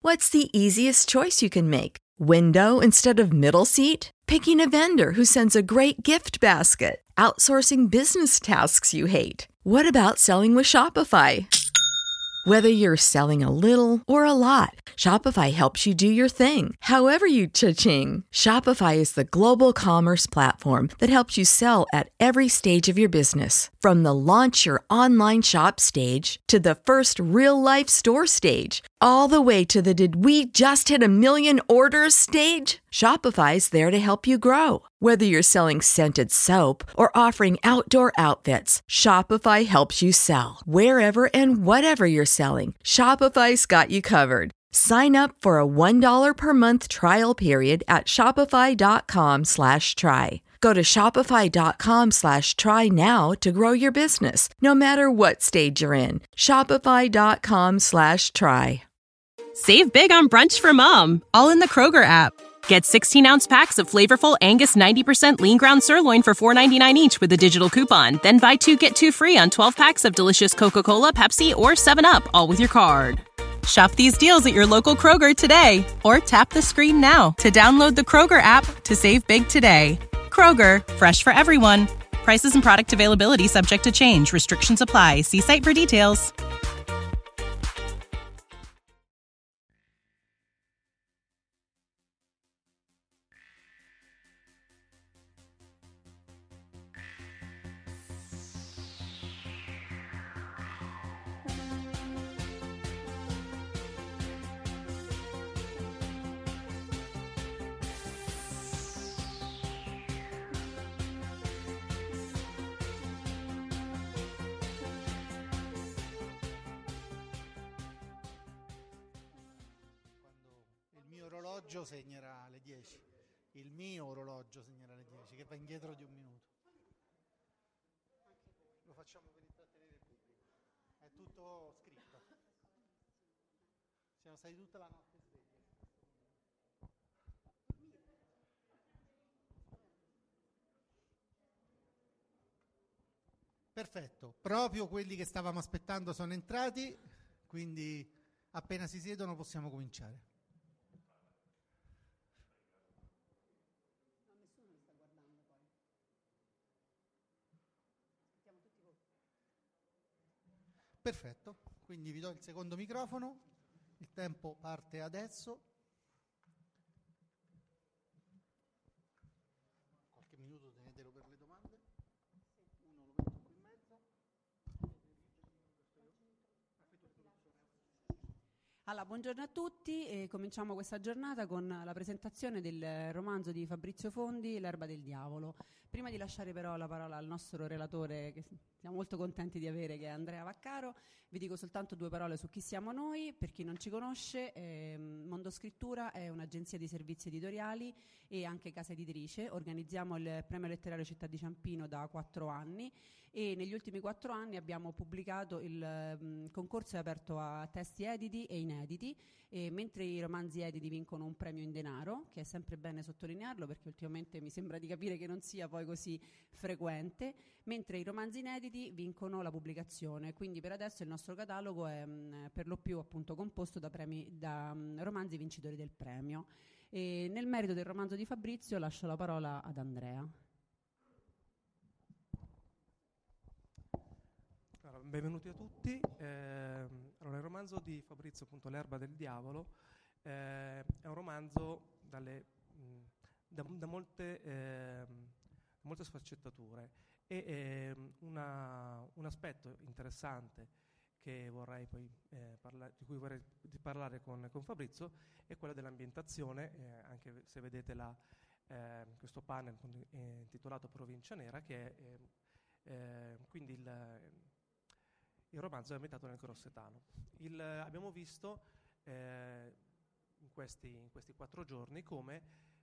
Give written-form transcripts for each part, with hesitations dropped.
What's the easiest choice you can make? Window instead of middle seat? Picking a vendor who sends a great gift basket? Outsourcing business tasks you hate? What about selling with Shopify? Whether you're selling a little or a lot, Shopify helps you do your thing, however you cha-ching. Shopify is the global commerce platform that helps you sell at every stage of your business. From the launch your online shop stage to the first real-life store stage, all the way to the did we just hit a million orders stage. Shopify's there to help you grow. Whether you're selling scented soap or offering outdoor outfits, Shopify helps you sell. Wherever and whatever you're selling, Shopify's got you covered. Sign up for a $1 per month trial period at shopify.com/try. Go to shopify.com/try now to grow your business, no matter what stage you're in. Shopify.com/try. Save big on brunch for mom, all in the Kroger app. Get 16-ounce packs of flavorful Angus 90% lean ground sirloin for $4.99 each with a digital coupon. Then buy 2, get 2 free on 12 packs of delicious Coca-Cola, Pepsi, or 7-Up, all with your card. Shop these deals at your local Kroger today, or tap the screen now to download the Kroger app to save big today. Kroger, fresh for everyone. Prices and product availability subject to change. Restrictions apply. See site for details. Orologio segnerà le 10. Il mio orologio segnerà le 10, che va indietro di un minuto. Lo facciamo per intrattenere il pubblico. È tutto scritto. Siamo stati tutta la notte svegli. Perfetto, proprio quelli che stavamo aspettando sono entrati, quindi appena si siedono possiamo cominciare. Perfetto, quindi vi do il secondo microfono, il tempo parte adesso. Qualche minuto tenetelo per le domande. Uno lo metto qui in mezzo. Allora, buongiorno a tutti e cominciamo questa giornata con la presentazione del romanzo di Fabrizio Fondi, L'erba del diavolo. Prima di lasciare però la parola al nostro relatore, che siamo molto contenti di avere, che è Andrea Vaccaro, vi dico soltanto 2 parole su chi siamo noi. Per chi non ci conosce, Mondo Scrittura è un'agenzia di servizi editoriali e anche casa editrice. Organizziamo il Premio Letterario Città di Ciampino da 4 anni e negli ultimi 4 anni abbiamo pubblicato il concorso è aperto a testi editi e inediti, e mentre i romanzi editi vincono un premio in denaro, che è sempre bene sottolinearlo perché ultimamente mi sembra di capire che non sia poi così frequente, mentre i romanzi inediti vincono la pubblicazione. Quindi per adesso il nostro catalogo è per lo più appunto composto da romanzi vincitori del premio. E nel merito del romanzo di Fabrizio lascio la parola ad Andrea. Benvenuti a tutti. Allora, il romanzo di Fabrizio, appunto, L'erba del diavolo, è un romanzo da molte sfaccettature e un aspetto interessante che vorrei poi di cui vorrei parlare con Fabrizio è quello dell'ambientazione, anche se vedete questo panel intitolato Provincia Nera, che è quindi il romanzo è ambientato nel Grossetano. Abbiamo visto in questi 4 giorni come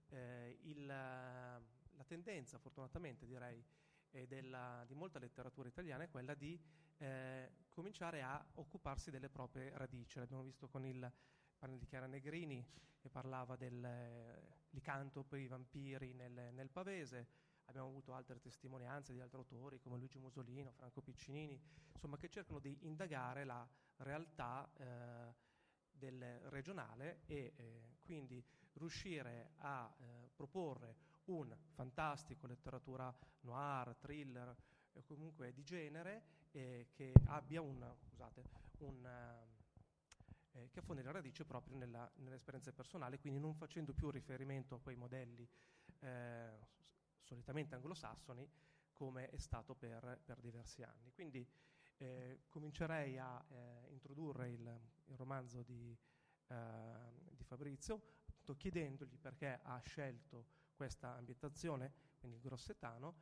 la tendenza, fortunatamente direi, di molta letteratura italiana è quella di cominciare a occuparsi delle proprie radici. L'abbiamo visto con il panel di Chiara Negrini, che parlava del licantropi, i vampiri nel Pavese. Abbiamo avuto altre testimonianze di altri autori come Luigi Musolino, Franco Piccinini, insomma, che cercano di indagare la realtà del regionale e quindi riuscire a proporre un fantastico, letteratura noir, thriller, comunque di genere, che abbia che affondi le radici proprio nell'esperienza personale, quindi non facendo più riferimento a quei modelli solitamente anglosassoni, come è stato per diversi anni. Quindi comincerei a introdurre il romanzo di Fabrizio, appunto chiedendogli perché ha scelto questa ambientazione, quindi il grossetano,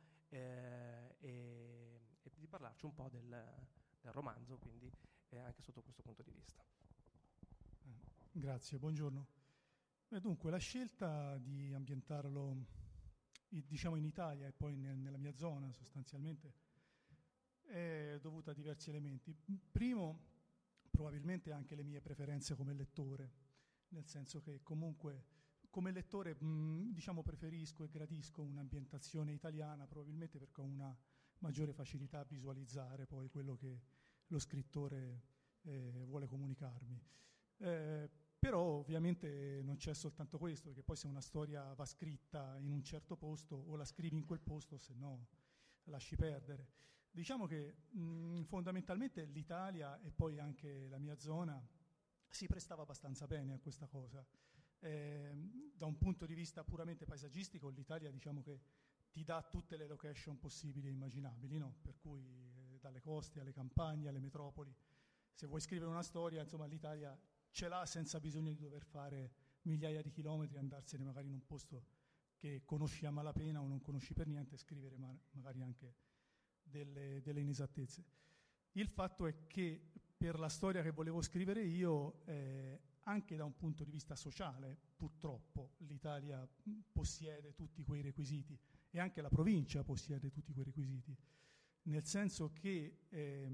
e di parlarci un po' del romanzo, quindi anche sotto questo punto di vista. Grazie, buongiorno. Dunque, la scelta di ambientarlo diciamo in Italia e poi nella mia zona sostanzialmente è dovuta a diversi elementi. Primo, probabilmente anche le mie preferenze come lettore, nel senso che comunque come lettore diciamo preferisco e gradisco un'ambientazione italiana, probabilmente perché ho una maggiore facilità a visualizzare poi quello che lo scrittore vuole comunicarmi. Però ovviamente non c'è soltanto questo, perché poi se una storia va scritta in un certo posto o la scrivi in quel posto, se no lasci perdere. Diciamo che fondamentalmente l'Italia e poi anche la mia zona si prestava abbastanza bene a questa cosa. Da un punto di vista puramente paesaggistico l'Italia diciamo che ti dà tutte le location possibili e immaginabili, no? Per cui dalle coste alle campagne, alle metropoli. Se vuoi scrivere una storia, insomma l'Italia ce l'ha senza bisogno di dover fare migliaia di chilometri, andarsene magari in un posto che conosci a malapena o non conosci per niente e scrivere magari anche delle inesattezze. Il fatto è che per la storia che volevo scrivere io, anche da un punto di vista sociale, purtroppo l'Italia possiede tutti quei requisiti e anche la provincia possiede tutti quei requisiti, nel senso che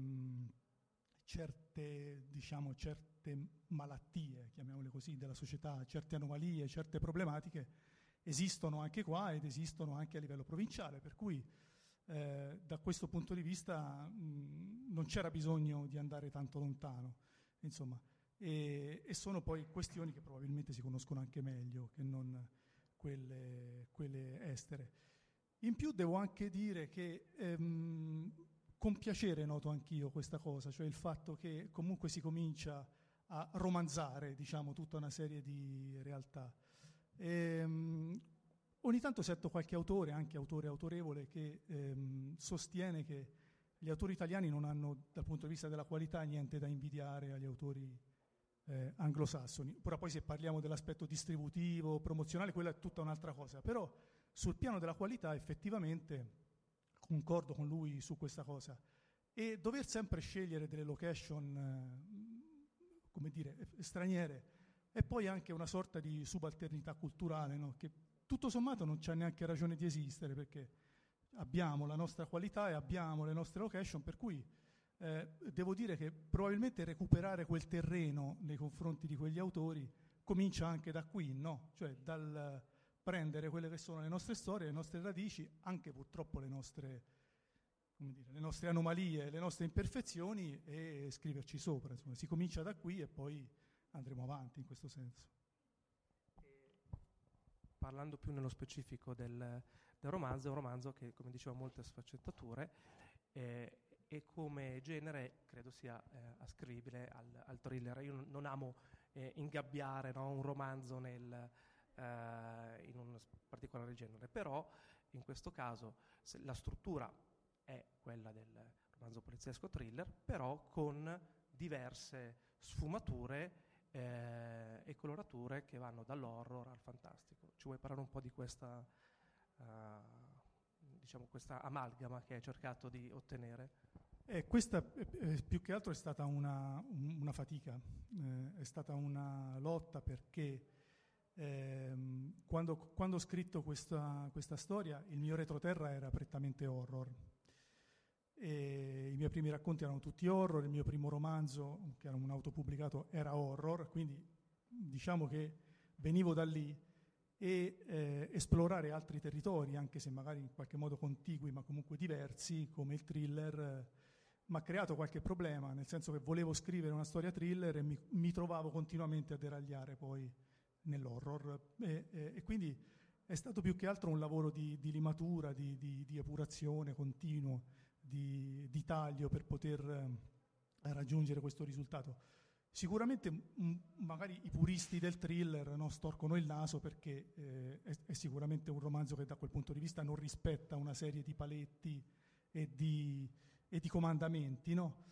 certe malattie, chiamiamole così, della società, certe anomalie, certe problematiche esistono anche qua ed esistono anche a livello provinciale, per cui da questo punto di vista non c'era bisogno di andare tanto lontano, insomma, e sono poi questioni che probabilmente si conoscono anche meglio che non quelle estere. In più devo anche dire che con piacere noto anch'io questa cosa, cioè il fatto che comunque si comincia a romanzare, diciamo, tutta una serie di realtà. Ogni tanto sento qualche autore, anche autore autorevole, che sostiene che gli autori italiani non hanno, dal punto di vista della qualità, niente da invidiare agli autori anglosassoni. Ora poi se parliamo dell'aspetto distributivo, promozionale, quella è tutta un'altra cosa, però sul piano della qualità effettivamente concordo con lui su questa cosa. E dover sempre scegliere delle location, come dire, straniere, è poi anche una sorta di subalternità culturale, no? Che tutto sommato non c'è neanche ragione di esistere, perché abbiamo la nostra qualità e abbiamo le nostre location, per cui devo dire che probabilmente recuperare quel terreno nei confronti di quegli autori comincia anche da qui, no? Cioè dal prendere quelle che sono le nostre storie, le nostre radici, anche purtroppo le nostre anomalie, le nostre imperfezioni, e scriverci sopra. Insomma, si comincia da qui e poi andremo avanti in questo senso. Parlando più nello specifico del romanzo, è un romanzo che, come dicevo, ha molte sfaccettature e come genere credo sia ascrivibile al thriller. Io non amo ingabbiare, no, un romanzo in un particolare genere, però in questo caso la struttura è quella del romanzo poliziesco thriller, però con diverse sfumature e colorature che vanno dall'horror al fantastico. Ci vuoi parlare un po' di questa questa amalgama che hai cercato di ottenere? Questa più che altro è stata una fatica, è stata una lotta, perché quando ho scritto questa storia il mio retroterra era prettamente horror. I miei primi racconti erano tutti horror, il mio primo romanzo, che era un autopubblicato, era horror, quindi diciamo che venivo da lì, e esplorare altri territori, anche se magari in qualche modo contigui ma comunque diversi, come il thriller, mi ha creato qualche problema, nel senso che volevo scrivere una storia thriller e mi trovavo continuamente a deragliare poi nell'horror, e quindi è stato più che altro un lavoro di limatura, di epurazione continuo, di taglio per poter raggiungere questo risultato. Sicuramente magari i puristi del thriller, no, storcono il naso perché è sicuramente un romanzo che da quel punto di vista non rispetta una serie di paletti e di comandamenti, no?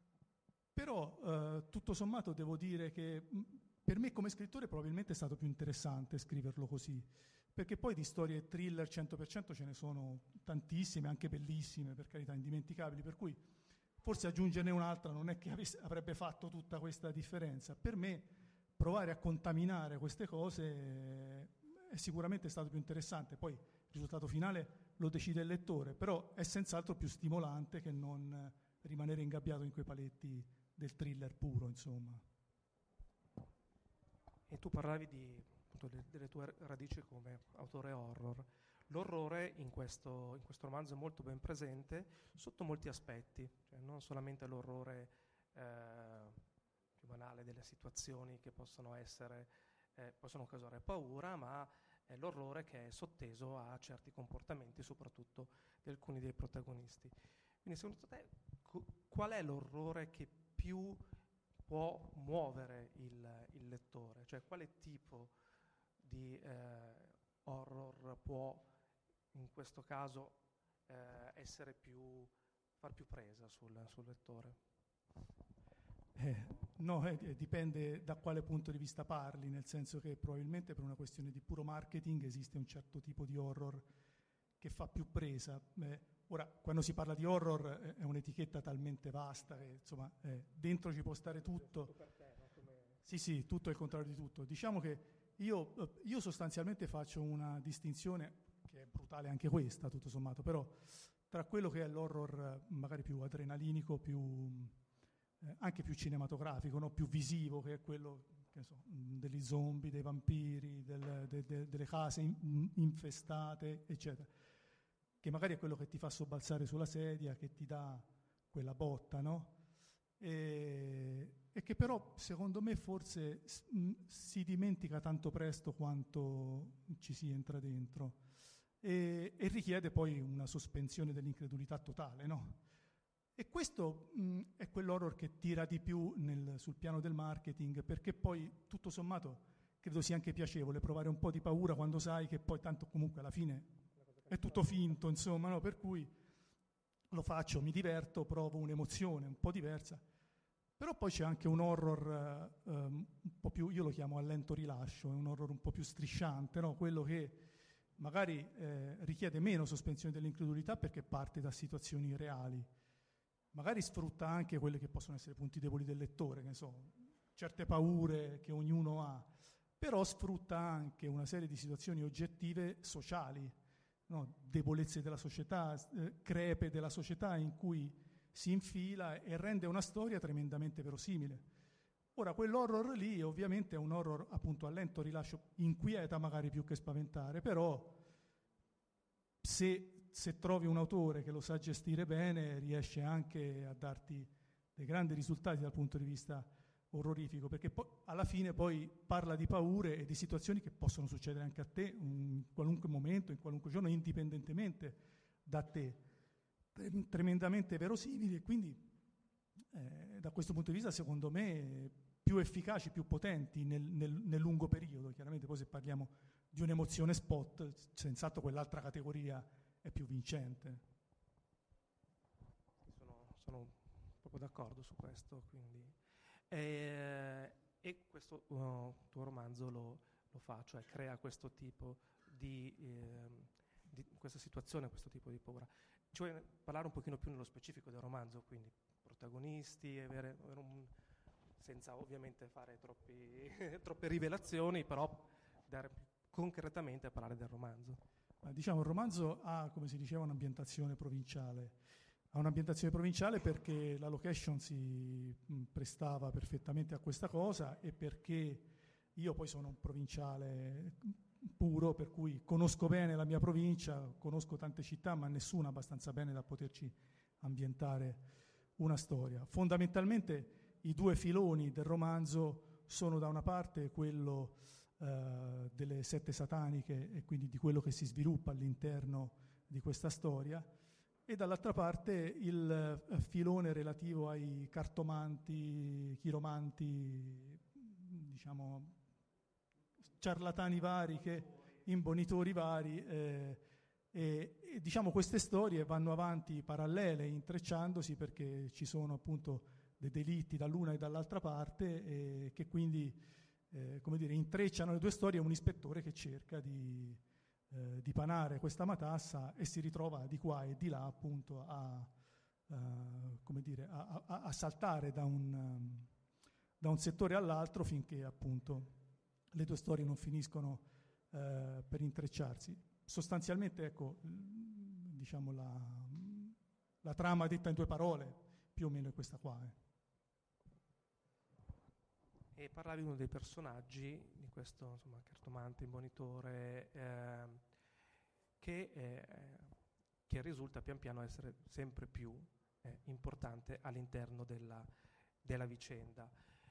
Però tutto sommato devo dire che per me come scrittore probabilmente è stato più interessante scriverlo così, perché poi di storie thriller 100% ce ne sono tantissime, anche bellissime, per carità, indimenticabili, per cui forse aggiungerne un'altra non è che avrebbe fatto tutta questa differenza. Per me provare a contaminare queste cose è sicuramente stato più interessante, poi il risultato finale lo decide il lettore, però è senz'altro più stimolante che non rimanere ingabbiato in quei paletti del thriller puro, insomma. E tu parlavi delle tue radici come autore horror. L'orrore in questo romanzo è molto ben presente sotto molti aspetti, cioè non solamente l'orrore più banale delle situazioni che possono causare paura, ma è l'orrore che è sotteso a certi comportamenti, soprattutto di alcuni dei protagonisti. Quindi secondo te qual è l'orrore che più può muovere il lettore? Cioè quale tipo di horror può in questo caso far più presa sul lettore? Dipende da quale punto di vista parli, nel senso che probabilmente per una questione di puro marketing esiste un certo tipo di horror che fa più presa. Ora, quando si parla di horror è un'etichetta talmente vasta che insomma dentro ci può stare tutto. Per te, no? Sì, tutto è il contrario di tutto. Diciamo che io sostanzialmente faccio una distinzione, che è brutale anche questa, tutto sommato, però tra quello che è l'horror magari più adrenalinico, anche più cinematografico, no? Più visivo, che è quello, che ne so, degli zombie, dei vampiri, delle case infestate, eccetera, che magari è quello che ti fa sobbalzare sulla sedia, che ti dà quella botta, no? E che però secondo me forse si dimentica tanto presto quanto ci si entra dentro e richiede poi una sospensione dell'incredulità totale, no? E questo è quell'horror che tira di più sul piano del marketing, perché poi tutto sommato credo sia anche piacevole provare un po' di paura quando sai che poi tanto comunque alla fine è tutto finto, insomma, no? Per cui lo faccio, mi diverto, provo un'emozione un po' diversa. Però poi c'è anche un horror un po' più, io lo chiamo a lento rilascio, è un horror un po' più strisciante, no? Quello che magari richiede meno sospensione dell'incredulità perché parte da situazioni reali. Magari sfrutta anche quelli che possono essere punti deboli del lettore, che ne so, certe paure che ognuno ha, però sfrutta anche una serie di situazioni oggettive sociali, no? Debolezze della società, crepe della società in cui si infila e rende una storia tremendamente verosimile. Ora, quell'horror lì ovviamente è un horror appunto a lento rilascio, inquieta magari più che spaventare, però se trovi un autore che lo sa gestire bene riesce anche a darti dei grandi risultati dal punto di vista orrorifico, perché poi alla fine poi parla di paure e di situazioni che possono succedere anche a te in qualunque momento, in qualunque giorno, indipendentemente da te, tremendamente verosimili, e quindi da questo punto di vista secondo me più efficaci, più potenti nel lungo periodo. Chiaramente poi se parliamo di un'emozione spot, senz'altro quell'altra categoria è più vincente. Sono proprio d'accordo su questo, quindi. E questo tuo romanzo lo fa, cioè crea questo tipo di questa situazione, questo tipo di paura. Cioè parlare un pochino più nello specifico del romanzo, quindi protagonisti, senza ovviamente fare troppe rivelazioni, però dare concretamente a parlare del romanzo. Diciamo, il romanzo ha, come si diceva, un'ambientazione provinciale. Ha un'ambientazione provinciale perché la location si prestava perfettamente a questa cosa e perché io poi sono un provinciale puro, per cui conosco bene la mia provincia, conosco tante città, ma nessuna abbastanza bene da poterci ambientare una storia. Fondamentalmente i due filoni del romanzo sono da una parte quello delle sette sataniche e quindi di quello che si sviluppa all'interno di questa storia, e dall'altra parte il filone relativo ai cartomanti, chiromanti, diciamo ciarlatani vari, imbonitori vari, e diciamo queste storie vanno avanti parallele, intrecciandosi, perché ci sono appunto dei delitti dall'una e dall'altra parte, che quindi come dire, intrecciano le due storie. Un ispettore che cerca di panare questa matassa e si ritrova di qua e di là appunto come dire, a saltare da un settore all'altro, finché appunto le due storie non finiscono per intrecciarsi. Sostanzialmente, ecco, diciamo la trama detta in due parole più o meno è questa qua. E parlavi di uno dei personaggi di questo, insomma, cartomante, imbonitore, che risulta pian piano essere sempre più importante all'interno della vicenda.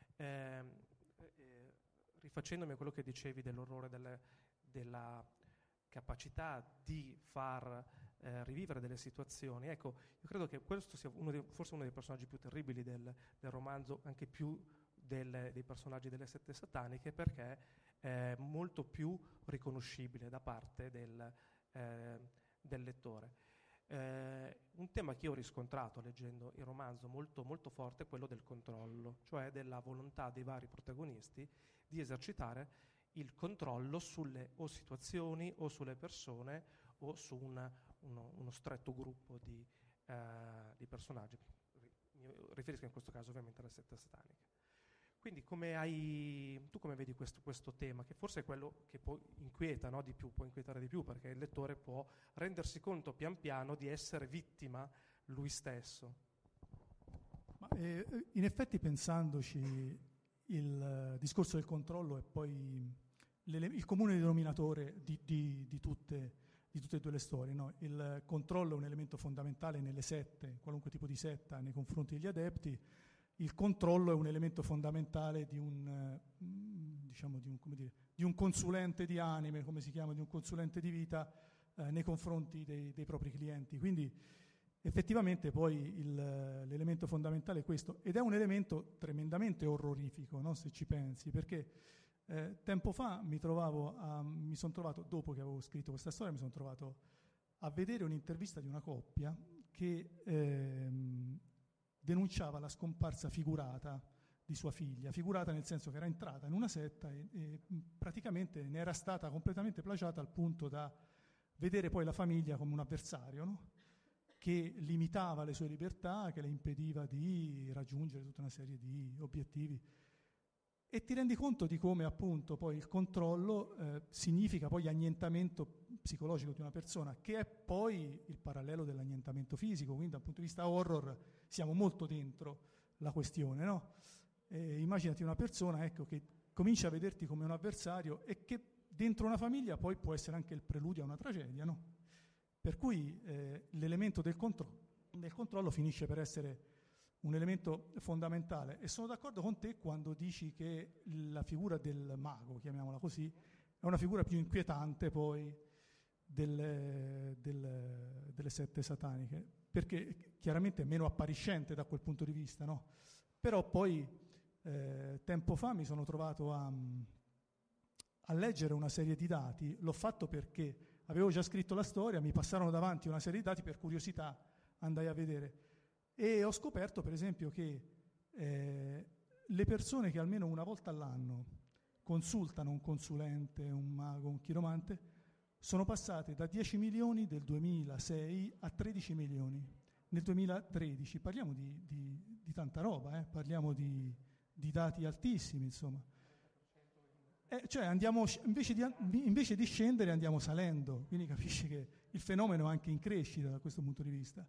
Rifacendomi a quello che dicevi dell'orrore della capacità di far rivivere delle situazioni, ecco, io credo che questo sia forse uno dei personaggi più terribili del romanzo, anche più dei personaggi delle sette sataniche, perché è molto più riconoscibile da parte del lettore. Un tema che io ho riscontrato leggendo il romanzo molto, molto forte è quello del controllo, cioè della volontà dei vari protagonisti di esercitare il controllo sulle o situazioni o sulle persone o su uno stretto gruppo di personaggi. Mi riferisco in questo caso ovviamente alle sette sataniche. Quindi tu come vedi questo tema, che forse è quello che poi inquieta, no, di più, può inquietare di più, perché il lettore può rendersi conto pian piano di essere vittima lui stesso? Ma, in effetti, pensandoci, il discorso del controllo è poi il comune denominatore di tutte e due le storie, no? Il controllo è un elemento fondamentale nelle sette, qualunque tipo di setta nei confronti degli adepti. Il controllo è un elemento fondamentale di un consulente di anime, come si chiama, di un consulente di vita nei confronti dei propri clienti. Quindi effettivamente poi l'elemento fondamentale è questo, ed è un elemento tremendamente orrorifico, no? Se ci pensi, perché tempo fa mi sono trovato, dopo che avevo scritto questa storia, mi sono trovato a vedere un'intervista di una coppia che denunciava la scomparsa figurata di sua figlia, figurata nel senso che era entrata in una setta e praticamente ne era stata completamente plagiata, al punto da vedere poi la famiglia come un avversario, no? Che limitava le sue libertà, che le impediva di raggiungere tutta una serie di obiettivi. E ti rendi conto di come appunto poi il controllo significa poi annientamento psicologico di una persona, che è poi il parallelo dell'annientamento fisico. Quindi dal punto di vista horror siamo molto dentro la questione, no? Immaginati una persona, ecco, che comincia a vederti come un avversario e che dentro una famiglia poi può essere anche il preludio a una tragedia, no? Per cui l'elemento del controllo finisce per essere un elemento fondamentale, e sono d'accordo con te quando dici che la figura del mago, chiamiamola così, è una figura più inquietante poi delle sette sataniche, perché chiaramente è meno appariscente da quel punto di vista, no? Però poi tempo fa mi sono trovato a leggere una serie di dati. L'ho fatto perché avevo già scritto la storia, mi passarono davanti una serie di dati, per curiosità andai a vedere. E ho scoperto, per esempio, che le persone che almeno una volta all'anno consultano un consulente, un mago, un chiromante, sono passate da 10 milioni del 2006 a 13 milioni nel 2013. Parliamo di tanta roba, parliamo di dati altissimi, insomma. Cioè andiamo, invece di scendere andiamo salendo, quindi capisci che il fenomeno è anche in crescita da questo punto di vista.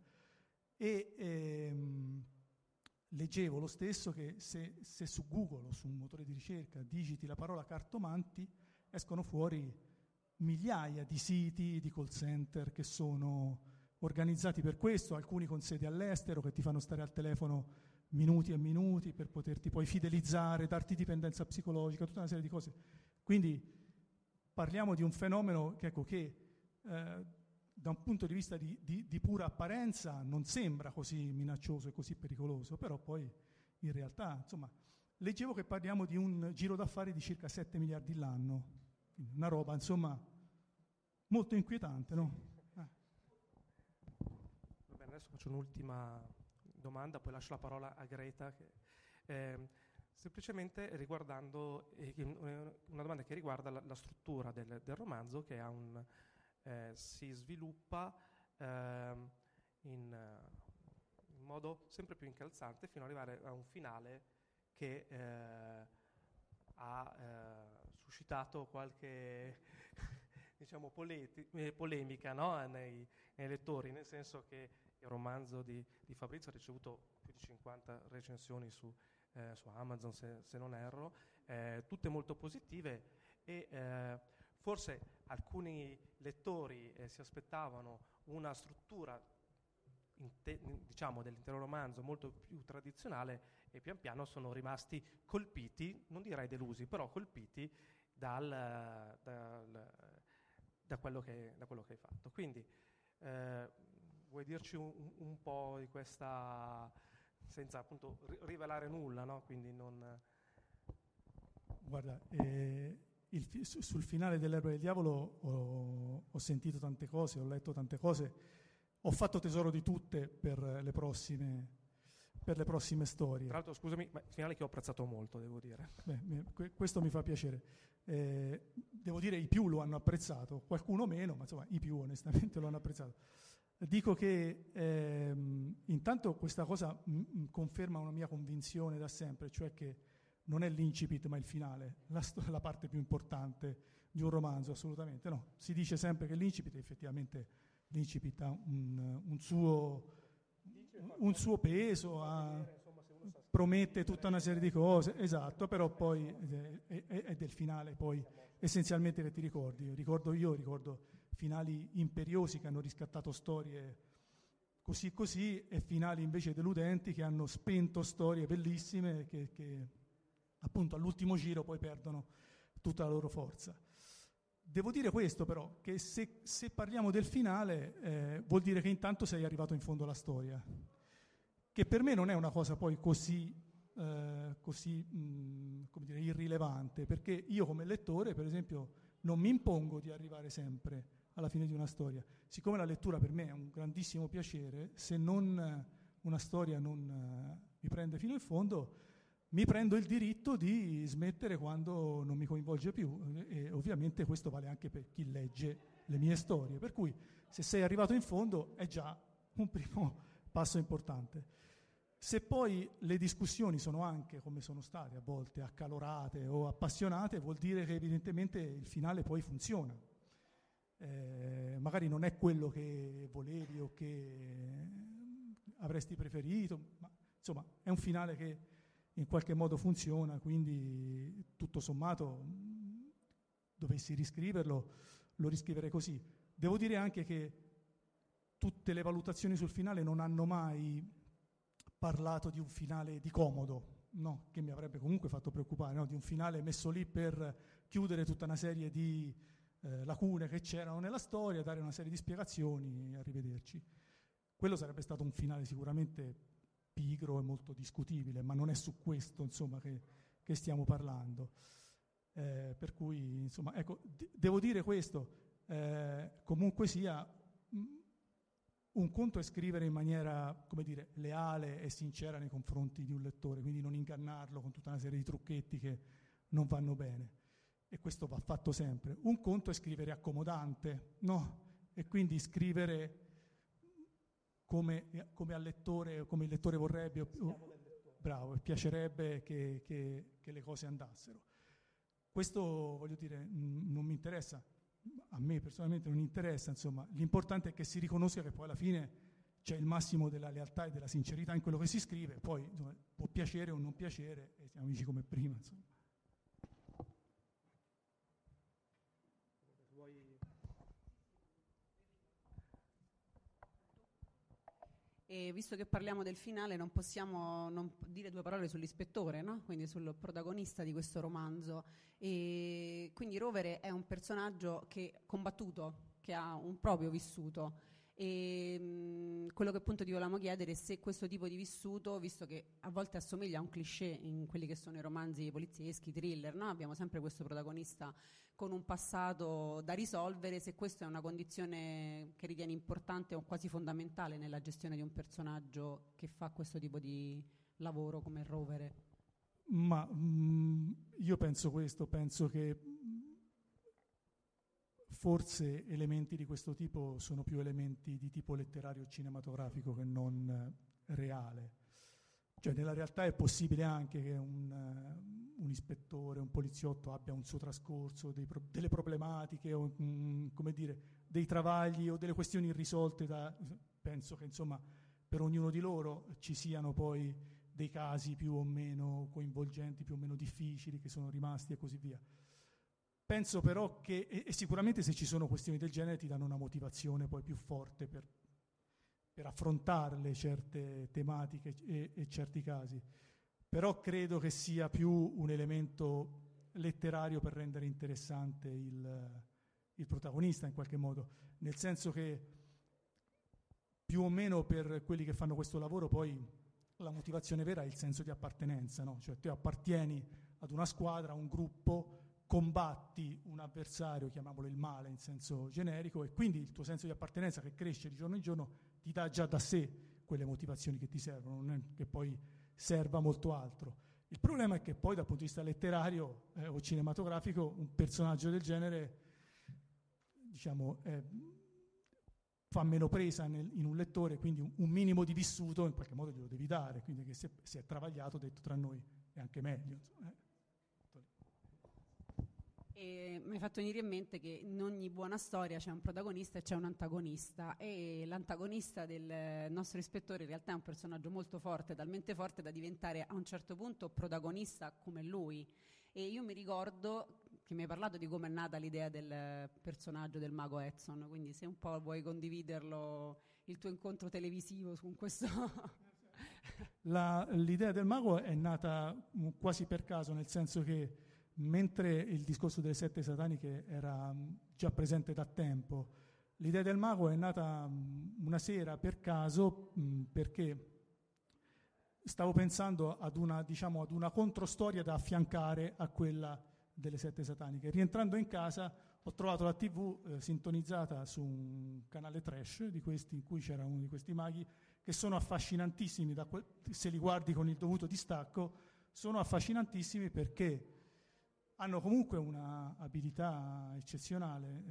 E leggevo lo stesso che se su Google o su un motore di ricerca digiti la parola cartomanti, escono fuori migliaia di siti di call center che sono organizzati per questo, alcuni con sede all'estero che ti fanno stare al telefono minuti e minuti per poterti poi fidelizzare, darti dipendenza psicologica, tutta una serie di cose. Quindi parliamo di un fenomeno che, ecco, che da un punto di vista di pura apparenza non sembra così minaccioso e così pericoloso, però poi in realtà, insomma, leggevo che parliamo di un giro d'affari di circa 7 miliardi l'anno, una roba, insomma, molto inquietante, no? Va bene, adesso faccio un'ultima domanda, poi lascio la parola a Greta, semplicemente riguardando una domanda che riguarda la struttura del romanzo, che si sviluppa in modo sempre più incalzante fino ad arrivare a un finale che ha suscitato qualche diciamo polemica, no? nei lettori, nel senso che il romanzo di Fabrizio ha ricevuto più di 50 recensioni su Amazon, se non erro, tutte molto positive, e forse alcuni lettori si aspettavano una struttura diciamo dell'intero romanzo molto più tradizionale, e pian piano sono rimasti colpiti, non direi delusi, però colpiti da quello che hai fatto. Quindi vuoi dirci un po' di questa, senza appunto rivelare nulla, no? Quindi non... Guarda, sul finale dell'Erba del Diavolo ho sentito tante cose, ho letto tante cose, ho fatto tesoro di tutte per le prossime storie. Tra l'altro, scusami, ma il finale che ho apprezzato molto, devo dire. Questo mi fa piacere. Devo dire, i più lo hanno apprezzato, qualcuno meno, ma insomma i più onestamente lo hanno apprezzato. Dico che intanto questa cosa conferma una mia convinzione da sempre, cioè che non è l'incipit ma il finale, la parte più importante di un romanzo, assolutamente no. Si dice sempre che l'incipit, effettivamente l'incipit ha un suo peso, promette tutta una serie di cose, esatto, però poi è del finale poi essenzialmente che ti ricordi. Ricordo finali imperiosi che hanno riscattato storie così e finali invece deludenti che hanno spento storie bellissime che appunto all'ultimo giro poi perdono tutta la loro forza. Devo dire questo però, che se parliamo del finale vuol dire che intanto sei arrivato in fondo alla storia, che per me non è una cosa poi così come dire, irrilevante, perché io come lettore, per esempio, non mi impongo di arrivare sempre alla fine di una storia. Siccome la lettura per me è un grandissimo piacere, se una storia non mi prende fino in fondo, mi prendo il diritto di smettere quando non mi coinvolge più, e ovviamente questo vale anche per chi legge le mie storie, per cui se sei arrivato in fondo è già un primo passo importante. Se poi le discussioni sono anche, come sono state a volte, accalorate o appassionate, vuol dire che evidentemente il finale poi funziona. Magari non è quello che volevi o che avresti preferito, ma insomma è un finale che in qualche modo funziona, quindi tutto sommato dovessi riscriverlo, lo riscriverei così. Devo dire anche che tutte le valutazioni sul finale non hanno mai parlato di un finale di comodo, no? Che mi avrebbe comunque fatto preoccupare, no? Di un finale messo lì per chiudere tutta una serie di lacune che c'erano nella storia, dare una serie di spiegazioni e arrivederci. Quello sarebbe stato un finale sicuramente pigro e molto discutibile, ma non è su questo, insomma, che stiamo parlando. Per cui, insomma, ecco, devo dire questo, comunque sia, un conto è scrivere in maniera, come dire, leale e sincera nei confronti di un lettore, quindi non ingannarlo con tutta una serie di trucchetti che non vanno bene, e questo va fatto sempre. Un conto è scrivere accomodante, no? E quindi scrivere come al lettore, come il lettore vorrebbe, bravo, e piacerebbe che le cose andassero. Questo, voglio dire, non mi interessa, a me personalmente non interessa, insomma, l'importante è che si riconosca che poi alla fine c'è il massimo della lealtà e della sincerità in quello che si scrive, poi insomma, può piacere o non piacere, e siamo amici come prima, insomma. E visto che parliamo del finale, non possiamo non dire due parole sull'ispettore, no? Quindi sul protagonista di questo romanzo. E quindi Rovere è un personaggio combattuto, che ha un proprio vissuto. E quello che appunto ti volevamo chiedere è se questo tipo di vissuto, visto che a volte assomiglia a un cliché in quelli che sono i romanzi polizieschi, thriller, no? Abbiamo sempre questo protagonista con un passato da risolvere, se questa è una condizione che ritieni importante o quasi fondamentale nella gestione di un personaggio che fa questo tipo di lavoro come Rovere. Ma io penso che forse elementi di questo tipo sono più elementi di tipo letterario o cinematografico che non reale. Cioè nella realtà è possibile anche che un ispettore, un poliziotto abbia un suo trascorso, delle problematiche, o, come dire, dei travagli o delle questioni irrisolte. Penso che insomma per ognuno di loro ci siano poi dei casi più o meno coinvolgenti, più o meno difficili, che sono rimasti e così via. Penso però che, e sicuramente se ci sono questioni del genere ti danno una motivazione poi più forte per affrontarle certe tematiche e certi casi. Però credo che sia più un elemento letterario per rendere interessante il protagonista in qualche modo, nel senso che più o meno per quelli che fanno questo lavoro poi la motivazione vera è il senso di appartenenza, no? Cioè tu appartieni ad una squadra, a un gruppo, combatti un avversario, chiamiamolo il male in senso generico, e quindi il tuo senso di appartenenza che cresce di giorno in giorno ti dà già da sé quelle motivazioni che ti servono, non è che poi serva molto altro. Il problema è che poi dal punto di vista letterario o cinematografico un personaggio del genere, diciamo, fa meno presa in un lettore, quindi un minimo di vissuto in qualche modo glielo devi dare, quindi che se è travagliato, detto tra noi, è anche meglio. E mi hai fatto venire in mente che in ogni buona storia c'è un protagonista e c'è un antagonista, e l'antagonista del nostro ispettore in realtà è un personaggio molto forte, talmente forte da diventare a un certo punto protagonista come lui. E io mi ricordo che mi hai parlato di come è nata l'idea del personaggio del mago Edson, quindi se un po' vuoi condividerlo, il tuo incontro televisivo con questo. L'idea del mago è nata quasi per caso, nel senso che mentre il discorso delle 7 sataniche era già presente da tempo, l'idea del mago è nata una sera per caso, perché stavo pensando ad una controstoria da affiancare a quella delle 7 sataniche. Rientrando in casa ho trovato la TV sintonizzata su un canale trash di questi, in cui c'era uno di questi maghi che sono affascinantissimi, se li guardi con il dovuto distacco, sono affascinantissimi perché hanno comunque una abilità eccezionale,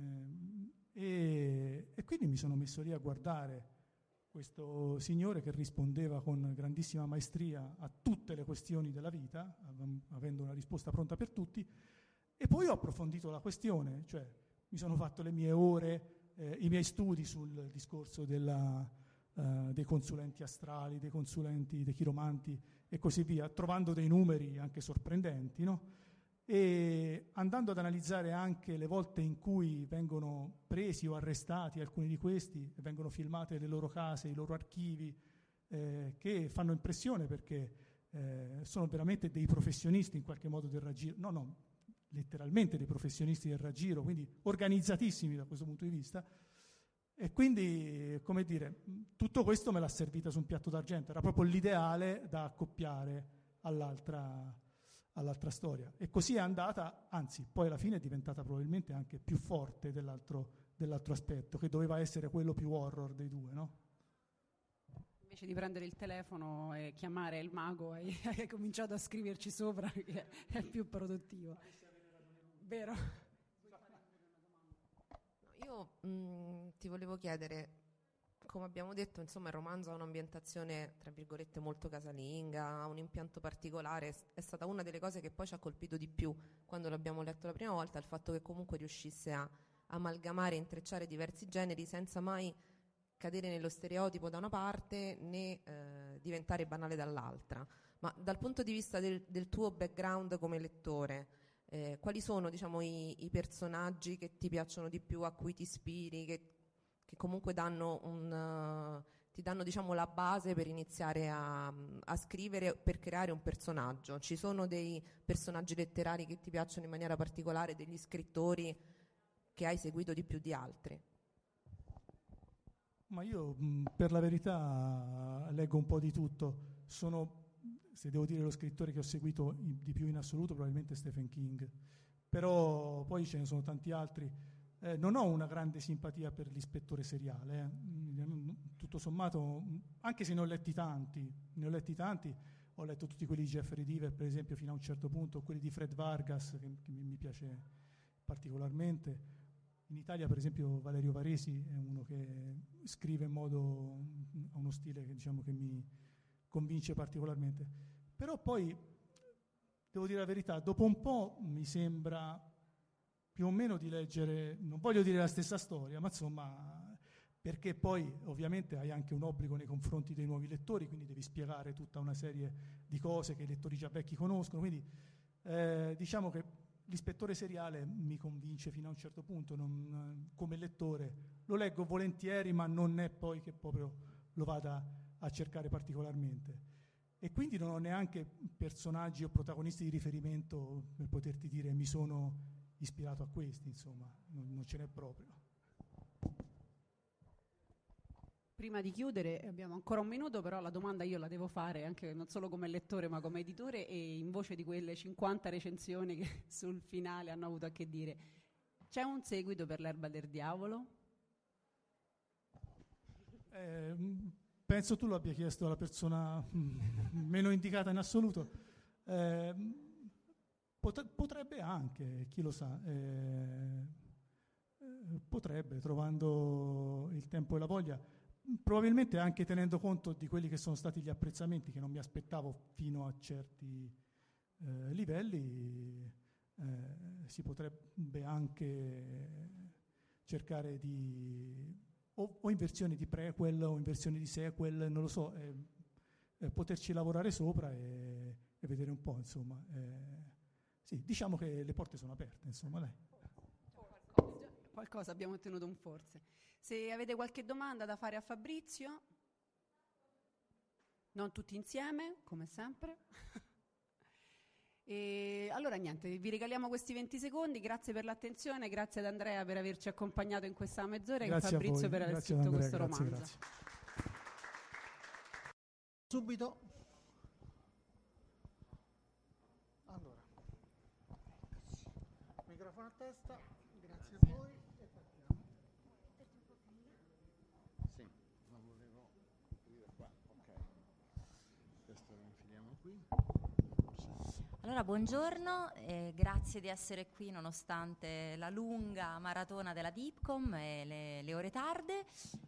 e quindi mi sono messo lì a guardare questo signore che rispondeva con grandissima maestria a tutte le questioni della vita, avendo una risposta pronta per tutti, e poi ho approfondito la questione, cioè mi sono fatto le mie ore, i miei studi sul discorso dei consulenti astrali, dei consulenti, dei chiromanti e così via, trovando dei numeri anche sorprendenti, no? E andando ad analizzare anche le volte in cui vengono presi o arrestati alcuni di questi, e vengono filmate le loro case, i loro archivi, che fanno impressione perché sono veramente dei professionisti in qualche modo del raggiro, no, letteralmente dei professionisti del raggiro, quindi organizzatissimi da questo punto di vista. E quindi, come dire, tutto questo me l'ha servita su un piatto d'argento, era proprio l'ideale da accoppiare all'altra storia, e così è andata, anzi poi alla fine è diventata probabilmente anche più forte dell'altro aspetto, che doveva essere quello più horror dei due, no? Invece di prendere il telefono e chiamare il mago, hai cominciato a scriverci sopra, che è più produttivo. Vero? Io ti volevo chiedere, come abbiamo detto, insomma, il romanzo ha un'ambientazione, tra virgolette, molto casalinga, ha un impianto particolare. È stata una delle cose che poi ci ha colpito di più quando l'abbiamo letto la prima volta, il fatto che comunque riuscisse a amalgamare, intrecciare diversi generi senza mai cadere nello stereotipo da una parte né diventare banale dall'altra. Ma dal punto di vista del tuo background come lettore, quali sono, diciamo, i personaggi che ti piacciono di più, a cui ti ispiri, che comunque danno ti danno, diciamo, la base per iniziare a scrivere, per creare un personaggio. Ci sono dei personaggi letterari che ti piacciono in maniera particolare, degli scrittori che hai seguito di più di altri? Ma io, per la verità, leggo un po' di tutto. Se devo dire lo scrittore che ho seguito di più in assoluto, probabilmente Stephen King. Però poi ce ne sono tanti altri. Non ho una grande simpatia per l'ispettore seriale. Tutto sommato, anche se ne ho letti tanti, ho letto tutti quelli di Jeffrey Deaver, per esempio, fino a un certo punto, quelli di Fred Vargas, che mi piace particolarmente. In Italia, per esempio, Valerio Varesi è uno che scrive in modo, ha uno stile che, diciamo, che mi convince particolarmente. Però poi, devo dire la verità, dopo un po' mi sembra più o meno di leggere, non voglio dire la stessa storia, ma insomma, perché poi ovviamente hai anche un obbligo nei confronti dei nuovi lettori, quindi devi spiegare tutta una serie di cose che i lettori già vecchi conoscono, quindi diciamo che l'ispettore seriale mi convince fino a un certo punto, come lettore lo leggo volentieri, ma non è poi che proprio lo vada a cercare particolarmente. E quindi non ho neanche personaggi o protagonisti di riferimento per poterti dire mi sono ispirato a questi, insomma, non ce n'è proprio. Prima di chiudere, abbiamo ancora un minuto, però la domanda io la devo fare anche non solo come lettore ma come editore e in voce di quelle 50 recensioni che sul finale hanno avuto a che dire. C'è un seguito per l'Erba del Diavolo? Penso tu lo abbia chiesto alla persona meno indicata in assoluto. Potrebbe anche, chi lo sa, potrebbe, trovando il tempo e la voglia, probabilmente anche tenendo conto di quelli che sono stati gli apprezzamenti che non mi aspettavo fino a certi livelli, si potrebbe anche cercare di, o in versioni di prequel o in versioni di sequel, non lo so, poterci lavorare sopra e vedere un po', insomma. Sì, diciamo che le porte sono aperte, insomma, dai. Qualcosa abbiamo ottenuto un forse. Se avete qualche domanda da fare a Fabrizio, non tutti insieme, come sempre. E allora niente, vi regaliamo questi 20 secondi, grazie per l'attenzione, grazie ad Andrea per averci accompagnato in questa mezz'ora e a Fabrizio per aver scritto questo romanzo. Grazie. Subito. Allora, microfono a testa, grazie a voi e partiamo. Sì, ma volevo aprire qua, ok. Questo lo infiliamo qui. Allora, buongiorno, grazie di essere qui nonostante la lunga maratona della Dipcom e le ore tarde.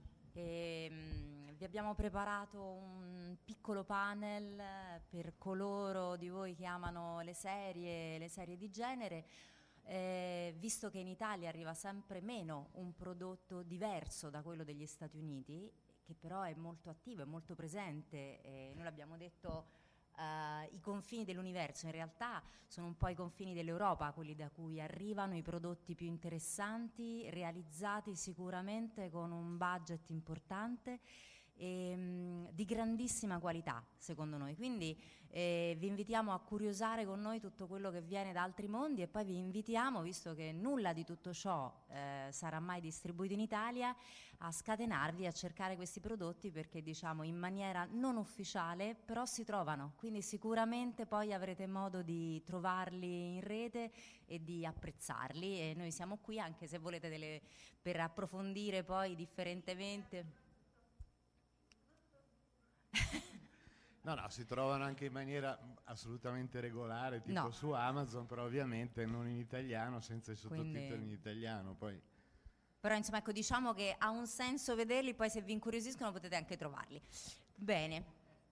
Vi abbiamo preparato un piccolo panel per coloro di voi che amano le serie di genere, visto che in Italia arriva sempre meno un prodotto diverso da quello degli Stati Uniti, che però è molto attivo, è molto presente, noi l'abbiamo detto. I confini dell'universo in realtà sono un po' i confini dell'Europa, quelli da cui arrivano i prodotti più interessanti, realizzati sicuramente con un budget importante e di grandissima qualità, secondo noi. Quindi vi invitiamo a curiosare con noi tutto quello che viene da altri mondi e poi vi invitiamo, visto che nulla di tutto ciò sarà mai distribuito in Italia, a scatenarvi a cercare questi prodotti perché, diciamo, in maniera non ufficiale però si trovano, quindi sicuramente poi avrete modo di trovarli in rete e di apprezzarli e noi siamo qui anche se volete per approfondire poi differentemente. No, si trovano anche in maniera assolutamente regolare, tipo No. su Amazon, però ovviamente non in italiano, senza i sottotitoli Quindi- in italiano. Poi Però insomma, ecco, diciamo che ha un senso vederli, poi se vi incuriosiscono potete anche trovarli. Bene.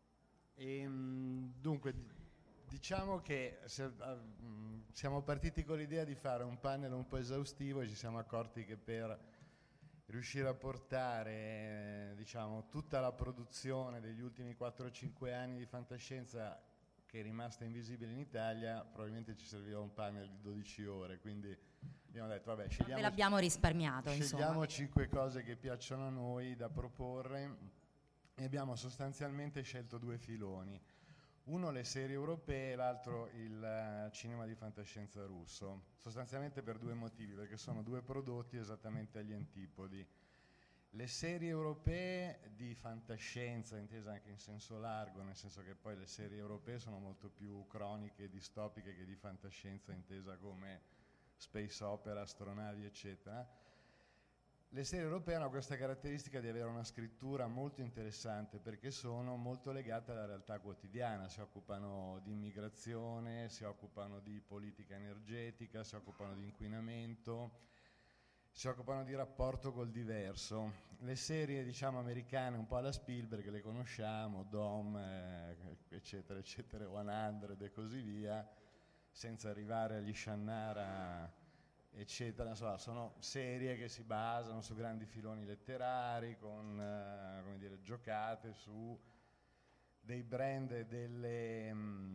Dunque, diciamo che siamo partiti con l'idea di fare un panel un po' esaustivo e ci siamo accorti che per riuscire a portare diciamo, tutta la produzione degli ultimi 4-5 anni di fantascienza che è rimasta invisibile in Italia, probabilmente ci serviva un panel di 12 ore, quindi abbiamo detto vabbè, Ve l'abbiamo risparmiato, insomma. scegliamo 5 cose che piacciono a noi da proporre e abbiamo sostanzialmente scelto 2 filoni. Uno le serie europee, l'altro il cinema di fantascienza russo, sostanzialmente per 2 motivi, perché sono 2 prodotti esattamente agli antipodi. Le serie europee di fantascienza, intesa anche in senso largo, nel senso che poi le serie europee sono molto più croniche e distopiche che di fantascienza intesa come space opera, astronavi, eccetera. Le serie europee hanno questa caratteristica di avere una scrittura molto interessante perché sono molto legate alla realtà quotidiana, si occupano di immigrazione, si occupano di politica energetica, si occupano di inquinamento, si occupano di rapporto col diverso. Le serie, diciamo, americane, un po' alla Spielberg, le conosciamo, Dom, eccetera, eccetera, 100 e così via, senza arrivare agli Shannara, eccetera. Insomma, sono serie che si basano su grandi filoni letterari, con, come dire, giocate su dei brand e delle...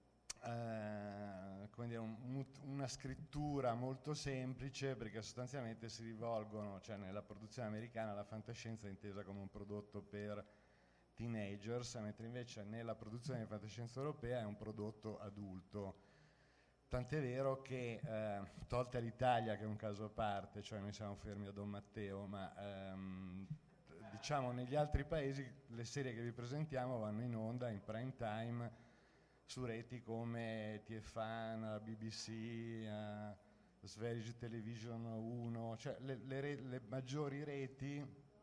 come dire, una scrittura molto semplice, perché sostanzialmente si rivolgono, cioè nella produzione americana la fantascienza è intesa come un prodotto per teenagers, mentre invece nella produzione di fantascienza europea è un prodotto adulto. Tant'è vero che, tolta l'Italia, che è un caso a parte, cioè noi siamo fermi a Don Matteo, ma diciamo negli altri paesi le serie che vi presentiamo vanno in onda in prime time su reti come TF1, BBC, Sveriges Television 1, cioè le maggiori reti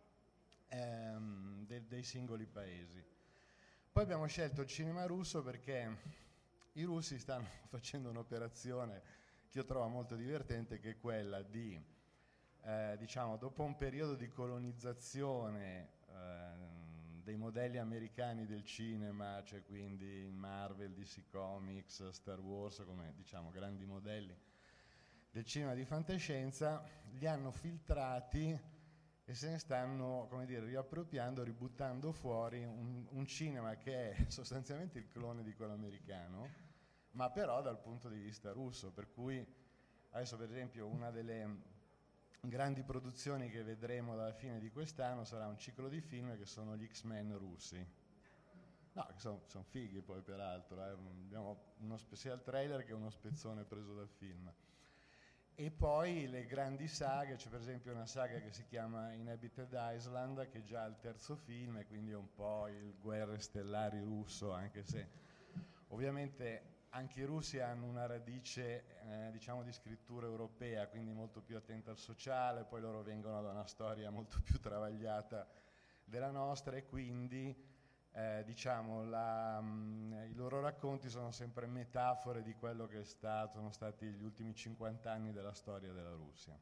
dei singoli paesi. Poi abbiamo scelto il cinema russo perché i russi stanno facendo un'operazione che io trovo molto divertente, che è quella di, diciamo, dopo un periodo di colonizzazione dei modelli americani del cinema, cioè quindi Marvel, DC Comics, Star Wars, come diciamo grandi modelli del cinema di fantascienza, li hanno filtrati e se ne stanno, come dire, riappropriando, ributtando fuori un cinema che è sostanzialmente il clone di quello americano, ma però dal punto di vista russo, per cui adesso per esempio una delle grandi produzioni che vedremo dalla fine di quest'anno sarà un ciclo di film che sono gli X-Men russi. No, che sono fighi poi peraltro, abbiamo sia il trailer che uno spezzone preso dal film. E poi le grandi saghe, c'è per esempio una saga che si chiama Inhabited Island, che è già il 3° film e quindi è un po' il Guerre Stellari russo, anche se ovviamente anche i russi hanno una radice, diciamo, di scrittura europea, quindi molto più attenta al sociale, poi loro vengono da una storia molto più travagliata della nostra e quindi, diciamo, i loro racconti sono sempre metafore di quello che sono stati gli ultimi 50 anni della storia della Russia.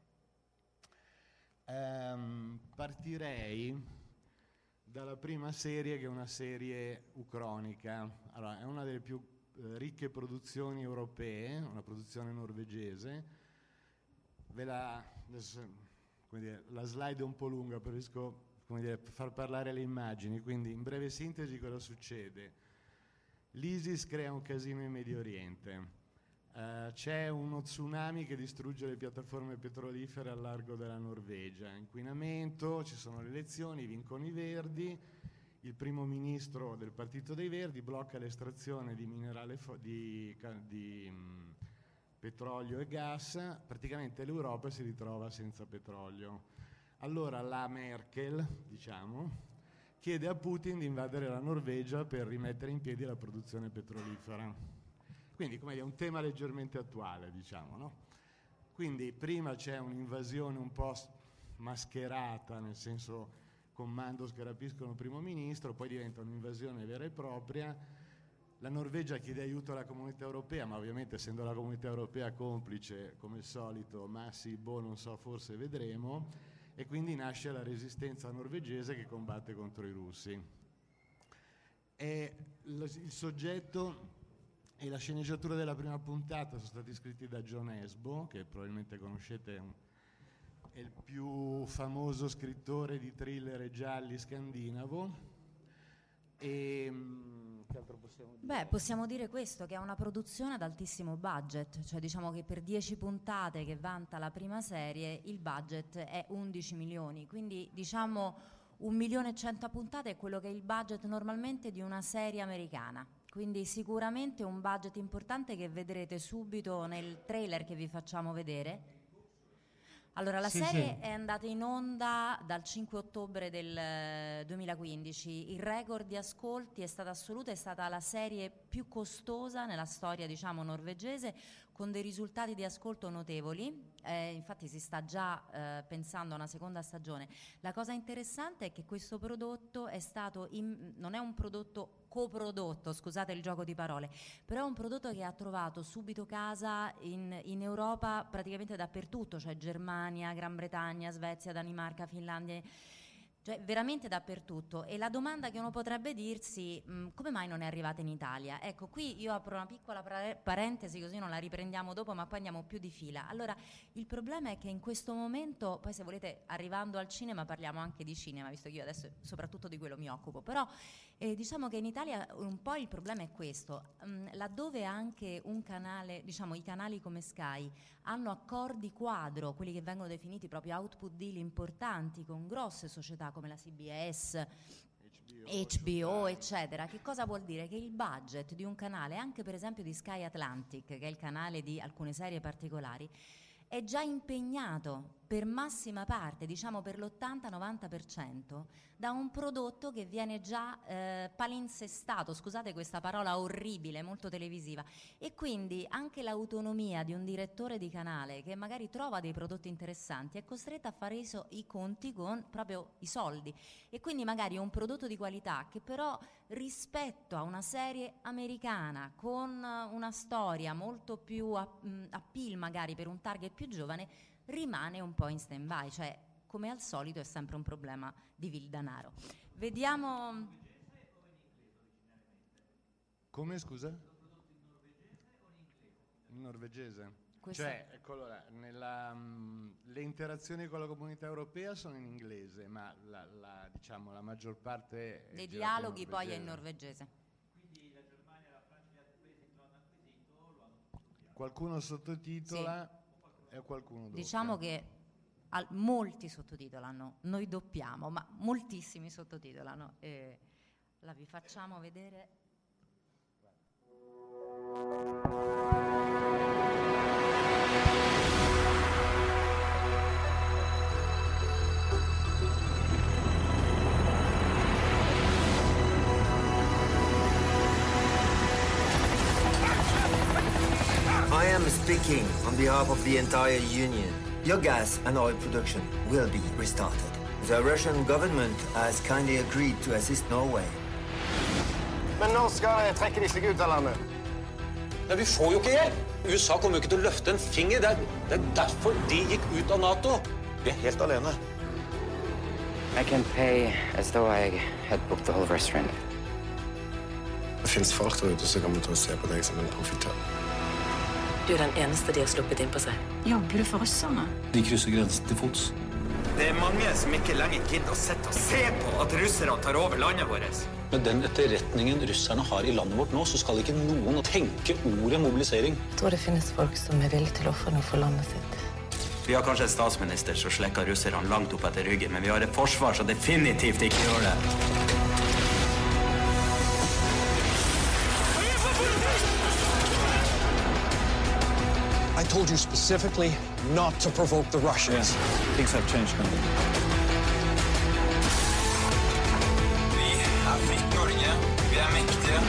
Partirei dalla prima serie, che è una serie ucronica. Allora, è una delle più ricche produzioni europee, una produzione norvegese. La slide è un po' lunga, preferisco, come dire, far parlare le immagini, quindi in breve sintesi cosa succede? L'ISIS crea un casino in Medio Oriente, c'è uno tsunami che distrugge le piattaforme petrolifere al largo della Norvegia, inquinamento, ci sono le elezioni, vincono i Verdi. Il primo ministro del Partito dei Verdi blocca l'estrazione di petrolio e gas, praticamente l'Europa si ritrova senza petrolio. Allora la Merkel, diciamo, chiede a Putin di invadere la Norvegia per rimettere in piedi la produzione petrolifera. Quindi, come dire, un tema leggermente attuale, diciamo, no? Quindi prima c'è un'invasione un po' mascherata, nel senso commandos che rapiscono il primo ministro, poi diventa un'invasione vera e propria. La Norvegia chiede aiuto alla comunità europea, ma ovviamente essendo la comunità europea complice, come al solito, ma sì, non so, forse vedremo, e quindi nasce la resistenza norvegese che combatte contro i russi. E il soggetto e la sceneggiatura della prima puntata sono stati scritti da John Esbo, che probabilmente conoscete, è il più famoso scrittore di thriller e gialli scandinavo. E che altro possiamo dire? Beh, possiamo dire questo, che è una produzione ad altissimo budget, cioè diciamo che per 10 puntate che vanta la prima serie il budget è 11 milioni, quindi diciamo 1.100.000 puntate è quello che è il budget normalmente di una serie americana. Quindi sicuramente un budget importante che vedrete subito nel trailer che vi facciamo vedere. Allora, la serie è andata in onda dal 5 ottobre del 2015. Il record di ascolti è stato assoluto, è stata la serie più costosa nella storia, diciamo, norvegese, con dei risultati di ascolto notevoli. Infatti si sta già pensando a una seconda stagione. La cosa interessante è che questo prodotto è stato non è un prodotto coprodotto, scusate il gioco di parole, però è un prodotto che ha trovato subito casa in Europa praticamente dappertutto, cioè Germania, Gran Bretagna, Svezia, Danimarca, Finlandia, cioè veramente dappertutto. E la domanda che uno potrebbe dirsi, come mai non è arrivata in Italia? Ecco, qui io apro una piccola parentesi, così non la riprendiamo dopo, ma poi andiamo più di fila. Allora, il problema è che in questo momento, poi se volete arrivando al cinema parliamo anche di cinema, visto che io adesso soprattutto di quello mi occupo, però diciamo che in Italia un po' il problema è questo, laddove anche un canale, diciamo i canali come Sky hanno accordi quadro, quelli che vengono definiti proprio output deal importanti con grosse società come la CBS, HBO, eccetera. Che cosa vuol dire? Che il budget di un canale, anche per esempio di Sky Atlantic, che è il canale di alcune serie particolari, è già impegnato per massima parte, diciamo per l'80-90%, da un prodotto che viene già palinsestato, scusate questa parola orribile, molto televisiva, e quindi anche l'autonomia di un direttore di canale che magari trova dei prodotti interessanti è costretto a fare i conti con proprio i soldi, e quindi magari un prodotto di qualità che però rispetto a una serie americana con una storia molto più appeal magari per un target più giovane rimane un po' in stand-by, cioè come al solito è sempre un problema di vil danaro. Vediamo. Come, scusa? In norvegese? Cioè, ecco, allora, le interazioni con la comunità europea sono in inglese, ma diciamo, la maggior parte dei dialoghi poi è in norvegese. Quindi la Germania, la Francia e gli altri paesi che non hanno acquisito lo hanno studiato. Qualcuno sottotitola e qualcuno doppia. Diciamo che molti sottotitolano, noi doppiamo, ma moltissimi sottotitolano. La vi facciamo vedere. I am speaking on behalf of the entire Union. Your gas and oil production will be restarted. The Russian government has kindly agreed to assist Norway. Men når skal trekke de seg ut av landet? Men vi får jo ikke hjelp! USA kommer jo ikke til å løfte en finger. Det er derfor de gikk ut av NATO. Vi er helt alene. I can pay as though I had booked the whole restaurant. Det finnes folk der ute som kommer til å se på deg som en profitør. Du er den eneste de har sluppet inn på seg. Jobber du for russerne? De krysser grensen til fots. Det er mange som ikke lenger gidder å sitte og se på at russerne tar over landet vårt. Med den etterretningen russerne har i landet vårt nå, så skal ikke noen tenke ordet mobilisering. Jeg tror det finnes folk som er villige til å ofre noe for landet sitt. Vi har kanskje en statsminister som slekker russerne langt opp etter ryggen, men vi har et forsvar som definitivt ikke gjør det. I told you specifically not to provoke the Russians. Yeah. Things have changed now. Vi er fritt Norge. Vi er mektige.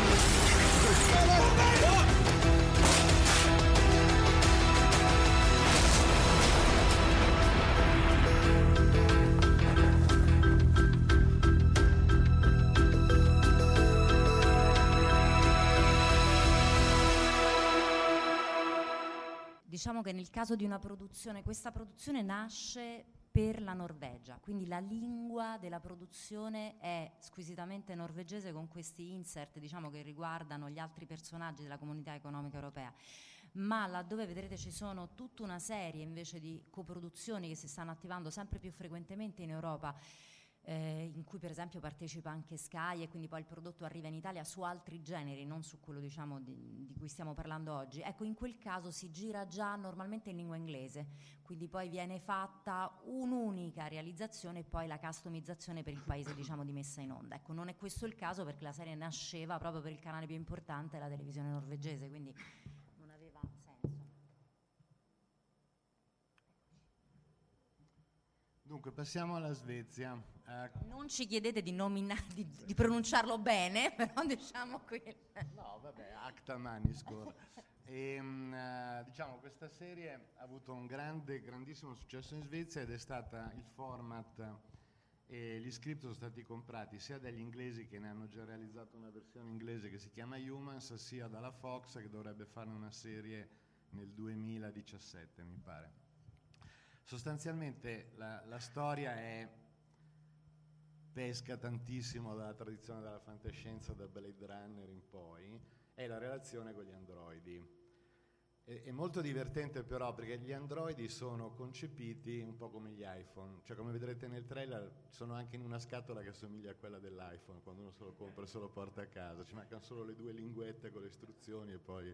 Diciamo che nel caso di una produzione, questa produzione nasce per la Norvegia, quindi la lingua della produzione è squisitamente norvegese, con questi insert, diciamo, che riguardano gli altri personaggi della Comunità Economica Europea. Ma laddove vedrete ci sono tutta una serie invece di coproduzioni che si stanno attivando sempre più frequentemente in Europa, in cui per esempio partecipa anche Sky, e quindi poi il prodotto arriva in Italia su altri generi, non su quello diciamo di cui stiamo parlando oggi. Ecco, in quel caso si gira già normalmente in lingua inglese, quindi poi viene fatta un'unica realizzazione e poi la customizzazione per il paese diciamo di messa in onda. Ecco, non è questo il caso perché la serie nasceva proprio per il canale più importante, la televisione norvegese, quindi non aveva senso. Dunque, passiamo alla Svezia. Non ci chiedete di pronunciarlo bene, però diciamo qui. No, vabbè, Acta Maniskor. Diciamo, questa serie ha avuto un grandissimo successo in Svezia ed è stata il format e gli script sono stati comprati sia dagli inglesi, che ne hanno già realizzato una versione inglese che si chiama Humans, sia dalla Fox, che dovrebbe fare una serie nel 2017, mi pare. Sostanzialmente la storia pesca tantissimo dalla tradizione della fantascienza, da Blade Runner in poi, è la relazione con gli androidi. È molto divertente però perché gli androidi sono concepiti un po' come gli iPhone, cioè come vedrete nel trailer sono anche in una scatola che assomiglia a quella dell'iPhone, quando uno se lo compra e se lo porta a casa, ci mancano solo le 2 linguette con le istruzioni e poi...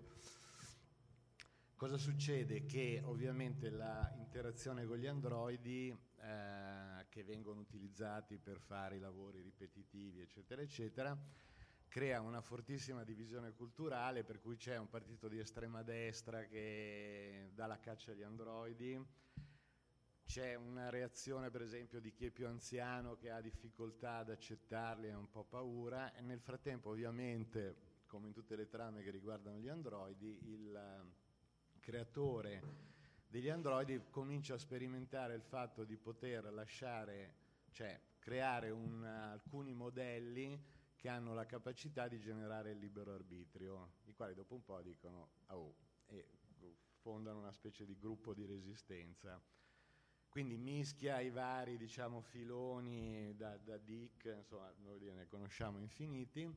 Cosa succede? Che ovviamente la interazione con gli androidi che vengono utilizzati per fare i lavori ripetitivi eccetera eccetera crea una fortissima divisione culturale, per cui c'è un partito di estrema destra che dà la caccia agli androidi, c'è una reazione per esempio di chi è più anziano che ha difficoltà ad accettarli e ha un po' paura, e nel frattempo ovviamente, come in tutte le trame che riguardano gli androidi, il creatore degli androidi comincia a sperimentare il fatto di poter creare alcuni modelli che hanno la capacità di generare il libero arbitrio, i quali dopo un po' dicono e fondano una specie di gruppo di resistenza. Quindi mischia i vari diciamo filoni da Dick, insomma noi ne conosciamo infiniti,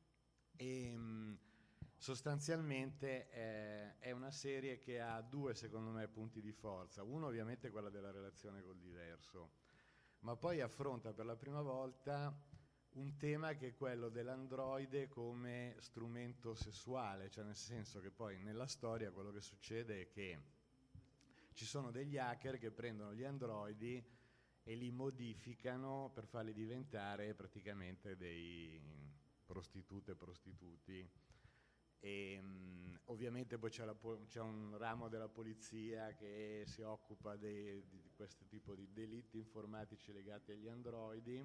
e sostanzialmente è una serie che ha 2 secondo me punti di forza. Uno ovviamente è quella della relazione col diverso, ma poi affronta per la prima volta un tema che è quello dell'androide come strumento sessuale, cioè nel senso che poi nella storia quello che succede è che ci sono degli hacker che prendono gli androidi e li modificano per farli diventare praticamente dei prostitute e prostituti. E ovviamente poi c'è un ramo della polizia che si occupa di questo tipo di delitti informatici legati agli androidi,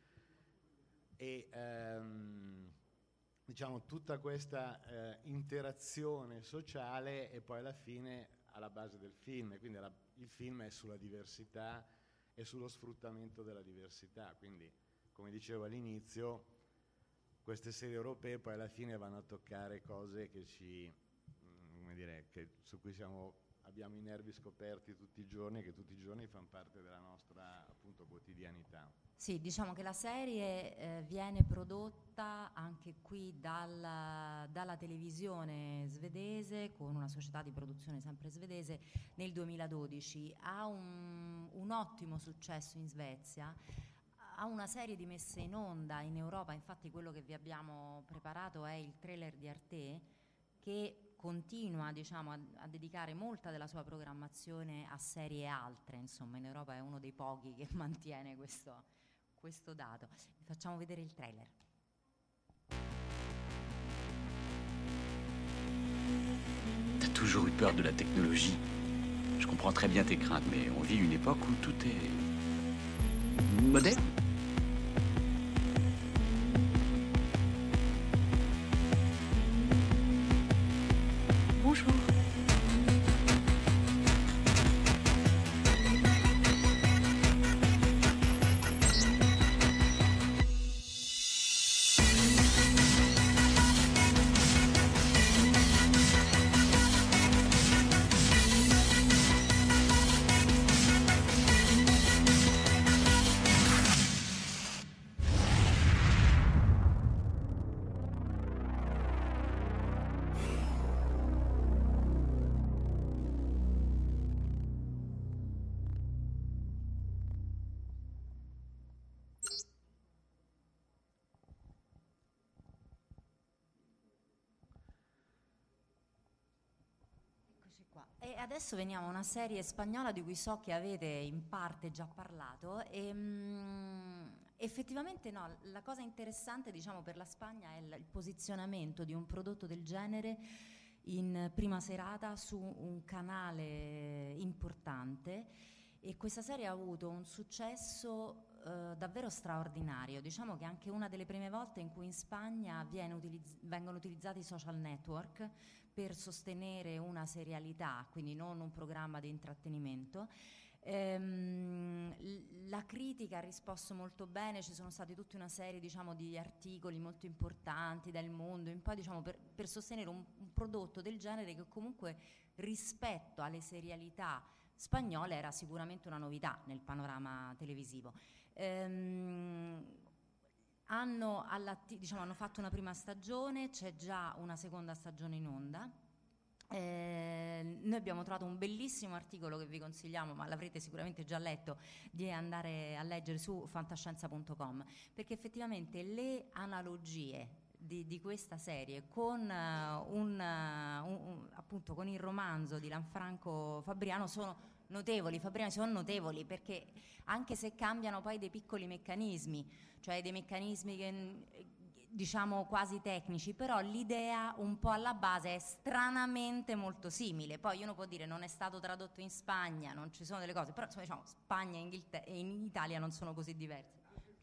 e diciamo tutta questa interazione sociale e poi alla fine alla base del film, quindi il film è sulla diversità e sullo sfruttamento della diversità, quindi come dicevo all'inizio queste serie europee poi alla fine vanno a toccare cose che su cui abbiamo i nervi scoperti tutti i giorni, che tutti i giorni fanno parte della nostra appunto quotidianità. Sì, diciamo che la serie viene prodotta anche qui dalla televisione svedese, con una società di produzione sempre svedese, nel 2012. Ha un ottimo successo in Svezia, ha una serie di messe in onda in Europa, infatti quello che vi abbiamo preparato è il trailer di Arte, che continua diciamo, a dedicare molta della sua programmazione a serie altre, insomma in Europa è uno dei pochi che mantiene questo dato. Vi facciamo vedere il trailer. T'as toujours eu peur de la technologie. Je comprends très bien tes craintes, mais on vit une époque où tout est moderne. Bonjour. qua. E adesso veniamo a una serie spagnola di cui so che avete in parte già parlato e effettivamente no, la cosa interessante diciamo per la Spagna è il posizionamento di un prodotto del genere in prima serata su un canale importante, e questa serie ha avuto un successo davvero straordinario. Diciamo che è anche una delle prime volte in cui in Spagna vengono utilizzati i social network per sostenere una serialità, quindi non un programma di intrattenimento. La critica ha risposto molto bene, ci sono stati tutta una serie diciamo di articoli molto importanti dal mondo in poi diciamo per sostenere un prodotto del genere che comunque rispetto alle serialità spagnole era sicuramente una novità nel panorama televisivo. Hanno fatto una prima stagione, c'è già una seconda stagione in onda. Noi abbiamo trovato un bellissimo articolo che vi consigliamo, ma l'avrete sicuramente già letto, di andare a leggere su fantascienza.com, perché effettivamente le analogie di questa serie con appunto con il romanzo di Lanfranco Fabriano sono notevoli. Fabriani sono notevoli perché anche se cambiano poi dei piccoli meccanismi, cioè dei meccanismi che diciamo quasi tecnici, però l'idea un po' alla base è stranamente molto simile. Poi uno può dire non è stato tradotto in Spagna, non ci sono delle cose, però insomma, diciamo Spagna e in Italia non sono così diverse.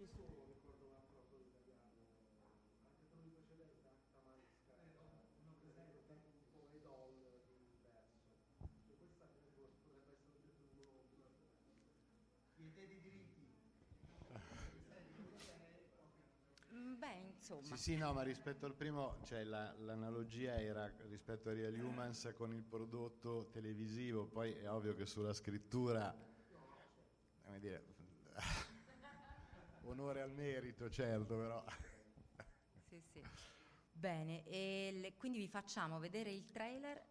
Beh, insomma. Sì, no, ma rispetto al primo, cioè l'analogia era rispetto a Real Humans con il prodotto televisivo, poi è ovvio che sulla scrittura, come dire, onore al merito, certo, però. Sì, sì. Bene, quindi vi facciamo vedere il trailer.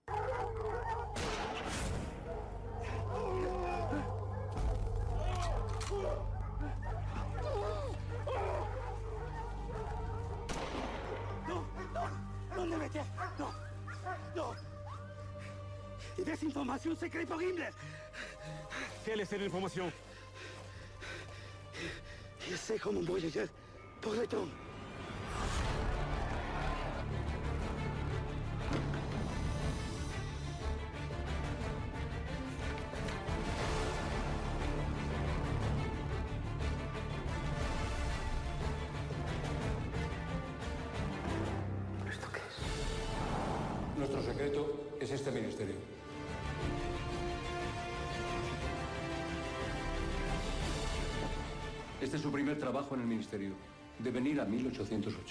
Non le mettez! Non! Non! Des informations secrètes pour Himmler! Quelle est cette information? Je sais comment brûler pour le temps. Nuestro secreto es este ministerio. Este es su primer trabajo en el ministerio. De venir a 1808.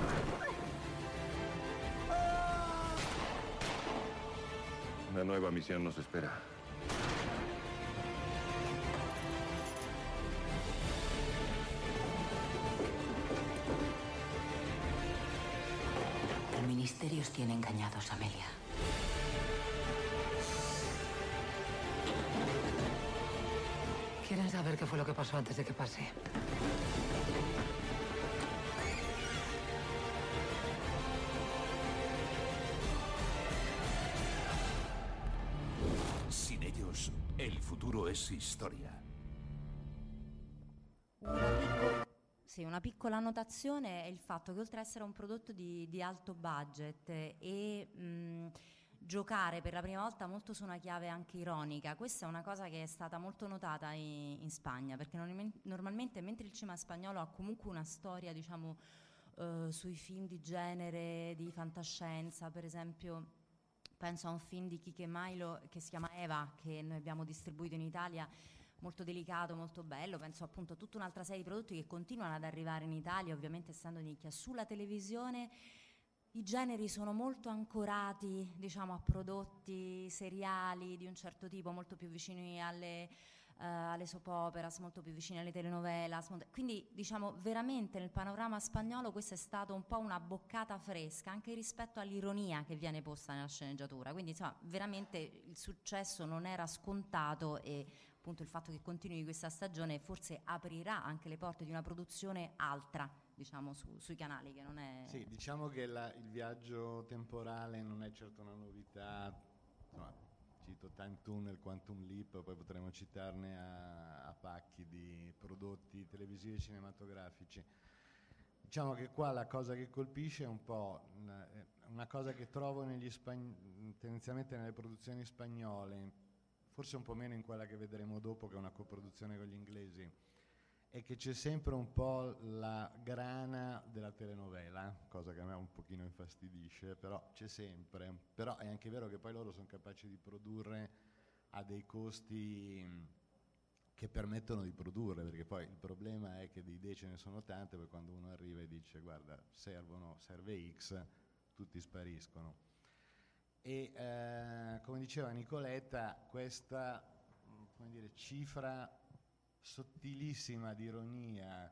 Una nueva misión nos espera. El ministerio os tiene engañados, Amelia. Quieren saber qué fue lo que pasó antes de que pase. Sin ellos, el futuro es historia. Sì, una piccola annotazione è il fatto che oltre ad essere un prodotto di alto budget e giocare per la prima volta molto su una chiave anche ironica, questa è una cosa che è stata molto notata in Spagna, perché normalmente mentre il cinema spagnolo ha comunque una storia, diciamo, sui film di genere, di fantascienza, per esempio penso a un film di Quique Milo che si chiama Eva, che noi abbiamo distribuito in Italia, molto delicato, molto bello. Penso appunto a tutta un'altra serie di prodotti che continuano ad arrivare in Italia, ovviamente essendo nicchia. Sulla televisione i generi sono molto ancorati, diciamo, a prodotti seriali di un certo tipo, molto più vicini alle soap operas, molto più vicini alle telenovelas, quindi diciamo veramente nel panorama spagnolo questa è stata un po' una boccata fresca anche rispetto all'ironia che viene posta nella sceneggiatura, quindi insomma veramente il successo non era scontato e appunto il fatto che continui questa stagione forse aprirà anche le porte di una produzione altra, diciamo, sui canali, che non è... Sì, diciamo che il viaggio temporale non è certo una novità insomma, cito Time Tunnel, Quantum Leap, poi potremmo citarne a pacchi di prodotti televisivi e cinematografici. Diciamo che qua la cosa che colpisce è un po' una cosa che trovo tendenzialmente nelle produzioni spagnole, forse un po' meno in quella che vedremo dopo, che è una coproduzione con gli inglesi, è che c'è sempre un po' la grana della telenovela, cosa che a me un pochino infastidisce, però c'è sempre. Però è anche vero che poi loro sono capaci di produrre a dei costi che permettono di produrre, perché poi il problema è che di idee ce ne sono tante, poi quando uno arriva e dice guarda serve X, tutti spariscono. E come diceva Nicoletta, questa cifra sottilissima di ironia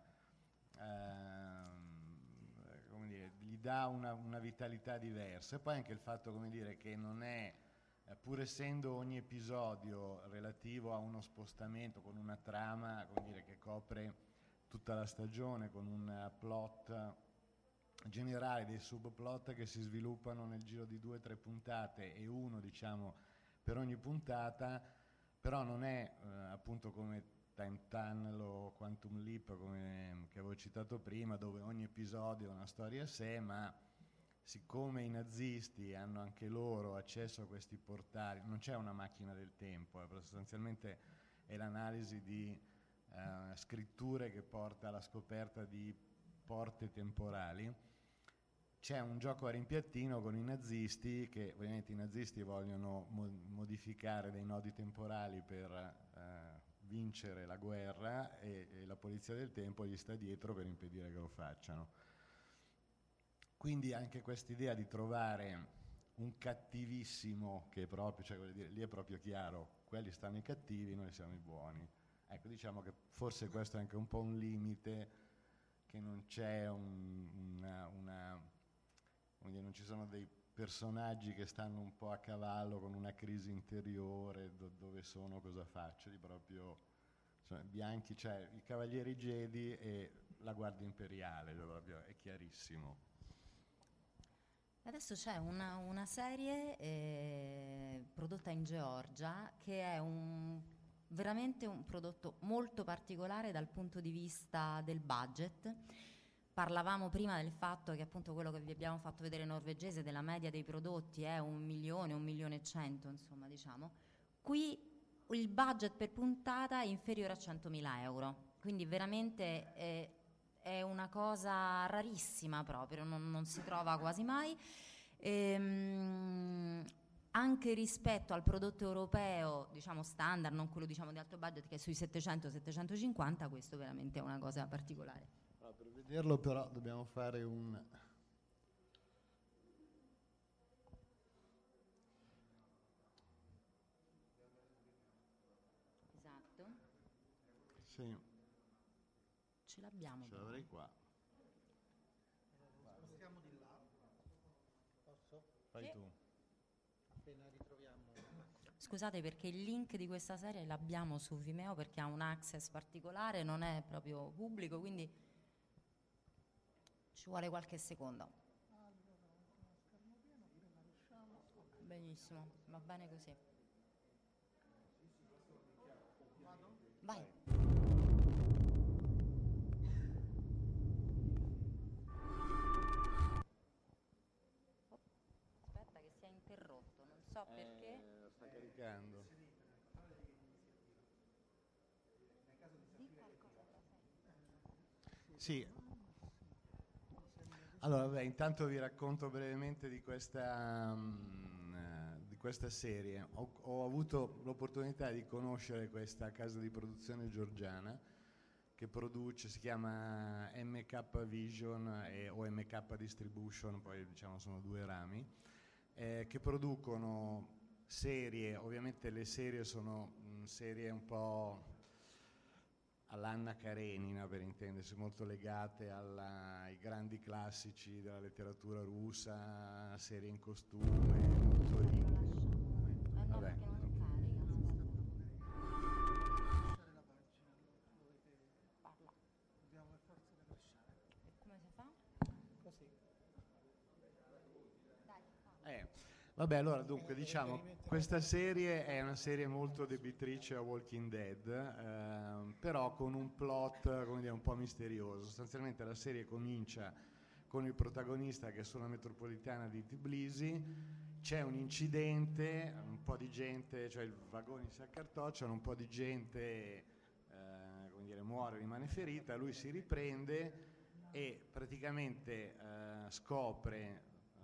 gli dà una vitalità diversa. E poi anche il fatto che non è, pur essendo ogni episodio relativo a uno spostamento con una trama che copre tutta la stagione, con un plot generale, dei subplot che si sviluppano nel giro di 2 o 3 puntate e uno per ogni puntata, però non è appunto come Time Tunnel o Quantum Leap che avevo citato prima, dove ogni episodio è una storia a sé, ma siccome i nazisti hanno anche loro accesso a questi portali, non c'è una macchina del tempo, sostanzialmente è l'analisi di scritture che porta alla scoperta di porte temporali. C'è un gioco a rimpiattino con i nazisti, che ovviamente i nazisti vogliono modificare dei nodi temporali per vincere la guerra, e la polizia del tempo gli sta dietro per impedire che lo facciano. Quindi anche quest'idea di trovare un cattivissimo che è proprio, lì è proprio chiaro, quelli stanno i cattivi, noi siamo i buoni. Ecco, diciamo che forse questo è anche un po' un limite, che non c'è non ci sono dei personaggi che stanno un po' a cavallo con una crisi interiore, dove sono, cosa faccio, di proprio bianchi, cioè i Cavalieri Jedi e la Guardia Imperiale, proprio, è chiarissimo. Adesso c'è una serie prodotta in Georgia che è veramente un prodotto molto particolare dal punto di vista del budget. Parlavamo prima del fatto che appunto quello che vi abbiamo fatto vedere norvegese, della media dei prodotti è 1 milione, 1 milione e 100, insomma, diciamo. Qui il budget per puntata è inferiore a 100.000 euro, quindi veramente è una cosa rarissima proprio, non si trova quasi mai. Anche rispetto al prodotto europeo, diciamo standard, non quello diciamo di alto budget che è sui 700-750, questo veramente è una cosa particolare. Per vederlo però dobbiamo fare un... Esatto. Sì. Ce l'abbiamo. Ce l'avrei qua. Spostiamo di là. Posso? Fai tu. Appena ritroviamo. Scusate, perché il link di questa serie l'abbiamo su Vimeo perché ha un access particolare, non è proprio pubblico, quindi ci vuole qualche secondo. Benissimo, va bene così. Vai. Aspetta che si è interrotto, non so perché. Sta caricando. Sì. Allora, intanto vi racconto brevemente di questa serie. Ho avuto l'opportunità di conoscere questa casa di produzione georgiana che produce, si chiama MK Vision o MK Distribution, poi diciamo sono 2 rami, che producono serie. Ovviamente le serie sono serie un po' all'Anna Karenina, per intendersi, molto legate ai grandi classici della letteratura russa, serie in costume, molto ricche. Vabbè. Vabbè, allora, dunque, diciamo, questa serie è una serie molto debitrice a Walking Dead, però con un plot, come dire, un po' misterioso. Sostanzialmente la serie comincia con il protagonista che è sulla metropolitana di Tbilisi, c'è un incidente, un po' di gente, cioè i vagoni si accartocciano, un po' di gente come dire, muore, rimane ferita, lui si riprende e praticamente scopre,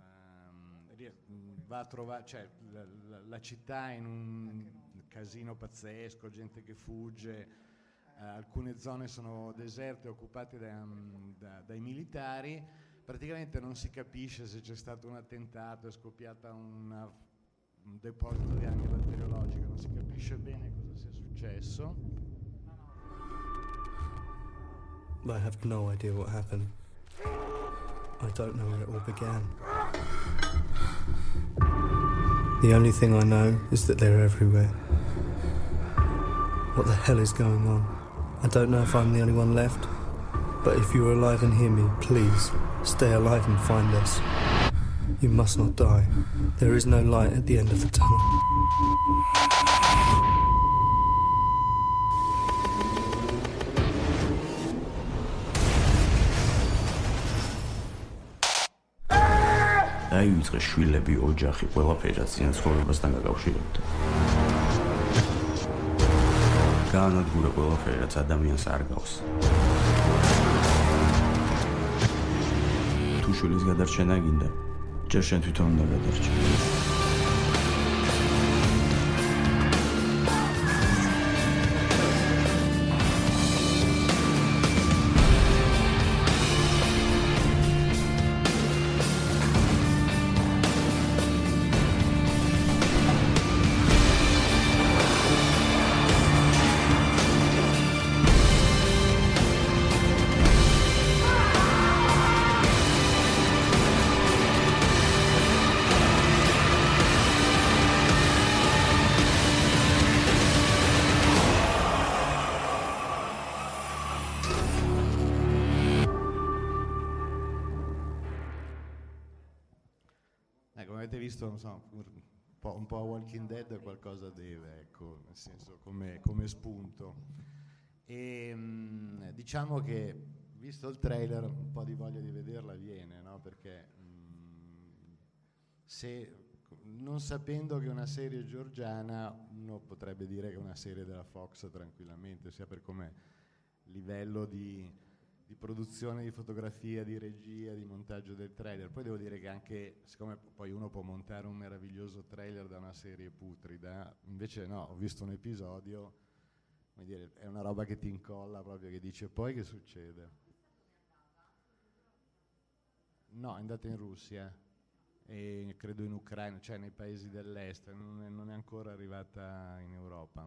va a trovare, cioè la città è in un casino pazzesco, gente che fugge, alcune zone sono deserte, occupate dai militari, praticamente non si capisce se c'è stato un attentato, è scoppiata un deposito di armi batteriologiche, non si capisce bene cosa sia successo. I have no idea what happened. I don't know where it all began. The only thing I know is that they're everywhere. What the hell is going on? I don't know if I'm the only one left, but if you're alive and hear me, please, stay alive and find us. You must not die. There is no light at the end of the tunnel. დაივიწყე შვილები, ოჯახი, ყველაფერი რაც წინა ცხოვრებასთან გაკავშირებდა. გაანადგურე ყველაფერი რაც ადამიანს არ გავს. თუ შვილის გადარჩენა გინდა, ჯერ შენ თვითონ უნდა გადარჩე. Non so, un po' Walking Dead qualcosa deve, ecco, nel senso come spunto. E diciamo che visto il trailer un po' di voglia di vederla viene, no? Perché non sapendo che è una serie georgiana, uno potrebbe dire che è una serie della Fox tranquillamente, sia per come livello di produzione, di fotografia, di regia, di montaggio del trailer. Poi devo dire che anche, siccome poi uno può montare un meraviglioso trailer da una serie putrida, invece no, ho visto un episodio, come dire, è una roba che ti incolla proprio, che dice poi che succede? No, è andata in Russia e credo in Ucraina, cioè nei paesi dell'est, non è ancora arrivata in Europa.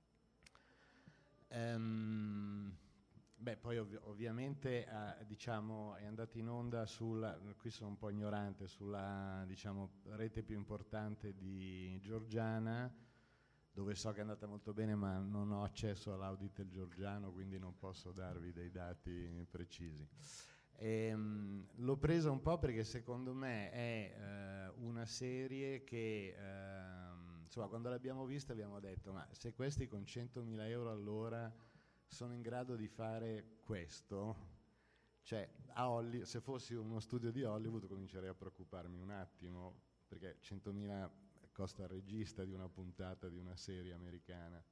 Beh, poi ovviamente diciamo, è andata in onda qui sono un po' ignorante, sulla diciamo, rete più importante di Georgiana, dove so che è andata molto bene, ma non ho accesso all'Auditel georgiano, quindi non posso darvi dei dati precisi. L'ho presa un po' perché secondo me è una serie che, insomma, quando l'abbiamo vista abbiamo detto, ma se questi con 100.000 euro all'ora sono in grado di fare questo, cioè se fossi uno studio di Hollywood comincerei a preoccuparmi un attimo, perché 100.000 costa il regista di una puntata di una serie americana.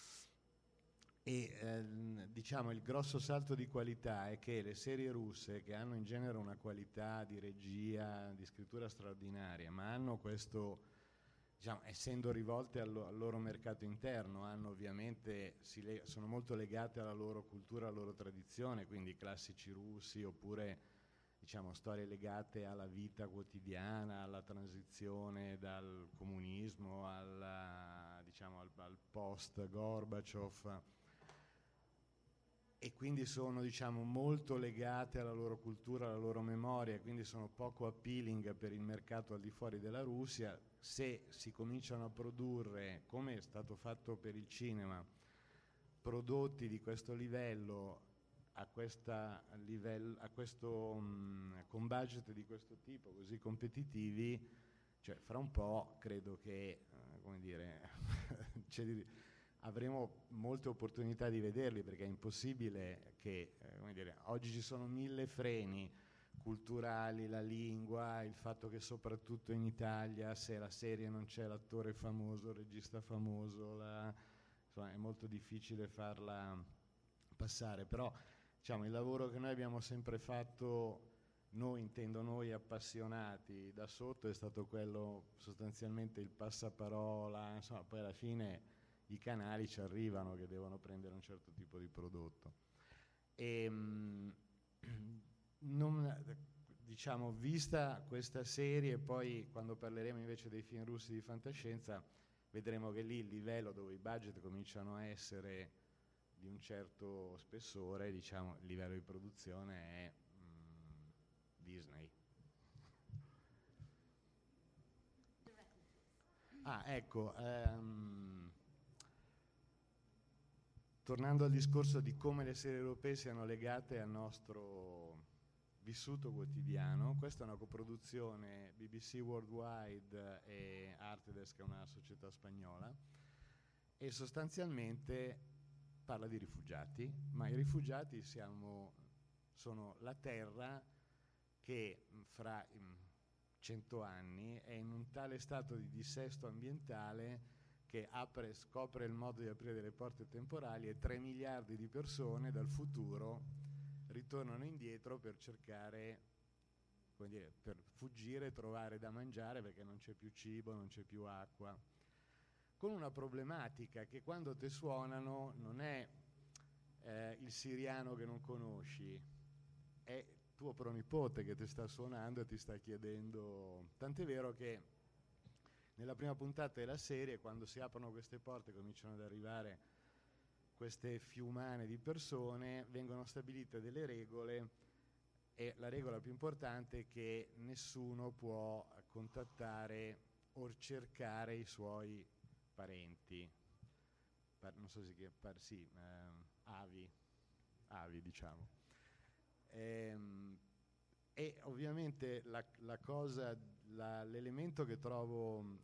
E diciamo il grosso salto di qualità è che le serie russe, che hanno in genere una qualità di regia, di scrittura straordinaria, ma hanno questo, diciamo, essendo rivolte al loro mercato interno, hanno ovviamente sono molto legate alla loro cultura, alla loro tradizione, quindi i classici russi, oppure diciamo storie legate alla vita quotidiana, alla transizione dal comunismo diciamo, al post Gorbaciov, e quindi sono diciamo molto legate alla loro cultura, alla loro memoria, quindi sono poco appealing per il mercato al di fuori della Russia. Se si cominciano a produrre, come è stato fatto per il cinema, prodotti di questo livello con budget di questo tipo, così competitivi, Cioè, fra un po' credo che, come dire, avremo molte opportunità di vederli, perché è impossibile che, come dire, oggi ci sono 1000 freni culturali, la lingua, il fatto che soprattutto in Italia, se la serie non c'è l'attore famoso, il regista famoso, insomma, è molto difficile farla passare. Però, diciamo, il lavoro che noi abbiamo sempre fatto, noi, intendo noi appassionati da sotto, è stato quello, sostanzialmente, il passaparola, insomma, poi alla fine i canali ci arrivano che devono prendere un certo tipo di prodotto. E diciamo, vista questa serie, poi quando parleremo invece dei film russi di fantascienza, vedremo che lì il livello, dove i budget cominciano a essere di un certo spessore, diciamo, il livello di produzione è Disney. Ecco, tornando al discorso di come le serie europee siano legate al nostro vissuto quotidiano, questa è una coproduzione BBC Worldwide e Artedesk, che è una società spagnola, e sostanzialmente parla di rifugiati, ma i rifugiati sono la terra che fra 100 anni è in un tale stato di dissesto ambientale che scopre il modo di aprire delle porte temporali, e 3 miliardi di persone dal futuro ritornano indietro per cercare, come dire, per fuggire e trovare da mangiare, perché non c'è più cibo, non c'è più acqua, con una problematica che quando te suonano non è il siriano che non conosci, è tuo pronipote che ti sta suonando e ti sta chiedendo. Tant'è vero che nella prima puntata della serie, quando si aprono queste porte, cominciano ad arrivare queste fiumane di persone, vengono stabilite delle regole, e la regola più importante è che nessuno può contattare o cercare i suoi parenti, non so se si chiama, avi, diciamo. E ovviamente l'elemento che trovo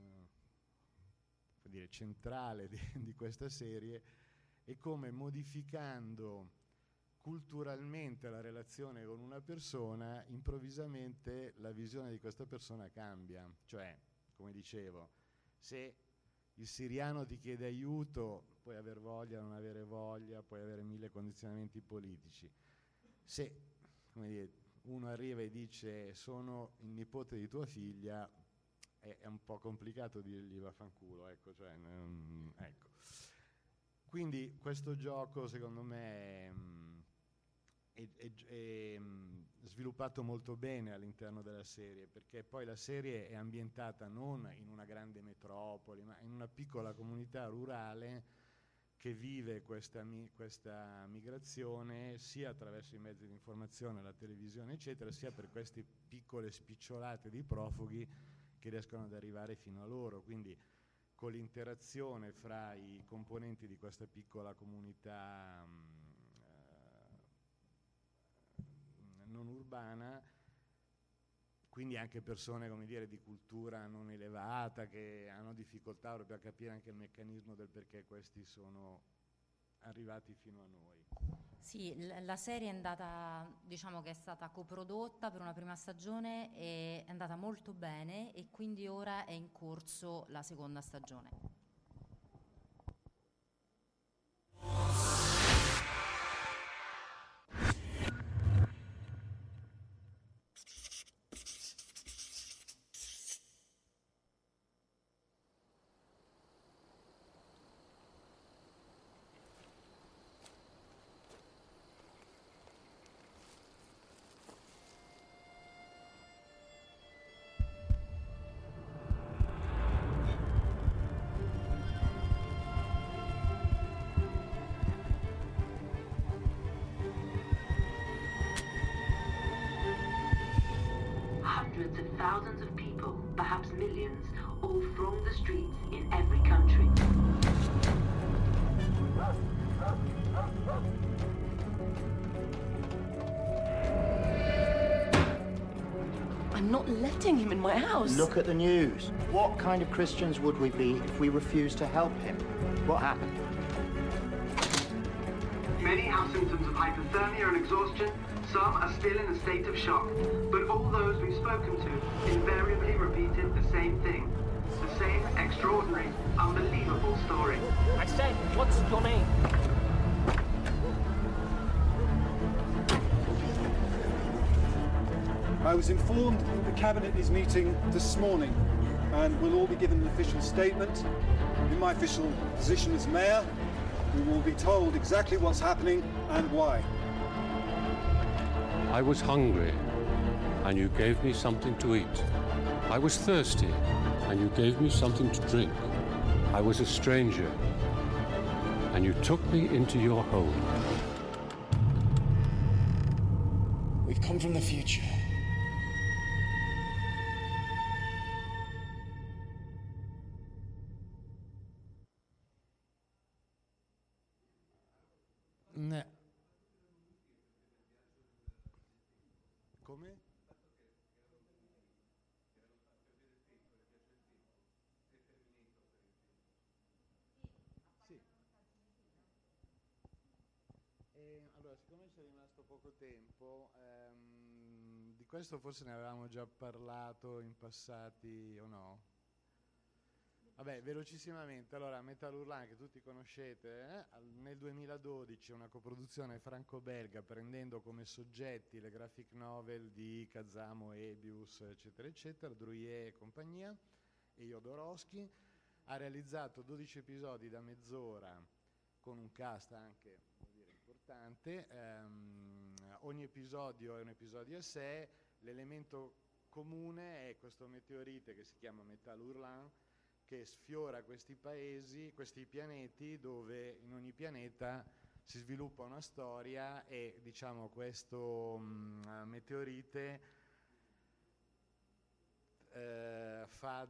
centrale di questa serie è come, modificando culturalmente la relazione con una persona, improvvisamente la visione di questa persona cambia. Cioè, come dicevo, se il siriano ti chiede aiuto, puoi aver voglia, non avere voglia, puoi avere 1000 condizionamenti politici. Se, come dire, uno arriva e dice sono il nipote di tua figlia, è un po' complicato dirgli vaffanculo, ecco, cioè, ecco. Quindi questo gioco, secondo me, è sviluppato molto bene all'interno della serie, perché poi la serie è ambientata non in una grande metropoli, ma in una piccola comunità rurale che vive questa migrazione sia attraverso i mezzi di informazione, la televisione, eccetera, sia per queste piccole spicciolate di profughi che riescono ad arrivare fino a loro. Quindi, con l'interazione fra i componenti di questa piccola comunità non urbana, quindi anche persone, come dire, di cultura non elevata, che hanno difficoltà proprio a capire anche il meccanismo del perché questi sono arrivati fino a noi. Sì, la serie è andata, diciamo che è stata coprodotta per una prima stagione e è andata molto bene, e quindi ora è in corso la seconda stagione. Hundreds of thousands of people, perhaps millions, all throng the streets in every country. I'm not letting him in my house. Look at the news. What kind of Christians would we be if we refused to help him? What happened? Many have symptoms of hypothermia and exhaustion. Some are still in a state of shock. But all those we've spoken to invariably repeated the same thing. The same extraordinary, unbelievable story. I said, what's your name? I was informed the Cabinet is meeting this morning and we'll all be given an official statement. In my official position as Mayor, we will be told exactly what's happening and why. I was hungry, and you gave me something to eat. I was thirsty, and you gave me something to drink. I was a stranger, and you took me into your home. We've come from the future. Come? Sì. Allora, siccome ci è rimasto poco tempo, di questo forse ne avevamo già parlato in passati o no? Vabbè, velocissimamente, allora Metal Hurlant, che tutti conoscete, nel 2012 una coproduzione franco-belga prendendo come soggetti le graphic novel di Kazamo, Ebius, eccetera, eccetera, Druillet e compagnia, e Jodorowsky, ha realizzato 12 episodi da mezz'ora con un cast anche, devo dire, importante. Ogni episodio è un episodio a sé, l'elemento comune è questo meteorite che si chiama Metal Hurlant, che sfiora questi paesi, questi pianeti, dove in ogni pianeta si sviluppa una storia e, diciamo, questo meteorite fa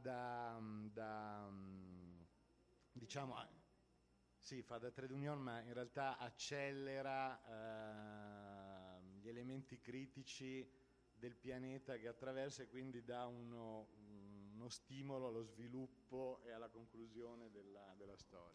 diciamo, sì, fa da trade union, ma in realtà accelera gli elementi critici del pianeta che attraversa e quindi dà uno stimolo allo sviluppo e alla conclusione della storia.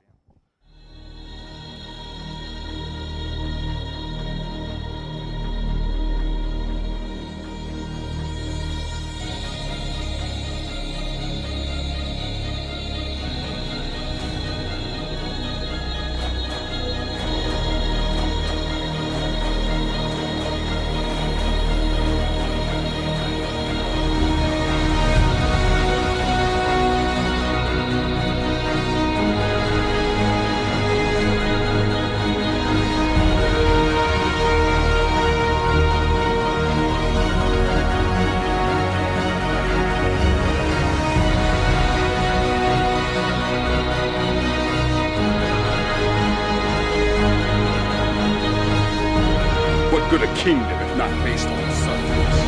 What good a kingdom if not based on substance?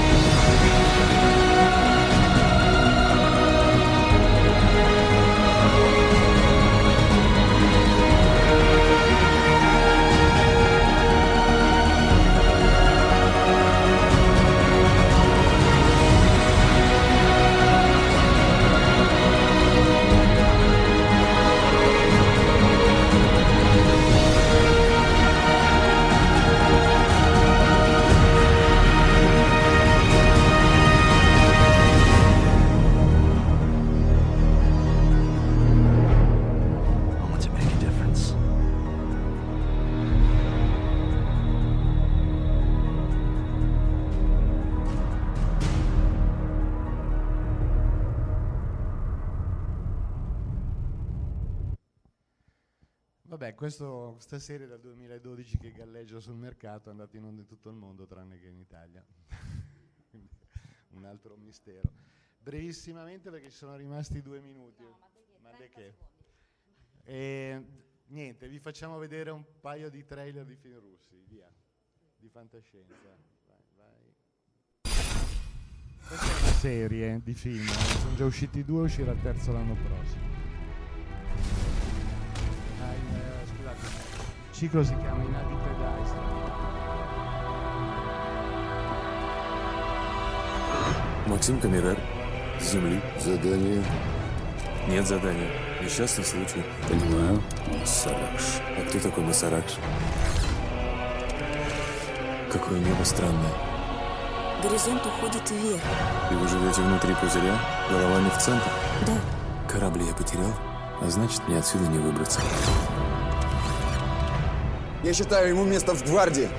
Vabbè, questa serie dal 2012 che galleggia sul mercato è andata in onda in tutto il mondo tranne che in Italia. Quindi, un altro mistero. Brevissimamente perché ci sono rimasti 2 minuti. No, ma di che? E niente, vi facciamo vedere un paio di trailer di film russi, via, di fantascienza. Vai. Questa è una serie di film, sono già usciti 2, uscirà il terzo l'anno prossimo. Scusate, il ciclo si chiama Inhabited Island. Максим Камерер. С Земли. Задание? Нет задания. Несчастный случай. Понимаю. Масаракш. А кто такой Масаракш? Какое небо странное. Горизонт уходит вверх. И вы живете внутри пузыря? Голова не в центр? Да. Корабли я потерял, а значит, мне отсюда не выбраться. Я считаю, ему место в гвардии.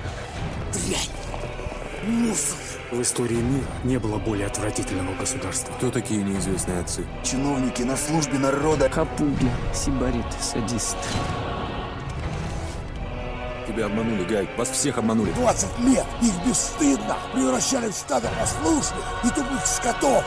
Дрянь! Мусор! В истории мира не было более отвратительного государства. Кто такие неизвестные отцы? Чиновники на службе народа. Капуги, сибариты, садисты. Тебя обманули, Гай. Вас всех обманули. 20 лет их бесстыдно превращали в стадо послушных и тупых скотов.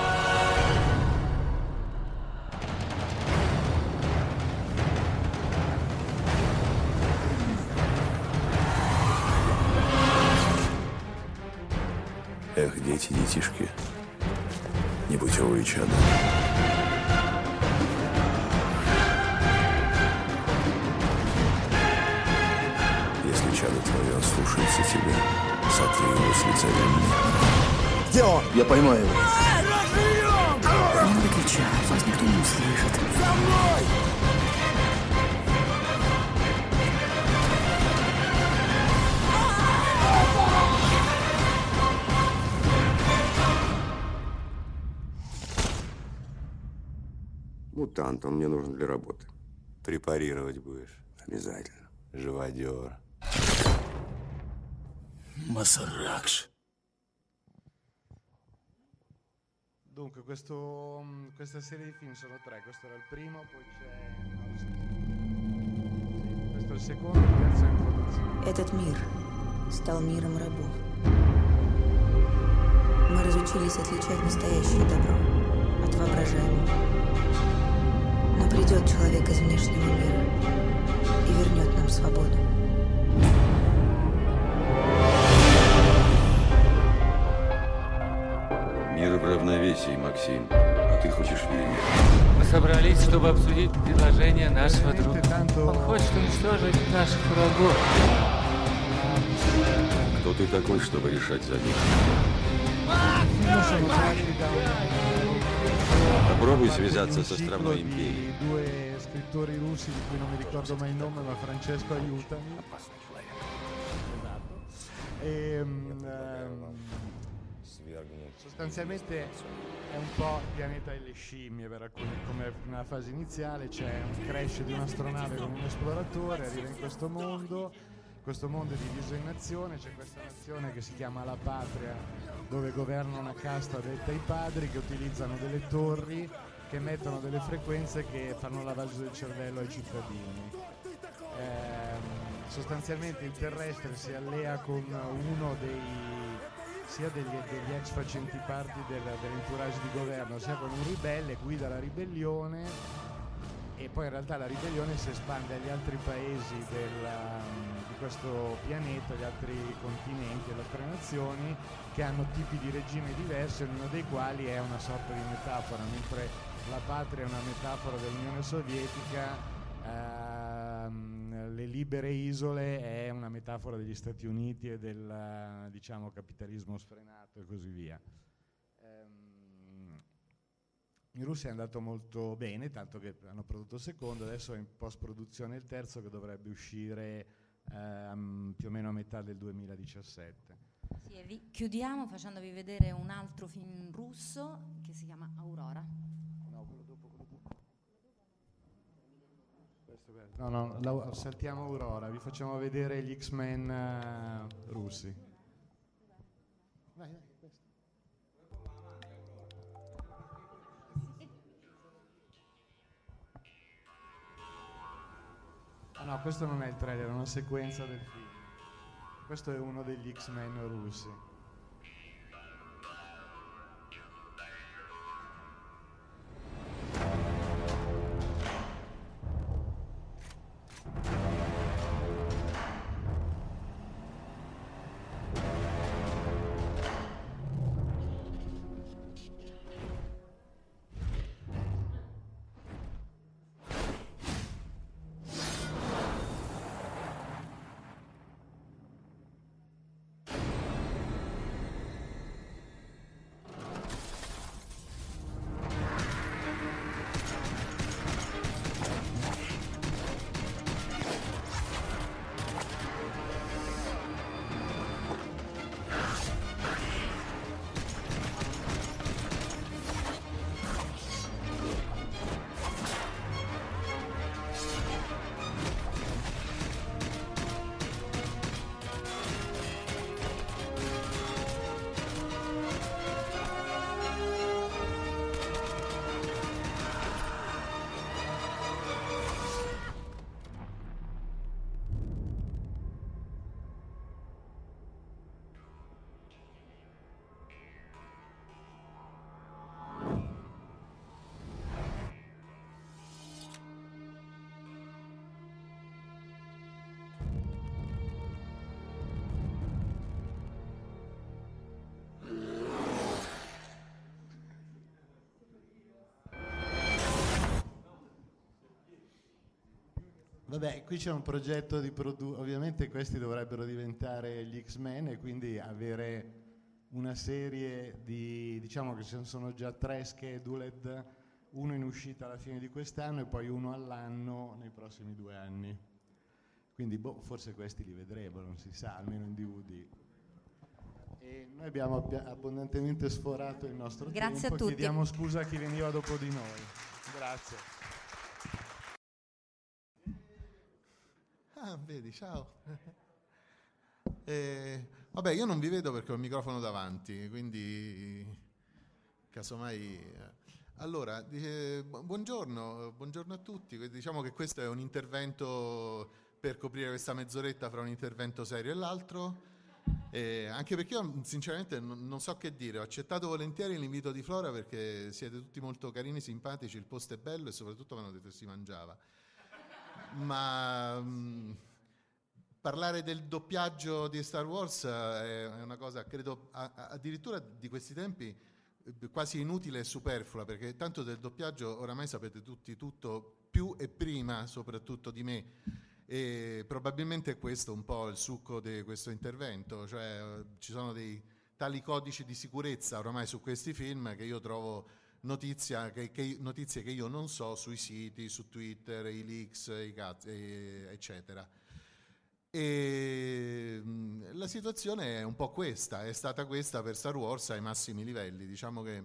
Эх, дети, детишки. Непутевые чада. Если чадо твое ослушается тебя, сотри его с лица земли. Где он? Я поймаю его. Не надо кричать, вас никто не услышит. За мной! Мутант, он мне нужен для работы. Препарировать будешь? Обязательно. Живодер. Масаракш. Dunque, questa serie di film sono 3, questo era il primo, poi c'è... Sì, questo è il secondo, il terzo è introduzione. Этот мир стал миром рабов. Мы разучились отличать настоящее добро от воображаемого. Но придет человек из внешнего мира и вернет нам свободу. Мир в равновесии, Максим. А ты хочешь войны. Мы собрались, чтобы обсудить предложение нашего друга. Он хочет уничтожить наших врагов. Кто ты такой, чтобы решать за них? Попробуй связаться с островной империей. Due scrittori russi di cui non mi ricordo mai il nome, ma Francesco aiutami. Sostanzialmente è un po' il pianeta delle scimmie per alcuni, come nella fase iniziale c'è un crash di un'astronave con un esploratore, arriva in questo mondo è diviso in nazioni, c'è questa nazione che si chiama la Patria, dove governa una casta detta i padri che utilizzano delle torri che emettono delle frequenze che fanno lavaggio del cervello ai cittadini. Sostanzialmente il terrestre si allea con uno degli ex facenti parte dell'entourage di governo, sia con un ribelle, guida la ribellione e poi in realtà la ribellione si espande agli altri paesi di questo pianeta, agli altri continenti, alle altre nazioni che hanno tipi di regime diversi, ognuno dei quali è una sorta di metafora, mentre la patria è una metafora dell'Unione Sovietica, le libere isole è una metafora degli Stati Uniti e del capitalismo sfrenato e così via. In Russia è andato molto bene, tanto che hanno prodotto il secondo, adesso è in post-produzione il terzo che dovrebbe uscire più o meno a metà del 2017. Sì, e chiudiamo facendovi vedere un altro film russo che si chiama Aurora. No, saltiamo Aurora, vi facciamo vedere gli X-Men russi. Vai, questo. No, questo non è il trailer, è una sequenza del film. Questo è uno degli X-Men russi. Vabbè, qui c'è un progetto di ovviamente questi dovrebbero diventare gli X-Men e quindi avere una serie di, diciamo che ce ne sono già 3 scheduled, uno in uscita alla fine di quest'anno e poi uno all'anno nei prossimi 2 anni. Quindi forse questi li vedremo, non si sa, almeno in DVD. E noi abbiamo abbondantemente sforato il nostro Grazie tempo. a tutti. Chiediamo scusa a chi veniva dopo di noi. Grazie. Ah, vedi, ciao. Vabbè, io non vi vedo perché ho il microfono davanti, quindi casomai... Allora, buongiorno a tutti. Diciamo che questo è un intervento per coprire questa mezz'oretta fra un intervento serio e l'altro, anche perché io sinceramente non so che dire. Ho accettato volentieri l'invito di Flora perché siete tutti molto carini, simpatici, il posto è bello e soprattutto mi hanno detto che si mangiava. Ma parlare del doppiaggio di Star Wars è una cosa, credo, addirittura di questi tempi quasi inutile e superflua, perché tanto del doppiaggio oramai sapete tutti tutto, più e prima soprattutto di me, e probabilmente è questo un po' il succo di questo intervento, cioè ci sono dei tali codici di sicurezza oramai su questi film che io trovo notizie che io non so sui siti, su Twitter, i leaks, eccetera. E la situazione è un po' questa, è stata questa per Star Wars ai massimi livelli. Diciamo che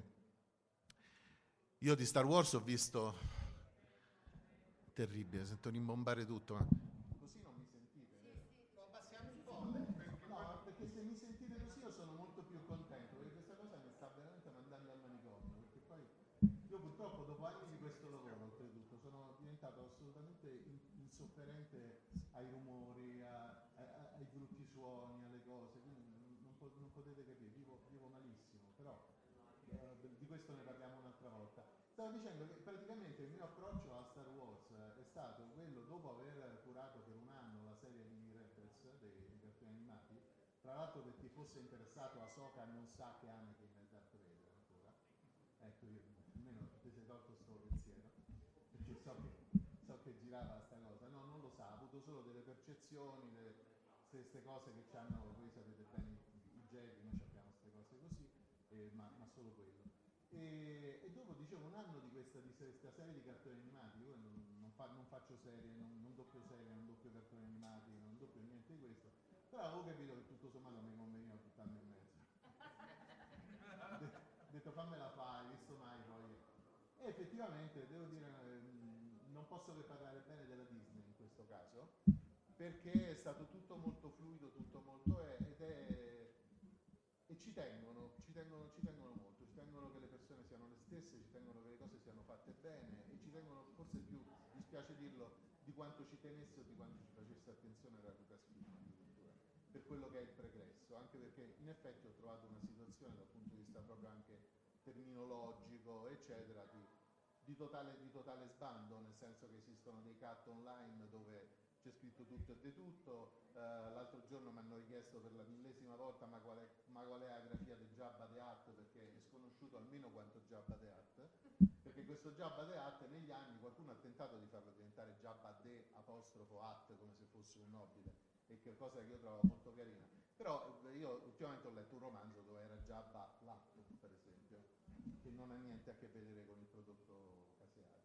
io di Star Wars ho visto... Terribile, sento rimbombare tutto, ma... Così non mi sentite? Lo abbassiamo un po', no, perché se mi sentite così io sono molto più contento, perché questa cosa mi sta veramente mandando al manicomio, perché poi io purtroppo dopo anni di questo lavoro, oltretutto, sono diventato assolutamente insofferente ai rumori, ai brutti suoni, alle cose, quindi non potete capire, vivo malissimo, però di questo ne parliamo un'altra volta. Stavo dicendo che praticamente il mio approccio a Star Wars è stato quello, dopo aver curato per un anno la serie di Rebels, dei cartoni animati, tra l'altro per chi fosse interessato Ahsoka non sa che Anakin è Darth Vader ancora, ecco, io almeno ti sei tolto sto pensiero, perché so che girava sta cosa, no, non lo sa, ha avuto solo delle percezioni, queste cose che hanno, voi sapete bene, i Jedi, noi abbiamo queste cose così, ma solo quello. E dopo, dicevo, un anno di questa serie di cartoni animati, io non faccio serie, non doppio serie, non doppio cartoni animati, non doppio niente di questo, però avevo capito che tutto sommato mi conveniva buttarmi in mezzo. Ho detto fammela fare, visto mai poi. E effettivamente, devo dire, non posso che parlare bene della Disney in questo caso, perché è stato tutto molto fluido, tutto molto... E ci tengono molto, ci tengono che le persone siano le stesse, ci tengono che le cose siano fatte bene e ci tengono, forse più, dispiace dirlo, di quanto ci tenesse o di quanto ci facesse attenzione alla Lucasfilm addirittura, per quello che è il pregresso, anche perché in effetti ho trovato una situazione dal punto di vista proprio anche terminologico, eccetera, di totale sbando, nel senso che esistono dei cut online dove c'è scritto tutto e di tutto. L'altro giorno mi hanno richiesto per la 1000ª volta ma qual è la grafia di Jabba the Hutt, perché è sconosciuto almeno quanto Jabba the Hutt, perché questo Jabba the Hutt negli anni qualcuno ha tentato di farlo diventare Jabba the apostrofo Hutt come se fosse un nobile, e che cosa che io trovo molto carina, però io ultimamente ho letto un romanzo dove era Jabba l'Hutt, per esempio, che non ha niente a che vedere con il prodotto caseario.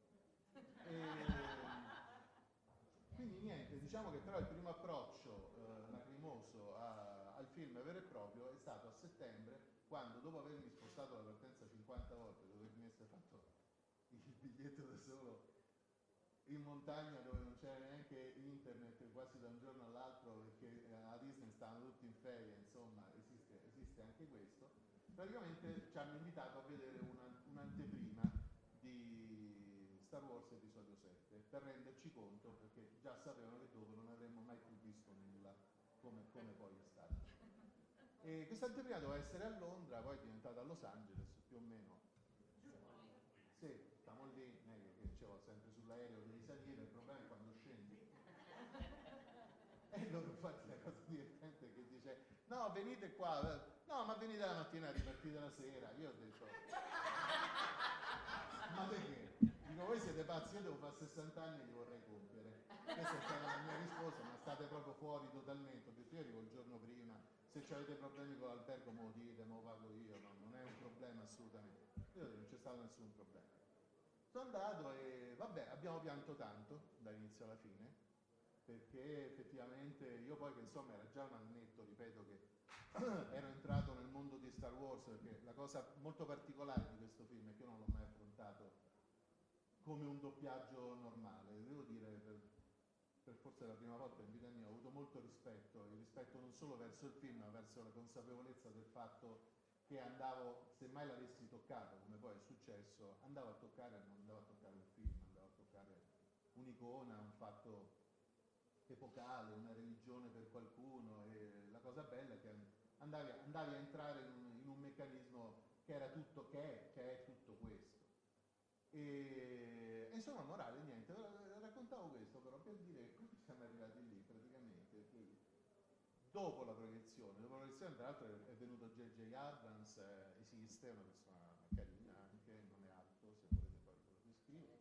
Quindi niente, diciamo che però il primo approccio lacrimoso al film vero e proprio è stato a settembre, quando dopo avermi spostato la partenza 50 volte, dove mi essere fatto il biglietto da solo in montagna dove non c'era neanche internet quasi da un giorno all'altro, perché a Disney stavano tutti in ferie, insomma esiste anche questo, praticamente ci hanno invitato a vedere un'anteprima di Star Wars episodio 7 per renderci conto, perché già sapevano che dopo non avremmo mai più visto nulla come poi è stato. E questa anteprima doveva essere a Londra, poi è diventata a Los Angeles più o meno. Sì, stiamo lì, che c'ho sempre sull'aereo devi salire, il problema è quando scendi. E loro infatti la cosa divertente è che dice no venite qua, no ma venite la mattina, ripartite la sera. Io ho detto ma perché? Dico voi siete pazzi, io devo fare 60 anni e li vorrei compiere. Questa è stata la mia risposta, ma state proprio fuori totalmente. Ho detto io arrivo il giorno prima, se avete problemi con l'albergo me lo dite, me lo parlo io, no, non è un problema assolutamente. Io non c'è stato nessun problema. Sono andato e vabbè, abbiamo pianto tanto dall'inizio alla fine, perché effettivamente io poi che insomma era già un annetto, ripeto, che ero entrato nel mondo di Star Wars, perché la cosa molto particolare di questo film è che io non l'ho mai affrontato come un doppiaggio normale, devo dire, per forse la prima volta in vita mia ho avuto molto rispetto, il rispetto non solo verso il film, ma verso la consapevolezza del fatto che andavo, se mai l'avessi toccato, come poi è successo, andavo a toccare un film, andavo a toccare un'icona, un fatto epocale, una religione per qualcuno, e la cosa bella è che andavi a entrare in un meccanismo che era tutto, che è tutto questo. E insomma, morale, niente, raccontavo questo però per dire come siamo arrivati lì praticamente. Dopo la proiezione, tra l'altro è venuto J.J. Abrams, esiste, è una persona carina anche, non è alto, se volete poi ve lo descrivo.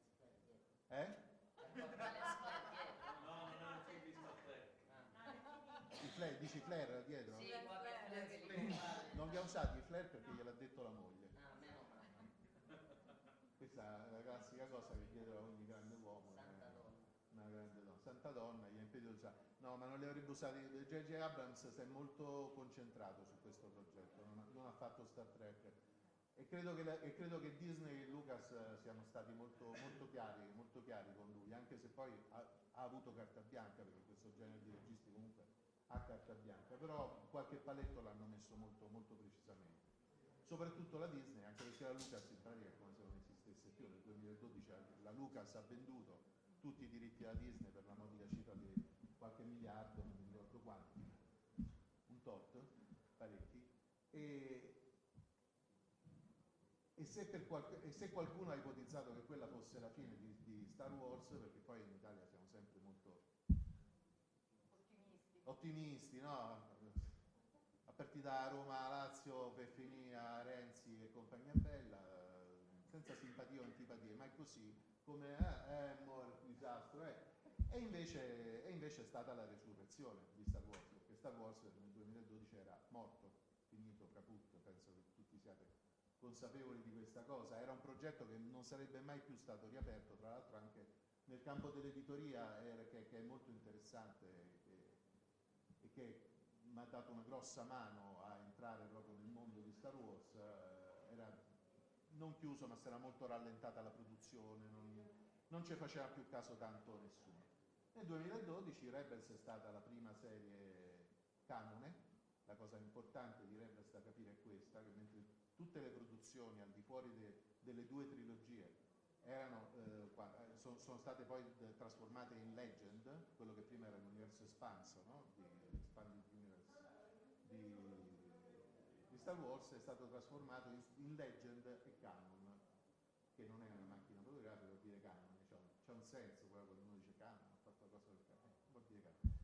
No, non c'è visto Flare. Dici Flare dietro? Sì, non li ha usati i Flare perché gliel'ha detto la moglie. Ah, meno male. Questa è la classica cosa che dietro a ogni grande uomo. Una grande donna. Santa donna gli ha impedito di usare. No, ma non li avrebbe usati. J.J. Abrams si è molto concentrato su questo progetto, non ha fatto Star Trek. E credo che Disney e Lucas siano stati molto chiari con lui, anche se poi ha avuto carta bianca, perché questo genere di registi comunque ha carta bianca, però qualche paletto l'hanno messo molto precisamente. Soprattutto la Disney, anche perché la Lucas in pratica è come se non esistesse più. Nel 2012 la Lucas ha venduto tutti i diritti alla Disney per la modica cifra di qualche miliardo, non mi ricordo quanti, un tot, parecchi, e se qualcuno ha ipotizzato che quella fosse la fine di Star Wars, perché poi in Italia siamo sempre molto ottimisti, no? A partire da Roma, Lazio, Perfini, Renzi e compagnia bella, senza simpatia o antipatie, ma è così, come il disastro è. E invece è stata la resurrezione di Star Wars, perché Star Wars nel 2012 era morto, finito, caput, penso che tutti siate consapevoli di questa cosa. Era un progetto che non sarebbe mai più stato riaperto, tra l'altro anche nel campo dell'editoria, che è molto interessante e che mi ha dato una grossa mano a entrare proprio nel mondo di Star Wars. Era non chiuso, ma si era molto rallentata la produzione, non ci faceva più caso tanto nessuno. Nel 2012 Rebels è stata la prima serie canone. La cosa importante di Rebels da capire è questa, che mentre tutte le produzioni al di fuori delle due trilogie sono state poi trasformate in Legend, quello che prima era l'universo espanso, no? Di Expanded Universe di Star Wars, è stato trasformato in Legend e Canon, che non è una macchina fotografica, vuol dire canon, c'è un senso quando uno dice canon, ha fatto la cosa del canon, vuol dire canon.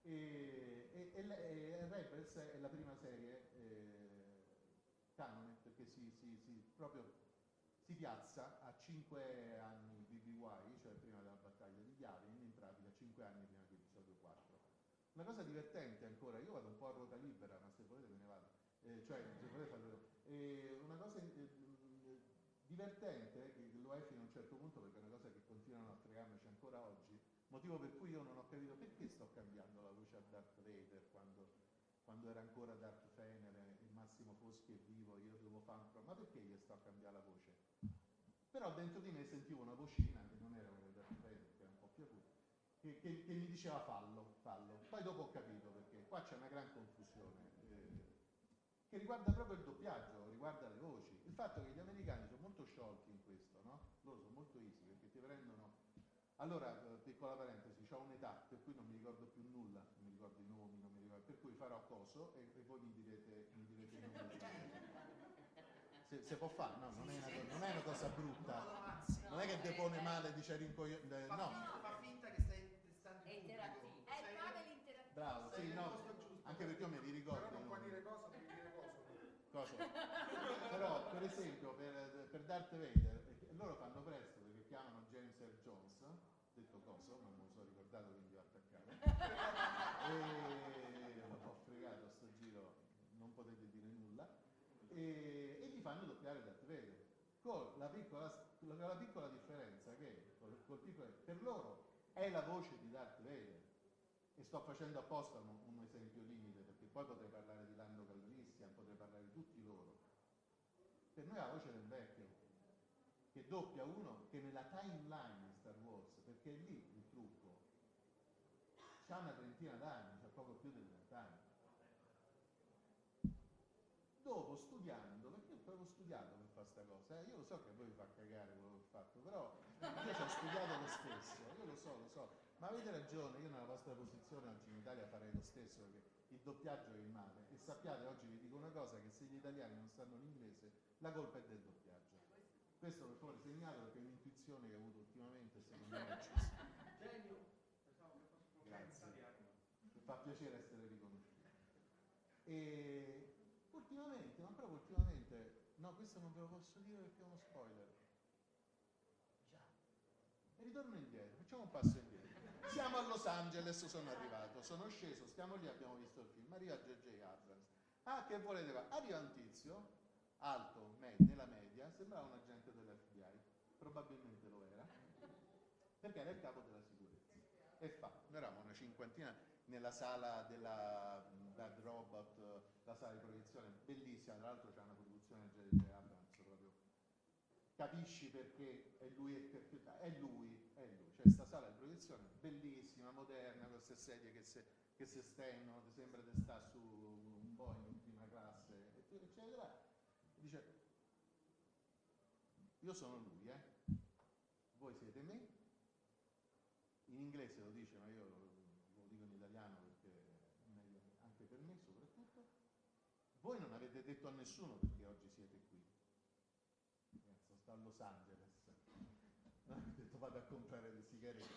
E Rebels è la prima serie canone, perché proprio si piazza a 5 anni di BBY, cioè prima della battaglia di Yavin, in pratica 5 anni prima di episodio 4. Una cosa divertente ancora, io vado un po' a ruota libera, ma se volete me ne vado, se volete farlo. Una cosa divertente, che lo è fino a un certo punto, perché è una cosa che continuano a fregarmici ancora oggi, motivo per cui io non ho capito perché sto cambiando la voce a Darth Vader quando era ancora Darth Fener e il Massimo Foschi è vivo, io devo fare ma perché gli sto a cambiare la voce? Però dentro di me sentivo una vocina, che non era quella di Darth Vader, che era un po' più acuta, che mi diceva fallo. Poi dopo ho capito perché. Qua c'è una gran confusione che riguarda proprio il doppiaggio, riguarda le voci. Il fatto che gli americani sono molto sciolti in questo, no? Loro sono molto easy perché ti prendono. Allora, piccola parentesi, ho un'età per cui non mi ricordo più nulla, non mi ricordo i nomi, non mi ricordo, per cui farò coso e voi mi direte i nomi. Se può fare, no, non è una cosa brutta, non è che depone male, dice rincoglionito, no. Fa finta che stai testando il interattivo. È il panel interattivo. Bravo, sì, no, anche perché io me li ricordo. Però non puoi dire cosa, devi dire cosa. Però, per esempio, per Darth Vader, loro fanno presto perché chiamano James Earl Jones, detto coso, non me lo so ricordare ricordato, quindi ho attaccato. E ho fregato sto giro, non potete dire nulla. E gli fanno doppiare Darth Vader. Con la piccola differenza che per loro è la voce di Darth Vader. E sto facendo apposta un esempio limite, perché poi potrei parlare di Lando Calrissian, potrei parlare di tutti loro. Per noi è la voce del vecchio, che doppia uno che nella timeline di Star Wars, perché è lì il trucco, c'ha una trentina d'anni, c'ha poco più di 20 anni. Dopo studiando, perché io avevo studiato per fare sta cosa, io lo so che a voi vi fa cagare quello che ho fatto, però io ci ho studiato lo stesso, io lo so, ma avete ragione, io nella vostra posizione oggi in Italia farei lo stesso, perché il doppiaggio è il male, e sappiate, oggi vi dico una cosa, che se gli italiani non sanno l'inglese, la colpa è del doppiaggio. Questo per favore segnalo, perché è un'intuizione che ho avuto ultimamente, secondo me è giusto. Genio! Grazie, mi fa piacere essere riconosciuto. E ultimamente, ma proprio ultimamente, no, questo non ve lo posso dire perché è uno spoiler. Già. E ritorno indietro, facciamo un passo indietro. Siamo a Los Angeles, sono arrivato, sono sceso, stiamo lì, abbiamo visto il film, arriva J.J. Abrams. Ah, che volete fare? Arriva un tizio, alto, nella media, sembrava un agente dell'FBI, probabilmente lo era, perché era il capo della sicurezza. E noi eravamo una cinquantina nella sala della Bad Robot, la sala di proiezione bellissima, tra l'altro c'è una produzione J.J. Abrams proprio. Capisci perché è lui, c'è questa sala di proiezione bellissima, moderna, con queste sedie che si stendono, ti sembra di stare su un Boeing in prima classe, eccetera. Dice, io sono lui, voi siete me. In inglese lo dice, ma io lo dico in italiano perché è meglio anche per me soprattutto. Voi non avete detto a nessuno perché oggi siete qui. Sto a Los Angeles. Non avete detto vado a comprare le sigarette.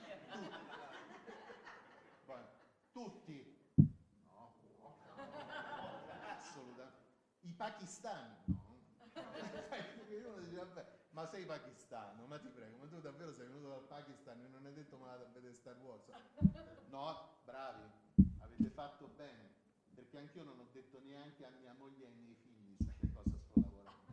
Tutti. No, assolutamente. I pakistani, no. Uno dice, vabbè, ma sei pakistano, ma ti prego, ma tu davvero sei venuto dal Pakistan e non hai detto ma vado a vedere Star Wars? No, bravi, avete fatto bene, perché anch'io non ho detto neanche a mia moglie e ai miei figli su che cosa sto lavorando.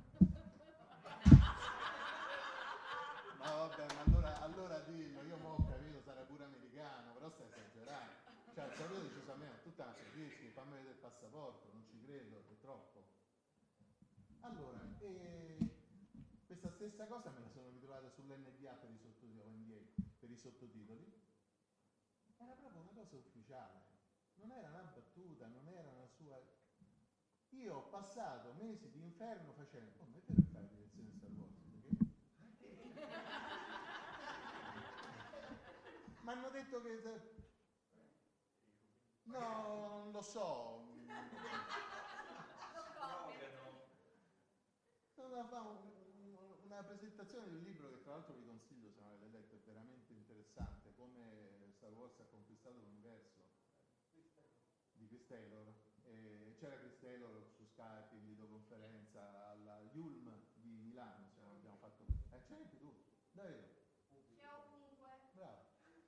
Ma vabbè, ma allora dillo, io mo ho capito, sarà pure americano, però stai esagerando. Cioè, il saluto dice a me, tutta una servizio, fammi vedere il passaporto, non ci credo, è troppo. Allora, questa stessa cosa me la sono ritrovata sull'NDA per i sottotitoli. Era proprio una cosa ufficiale, non era una battuta, non era una sua... Io ho passato mesi di inferno facendo, ma è vero che fai la direzione Star Wars? Mi hanno detto che... No, non lo so. Una presentazione di un libro che tra l'altro vi consiglio se non l'avete letto, è veramente interessante, come Star Wars ha conquistato l'universo, di Chris Taylor. C'era Chris Taylor su Skype in videoconferenza alla Yulm di Milano, se non abbiamo fatto... c'è anche tu, davvero? C'è ovunque. Bravo.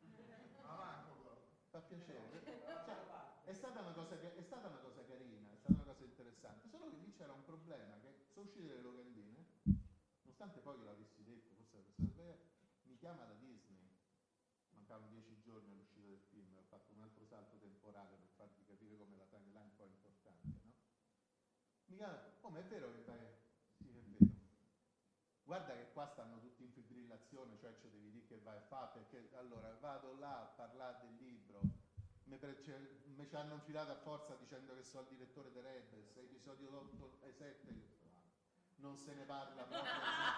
Fa piacere. Cioè, è stata una cosa carina, è stata una cosa interessante, solo che lì c'era un problema, che sono uscite le locandine, nonostante poi che l'avessi detto, forse la persona sveglia, mi chiama da Disney, mancavano 10 giorni all'uscita del film, ho fatto un altro salto temporale per farvi capire come la timeline poi è importante, no? Mi chiama, oh ma è vero che fai? Sì, è vero. Guarda che qua stanno tutti in fibrillazione, cioè ci devi dire che vai a fare, perché allora vado là a parlare del libro, mi ci hanno infilato a forza dicendo che sono il direttore di Rebels, episodio 8 e 7, non se ne parla proprio.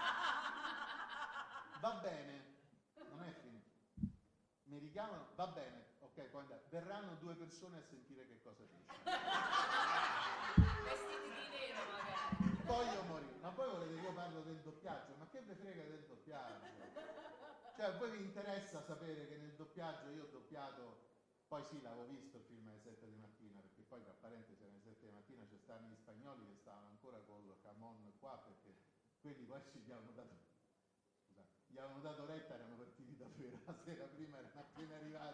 Va bene, non è finito. Mi richiamano, va bene, ok, poi andare. Verranno 2 persone a sentire che cosa dice. Vestiti di nero magari. Poi io morì, ma poi volete che io parlo del doppiaggio? Ma che ve frega del doppiaggio? Cioè a voi vi interessa sapere che nel doppiaggio io ho doppiato, poi sì, l'avevo visto il film alle 7 di mattina, perché poi tra parentesi alle 7 di mattina c'è stavano gli spagnoli che stavano ancora col Camon qua, perché quelli poi gli avevano dato retta, erano partiti la sera prima erano appena arrivati.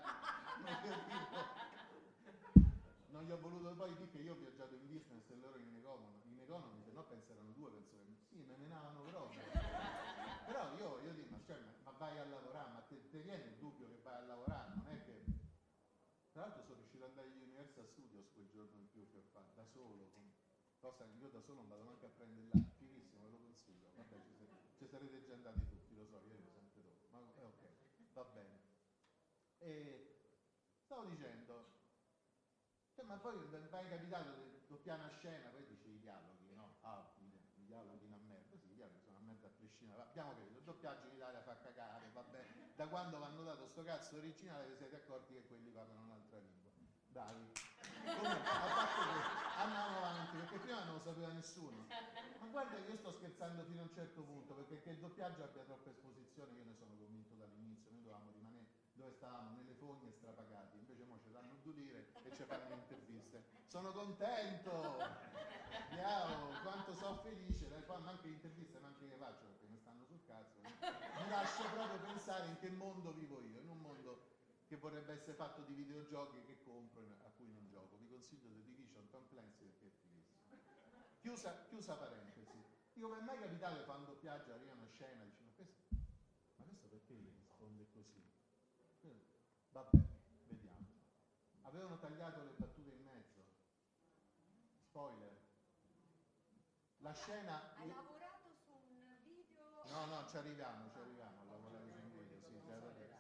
Non gli ho voluto poi dire che io ho viaggiato in business e loro in economy, se no penseranno due, penso che sì, me menavano proprio. Però io dico, ma vai a lavorare, ma te viene il dubbio che vai a lavorare, non è che... Tra l'altro sono riuscito ad andare agli Universal Studios quel giorno in più che ho fatto, da solo, cosa che io da solo non vado neanche a prendere là, fighissimo, ve lo consiglio, vabbè ci sarete già andati tutti, lo so, io ero sempre dopo, ma ok, va bene. E stavo dicendo, ma poi vai capitato di doppiare una scena, poi dici i dialoghi, no? I dialoghi una merda, sì, i dialoghi sono una merda a prescindere, abbiamo capito, il doppiaggio in Italia fa cagare, vabbè, da quando vanno dato sto cazzo originale vi siete accorti che quelli parlano un'altra lingua. Bravi. Comunque, a parte che andiamo avanti, perché prima non lo sapeva nessuno. Ma guarda che io sto scherzando fino a un certo punto, perché che il doppiaggio abbia troppa esposizione io ne sono convinto dall'inizio, noi dovevamo rimanere dove stavamo, nelle fogne strapagati, invece mo ci danno 2 lire e ci fanno interviste. Sono contento! Quanto sono felice, qua manco interviste, manco che faccio perché mi stanno sul cazzo. Mi lascio proprio pensare in che mondo vivo io, in un mondo che vorrebbe essere fatto di videogiochi che compro a cui non gioco. Vi consiglio The Division, Tom Clancy perché è fighissimo. Chiusa parentesi. Dico, mi è mai capitato che fa un doppiaggio, arriva una scena e dici, ma questo perché gli risponde così? Vabbè, vediamo. Avevano tagliato le battute in mezzo. Spoiler. La scena... Hai lavorato su un video... No, ci arriviamo a lavorare su un video, sì, c'è da dire.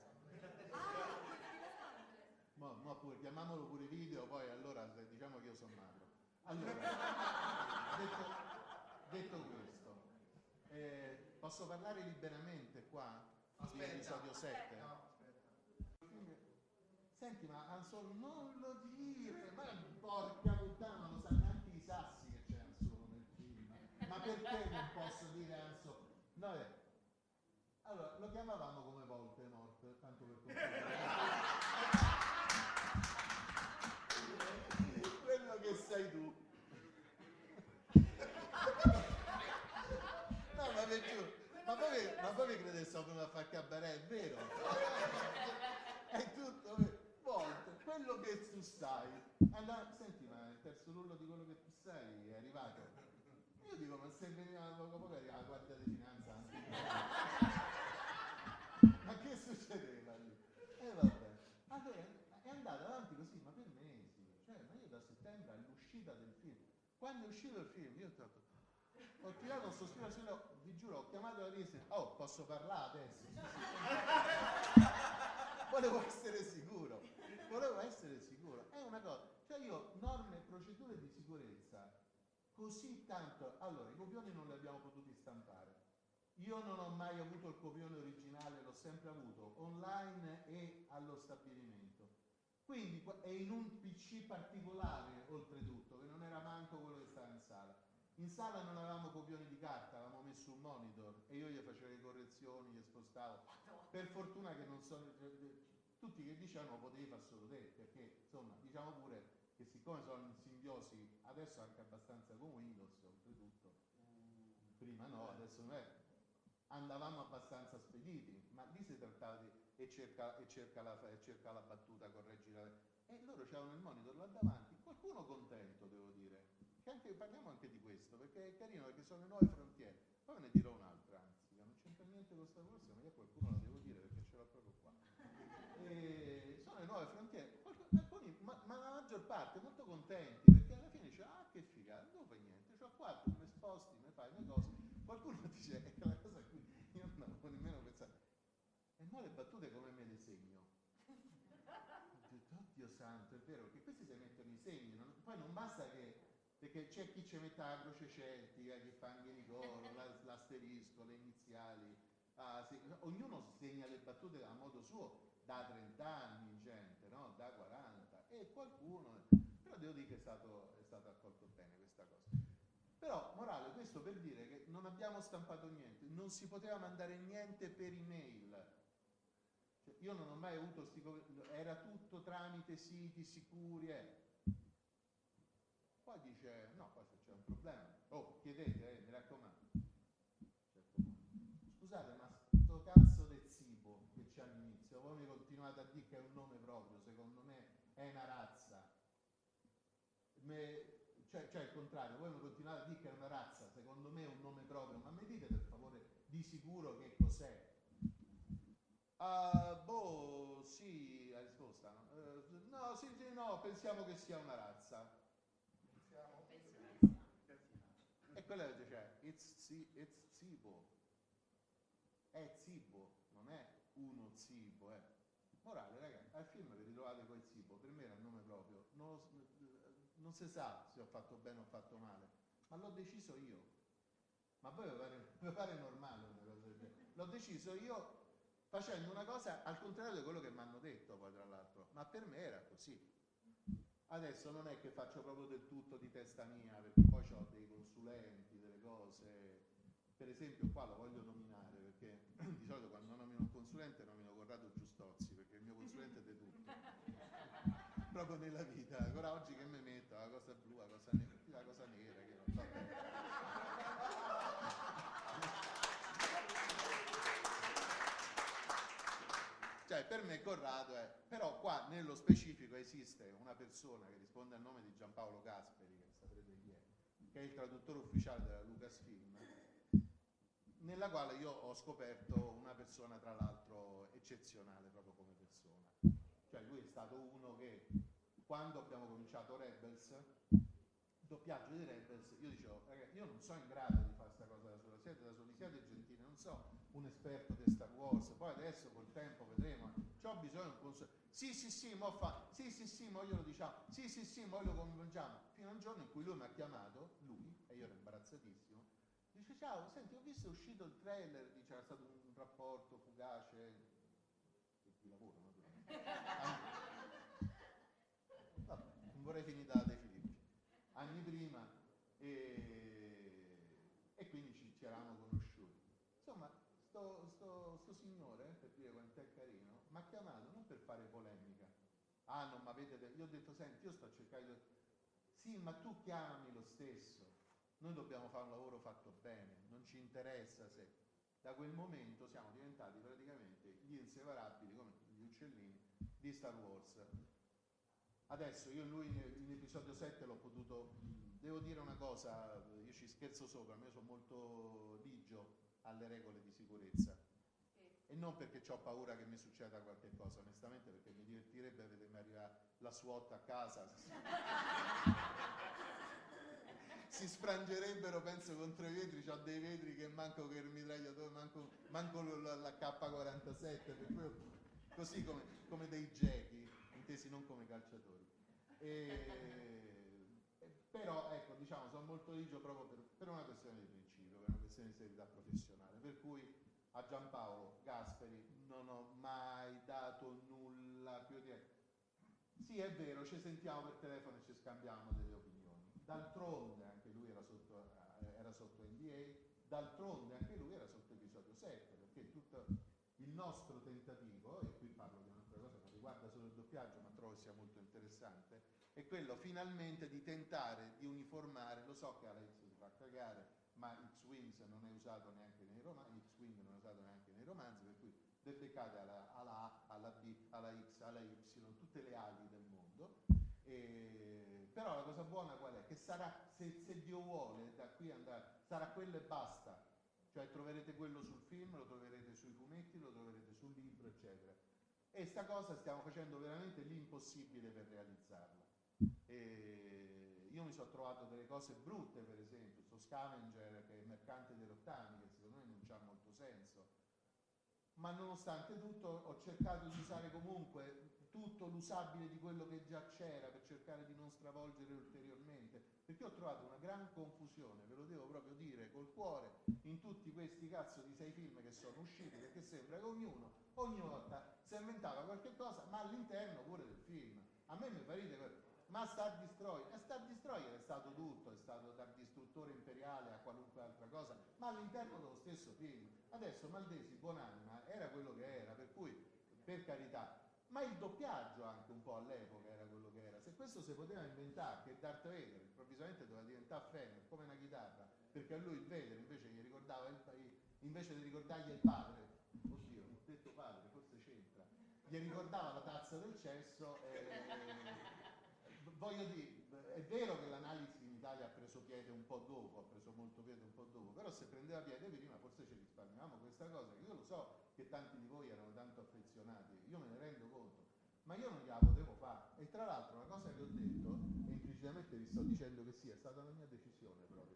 Ma pure, chiamiamolo pure video, poi allora diciamo che io sono magro. Allora, detto questo, posso parlare liberamente qua? Di episodio 7? No, Senti, ma Anzol non lo dire, ma porca puttana, non sa neanche i sassi che c'è Anzol nel film. Ma perché non posso dire Anzol? No, allora, lo chiamavamo come Voldemort, tanto per quello che sei tu. No, ma per giù, ma poi mi crede che sono venuto a fare cabaret, è vero? È tutto vero. Quello che tu sai, senti, ma il terzo rullo di quello che tu sai è arrivato. Io dico, ma se veniva poco poco arriva la Guardia di Finanza anche. Ma che succedeva lì? Vabbè. Allora è andata avanti così, ma per mesi. Cioè, ma io da settembre all'uscita del film. Quando è uscito il film, io ho tirato un sospiro, vi giuro, ho chiamato la Lisa. Oh, posso parlare adesso? Sì. Volevo essere sicuro. È una cosa, cioè io norme e procedure di sicurezza così tanto. Allora, i copioni non li abbiamo potuti stampare. Io non ho mai avuto il copione originale, l'ho sempre avuto online e allo stabilimento. Quindi è in un PC particolare, oltretutto, che non era manco quello che stava in sala. In sala non avevamo copioni di carta, avevamo messo un monitor e io gli facevo le correzioni, gli spostavo. Per fortuna che non sono... Tutti che dicevano potevi far solo te, perché insomma diciamo pure che siccome sono in simbiosi adesso anche abbastanza con Windows, oltretutto, prima no, adesso non è, andavamo abbastanza spediti, ma lì si trattava di e cerca la battuta, correggila, e loro c'avevano il monitor là davanti, qualcuno contento devo dire, che parliamo anche di questo, perché è carino, perché sono le nuove frontiere, poi ve ne dirò un'altra, anzi, non c'entra niente con questa corsa, ma io qualcuno la devo dire perché ce l'ho proprio qua. Sono le nuove frontiere, alcuni, ma la maggior parte molto contenti perché alla fine dice che figata, non fai niente, c'ho qua, tu mi sposti, mi fai le cose, qualcuno dice è la cosa a cui io non avevo nemmeno pensato, e mo le battute come me le segno? Oddio santo, è vero che questi si mettono i segni, poi non basta che, perché c'è chi ci mette la croce celtica, chi fa anche di coro, l'asterisco, le iniziali. Sì, ognuno segna le battute a modo suo da 30 anni, gente, no? Da 40 e qualcuno, però devo dire che è stato accolto bene questa cosa. Però, morale, questo per dire che non abbiamo stampato niente, non si poteva mandare niente per email. Cioè, io non ho mai avuto era tutto tramite siti sicuri. Poi dice, no, poi se c'è un problema, chiedete, mi raccomando. Scusate, ma sto cazzo del Zibo che ci hanno continuate a dire che è un nome proprio, secondo me è una razza. Cioè il contrario, voi mi continuate a dire che è una razza, secondo me è un nome proprio, ma mi dite per favore di sicuro che cos'è? Sì, la risposta no? No, sì, no, pensiamo che sia una razza. E quella che c'è, it's cibo. È cibo, non è uno cibo, eh. Morale, ragazzi, al film vi ritrovate col cibo, per me era il nome proprio. Non si sa se ho fatto bene o ho fatto male, ma l'ho deciso io. Ma poi mi pare normale una cosa del genere. L'ho deciso io facendo una cosa al contrario di quello che mi hanno detto poi tra l'altro, ma per me era così. Adesso non è che faccio proprio del tutto di testa mia, perché poi ho dei consulenti, delle cose. Per esempio qua lo voglio nominare, perché di solito quando nomino un consulente nomino Corrado Giustozzi, perché il mio consulente è di tutto. Proprio nella vita. Ancora oggi che mi metto, la cosa blu, la cosa nera, che non so. Cioè per me Corrado è, però qua nello specifico esiste una persona che risponde al nome di Giampaolo Gasperi, che saprete chi è, che è il traduttore ufficiale della Lucasfilm, nella quale io ho scoperto una persona tra l'altro eccezionale proprio come persona. Cioè lui è stato uno che quando abbiamo cominciato Rebels, il doppiaggio di Rebels, io dicevo, ragazzi, io non sono in grado di fare questa cosa da sola, siete gentili, non so un esperto di Star Wars, poi adesso col tempo vedremo, c'ho bisogno di un consulente, sì, mo glielo diciamo, sì, mo lo coinvolgiamo, fino a un giorno in cui lui mi ha chiamato, e io ero imbarazzatissimo, dice, ciao, senti, ho visto è uscito il trailer, dice, era stato un rapporto fugace, di lavoro, naturalmente, vabbè, non vorrei finire da De Filippi, anni prima, e quindi ci eravamo conosciuti. Insomma, sto signore, per dire quanto è carino, mi ha chiamato non per fare polemica. Ah, non m'avete detto. Io ho detto, senti, io sto cercando di... Sì, ma tu chiamami lo stesso. Noi dobbiamo fare un lavoro fatto bene, non ci interessa se... Da quel momento siamo diventati praticamente gli inseparabili, come gli uccellini, di Star Wars. Adesso io lui in episodio 7 l'ho potuto... Devo dire una cosa, io ci scherzo sopra, ma io sono molto ligio alle regole di sicurezza. E non perché ho paura che mi succeda qualche cosa, onestamente, perché mi divertirebbe vedermi arrivare la SWAT a casa. Si sfrangerebbero, penso, contro i vetri, ho dei vetri che manco che il mitragliatore, manco la K47, per cui così come dei gecchi, intesi non come calciatori. Però ecco, diciamo, sono molto ligio proprio per una questione di principio, per una questione di serietà professionale, per cui a Giampaolo Gasperi non ho mai dato nulla più di... Sì, è vero, ci sentiamo per telefono e ci scambiamo delle opinioni. D'altronde anche lui era sotto NDA, d'altronde anche lui era sotto episodio 7, perché tutto il nostro tentativo, e qui parlo di un'altra cosa che non riguarda solo il doppiaggio, ma trovo sia molto interessante, è quello finalmente di tentare di uniformare, lo so che Alex si fa cagare, ma X-Wings non è usato neanche nei romanzi, X-Wing non è usato neanche nei romanzi, per cui beccate alla A, alla B, alla X, alla Y, tutte le ali del mondo. Però la cosa buona qual è? Che sarà, se Dio vuole, da qui andare, sarà quello e basta. Cioè troverete quello sul film, lo troverete sui fumetti, lo troverete sul libro, eccetera. E sta cosa stiamo facendo veramente l'impossibile per realizzarla. Io mi sono trovato delle cose brutte, per esempio, sto Scavenger che è il mercante dei rottami, che secondo me non c'ha molto senso, ma nonostante tutto ho cercato di usare comunque tutto l'usabile di quello che già c'era per cercare di non stravolgere ulteriormente, perché ho trovato una gran confusione, ve lo devo proprio dire col cuore, in tutti questi cazzo di 6 film che sono usciti, perché sembra che ognuno ogni volta si inventava qualche cosa, ma all'interno pure del film. A me mi fa ridere, ma Star Destroyer è stato tutto, è stato dal distruttore imperiale a qualunque altra cosa, ma all'interno dello stesso film. Adesso Maldesi, buonanima, era quello che era, per cui, per carità, ma il doppiaggio anche un po' all'epoca era quello che era. Se questo si poteva inventare, che Darth Vader improvvisamente doveva diventare Fenner come una chitarra, perché a lui il Vader invece gli ricordava invece di ricordargli il padre, oddio, ho detto padre, forse c'entra, gli ricordava la tazza del cesso. Voglio dire, è vero che l'analisi in Italia ha preso piede un po' dopo, ha preso molto piede un po' dopo, però se prendeva piede prima forse ci risparmiavamo questa cosa, che io lo so che tanti di voi erano tanto affezionati, io me ne rendo conto, ma io non gliela potevo fare. E tra l'altro una cosa che ho detto, e implicitamente vi sto dicendo che sì, è stata la mia decisione proprio.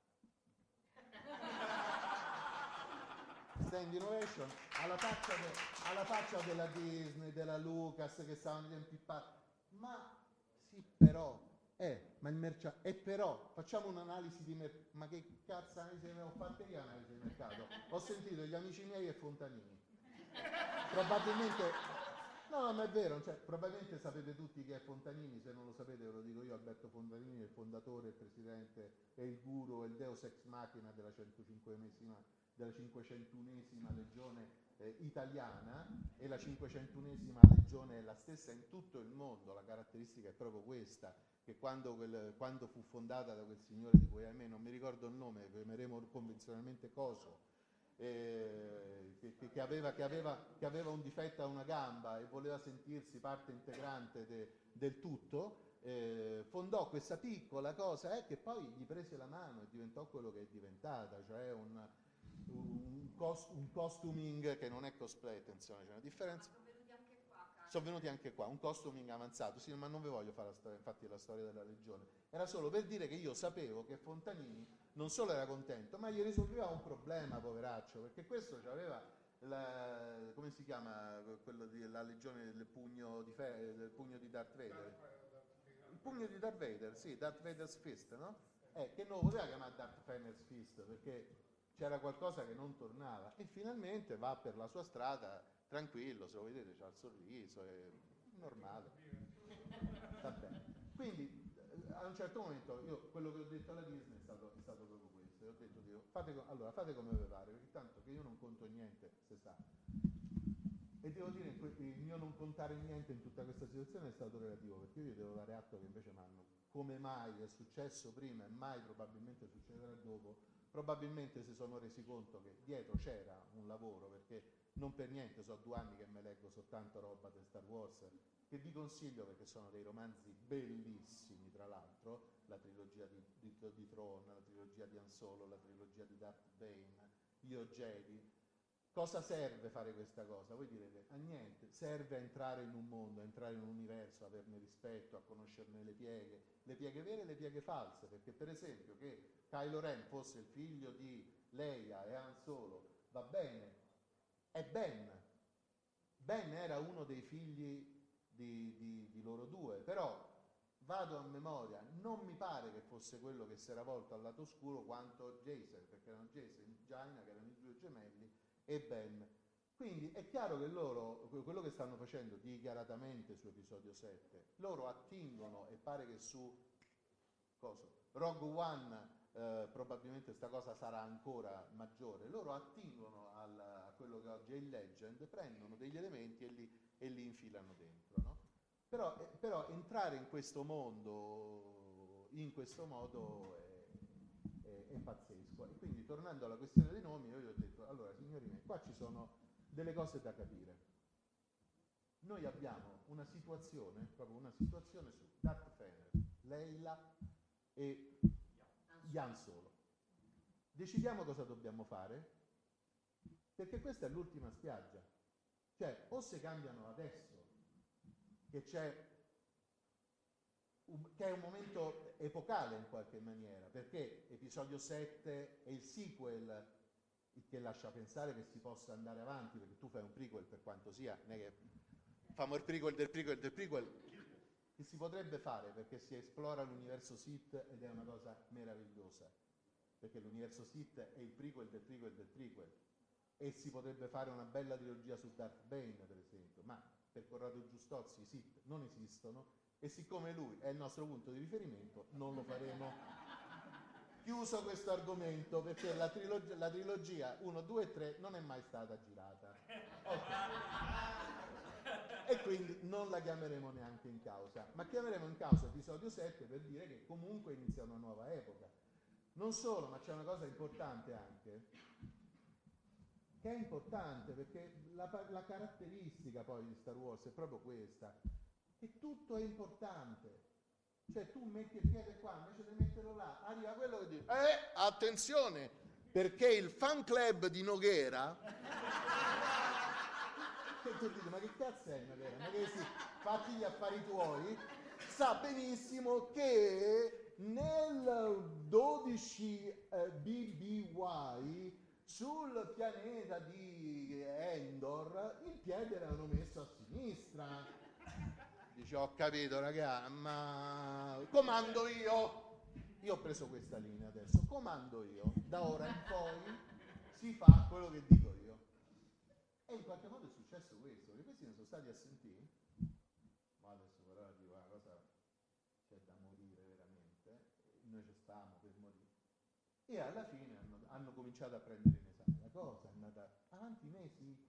Stand Innovation, alla faccia della Disney, della Lucas che stavano impippati, ma sì, però, ma il mercato, però, facciamo un'analisi di mercato, ma che cazzo analisi ho fatto io analisi di mercato? Ho sentito gli amici miei e Fontanini. Probabilmente, no, ma è vero, cioè, probabilmente sapete tutti chi è Fontanini, se non lo sapete ve lo dico io, Alberto Fontanini è il fondatore, il presidente, è il guru, è il deus ex machina della 501esima legione italiana, e la 501esima legione è la stessa in tutto il mondo. La caratteristica è proprio questa, che quando fu fondata da quel signore di cui ahimè non mi ricordo il nome, chiameremo convenzionalmente Coso, che aveva un difetto a una gamba e voleva sentirsi parte integrante del tutto, fondò questa piccola cosa che poi gli prese la mano e diventò quello che è diventata, cioè un costuming che non è cosplay, attenzione, c'è una differenza. Sono venuti anche qua, un costuming avanzato, sì, ma non vi voglio fare infatti la storia della legione, era solo per dire che io sapevo che Fontanini non solo era contento, ma gli risolveva un problema, poveraccio, perché questo aveva come si chiama quello della legione del pugno di Darth Vader? Il pugno di Darth Vader, sì, Darth Vader's Fist, no? Che non lo poteva chiamare Darth Vader's Fist perché c'era qualcosa che non tornava, e finalmente va per la sua strada tranquillo, se lo vedete c'ha il sorriso, è normale, va bene. Quindi a un certo momento io quello che ho detto alla Disney è stato proprio questo, ho detto fate come vi pare, perché tanto che io non conto niente, se sa. E devo dire che il mio non contare niente in tutta questa situazione è stato relativo, perché io gli devo dare atto che invece come mai è successo prima e mai probabilmente succederà dopo, probabilmente si sono resi conto che dietro c'era un lavoro, perché non per niente so 2 anni che me leggo soltanto roba di Star Wars, che vi consiglio perché sono dei romanzi bellissimi, tra l'altro, la trilogia di Tron, la trilogia di Han Solo, la trilogia di Darth Bane, io Jedi. Cosa serve fare questa cosa? Voi direte, a niente, serve a entrare in un mondo, a entrare in un universo, averne rispetto, a conoscerne le pieghe vere e le pieghe false, perché per esempio che Kylo Ren fosse il figlio di Leia e Han Solo, va bene, è Ben era uno dei figli di loro due, però vado a memoria, non mi pare che fosse quello che si era volto al lato oscuro quanto Jason, perché erano Jason e Jaina che erano i 2 gemelli e Ben. Quindi è chiaro che loro, quello che stanno facendo dichiaratamente su episodio 7, loro attingono, e pare che su Rogue One probabilmente questa cosa sarà ancora maggiore, loro attingono a quello che oggi è il Legend, prendono degli elementi e li infilano dentro, no? Però entrare in questo mondo in questo modo è pazzesco. E quindi tornando alla questione dei nomi, io gli ho detto, allora signori miei, qua ci sono delle cose da capire. Noi abbiamo una situazione su Darth Vader, Leila e Han Solo. Decidiamo cosa dobbiamo fare, perché questa è l'ultima spiaggia. Cioè, o si cambiano adesso, che è un momento epocale in qualche maniera, perché episodio 7 è il sequel che lascia pensare che si possa andare avanti, perché tu fai un prequel, per quanto sia, non è che famo il prequel del prequel, che si potrebbe fare perché si esplora l'universo Sith ed è una cosa meravigliosa, perché l'universo Sith è il prequel del prequel, e si potrebbe fare una bella trilogia su Darth Bane, per esempio, ma per Corrado Giustozzi i Sith non esistono, e siccome lui è il nostro punto di riferimento non lo faremo. Chiuso questo argomento, perché la trilogia 1, 2 e 3 non è mai stata girata, e quindi non la chiameremo neanche in causa, ma chiameremo in causa episodio 7 per dire che comunque inizia una nuova epoca. Non solo, ma c'è una cosa importante anche, che è importante, perché la caratteristica poi di Star Wars è proprio questa, che tutto è importante. Cioè tu metti il piede qua, invece di metterlo là, arriva quello che dice attenzione, perché il fan club di Noghera che tu dici, ma che cazzo è Noghera? Ma che fatti gli affari tuoi, sa benissimo che nel 12 BBY sul pianeta di Endor il piede l'hanno messo a sinistra. Dice, ho capito raga, ma comando io ho preso questa linea adesso, comando io, da ora in poi si fa quello che dico io. E in qualche modo è successo questo, perché questi ne sono stati assentiti, ma adesso però dico una cosa, c'è da morire veramente, noi ci stavamo per morire. E alla fine hanno cominciato a prendere in esame la cosa, è andata avanti mesi.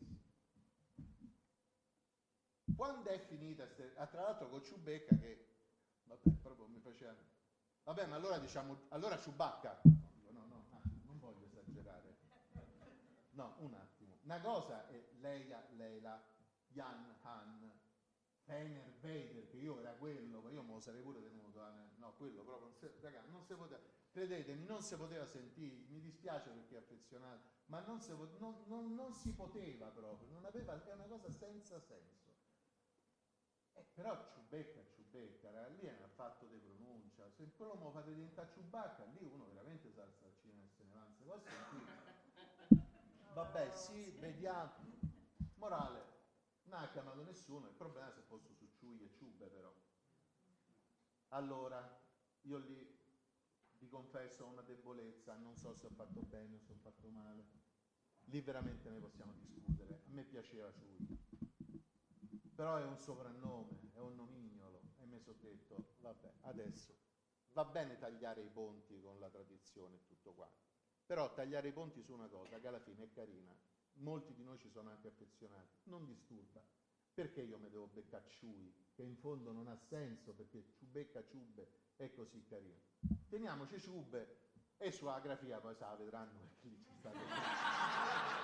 Quando è finita, tra l'altro con Ciubecca che, vabbè, proprio mi faceva, vabbè, ma allora diciamo, allora Ciubacca, no, non voglio esagerare, no, un attimo, una cosa è Leia, Jan, Han, Fener, Vader, che io era quello, io me lo sarei pure tenuto, no, quello proprio, raga, non si poteva, credetemi, non si poteva sentire, mi dispiace perché è affezionato, ma non si poteva proprio, non aveva, è una cosa senza senso. Però Ciubecca, lì ha fatto di pronuncia, se quello me lo fate diventare Ciubacca, lì uno veramente sa al cinema e se ne avanza, poi sentire. Vabbè, sì, vediamo. Morale, non ha chiamato nessuno, il problema è se posto su Ciui e Ciube però. Allora, io lì vi confesso una debolezza, non so se ho fatto bene o se ho fatto male. Lì veramente ne possiamo discutere. A me piaceva Ciui. Però è un soprannome, è un nomignolo, e mi sono detto, vabbè, adesso va bene tagliare i ponti con la tradizione e tutto quanto, però tagliare i ponti su una cosa che alla fine è carina, molti di noi ci sono anche affezionati, non disturba, perché io mi devo beccare Ciui, che in fondo non ha senso, perché Ciubecca Ciube è così carino. Teniamoci Ciube, e su grafia poi se la vedranno, perché lì c'è stato...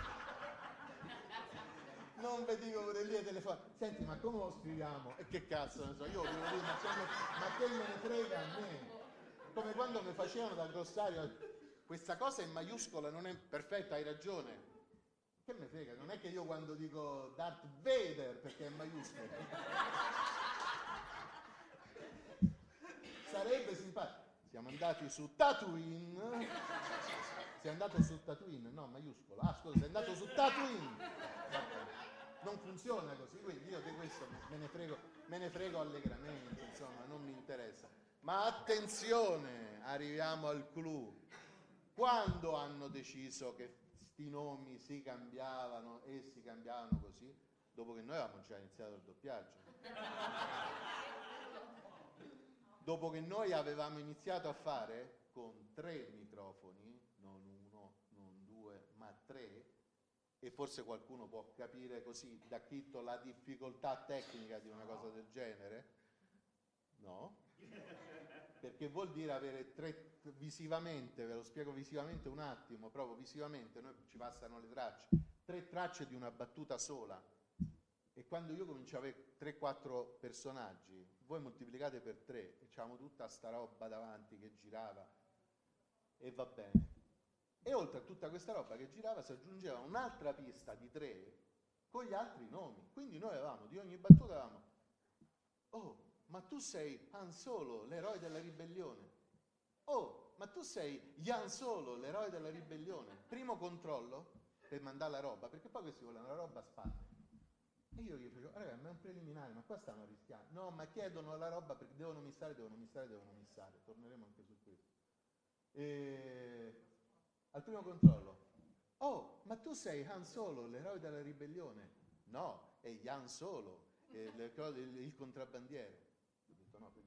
Non vi dico pure lì a telefono, senti, ma come lo scriviamo? E che cazzo ne so, io volevo dire, ma che me ne frega a me? Come quando mi facevano da glossario, questa cosa in maiuscola non è perfetta, hai ragione. Che me frega, non è che io quando dico Darth Vader, perché è maiuscola. Sarebbe simpatico. Siamo andati su Tatooine. Sei andato su Tatooine? No, maiuscola. Ah, scusa, sei andato su Tatooine. Vabbè. Non funziona così, quindi io di questo me ne frego allegramente, insomma, non mi interessa. Ma attenzione, arriviamo al clou. Quando hanno deciso che sti nomi si cambiavano e si cambiavano così? Dopo che noi avevamo già iniziato il doppiaggio. Dopo che noi avevamo iniziato a fare con 3 microfoni, non 1, non 2, ma 3, e forse qualcuno può capire così da chitto la difficoltà tecnica di una cosa del genere, no? Perché vuol dire avere 3 visivamente, ve lo spiego visivamente un attimo, proprio visivamente, noi ci passano le tracce, 3 tracce di una battuta sola, e quando io comincio a avere 3-4 personaggi, voi moltiplicate per 3 e c'avevamo tutta sta roba davanti che girava, e va bene. E oltre a tutta questa roba che girava si aggiungeva un'altra pista di 3 con gli altri nomi. Quindi noi avevamo, di ogni battuta avevamo, oh, ma tu sei Han Solo, l'eroe della ribellione. Oh, ma tu sei Han Solo, l'eroe della ribellione. Primo controllo per mandare la roba, perché poi questi volevano la roba a spalle. E io gli facevo, raga, ma è un preliminare, ma qua stanno rischiando. No, ma chiedono la roba perché devono missare. Torneremo anche su questo. Al primo controllo, oh, ma tu sei Han Solo, l'eroe della ribellione. No, è Jan Solo, il contrabbandiere. Ho detto no,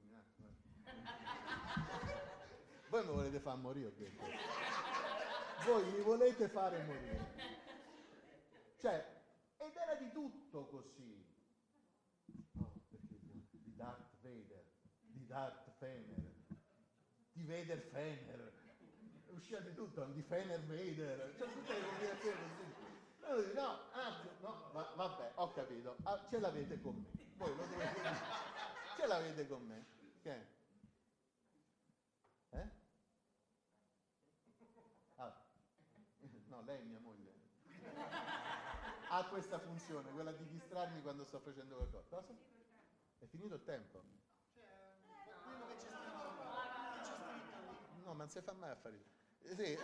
voi mi volete far morire, ho detto. Voi mi volete fare morire. Cioè, ed era di tutto così. Oh, perché di Darth Vader, di Darth Fener, di Vader Fener. usciva di tutto, di Fener Vader, cioè tutte le combinazioni così. No, vabbè, ho capito, ce l'avete con me, voi lo dovete dire, ce l'avete con me, che? No, lei è mia moglie. Ha questa funzione, quella di distrarmi quando sto facendo qualcosa. Cosa? È finito il tempo? Quello che c'è scritto. No, ma non si fa mai a fare. Sì,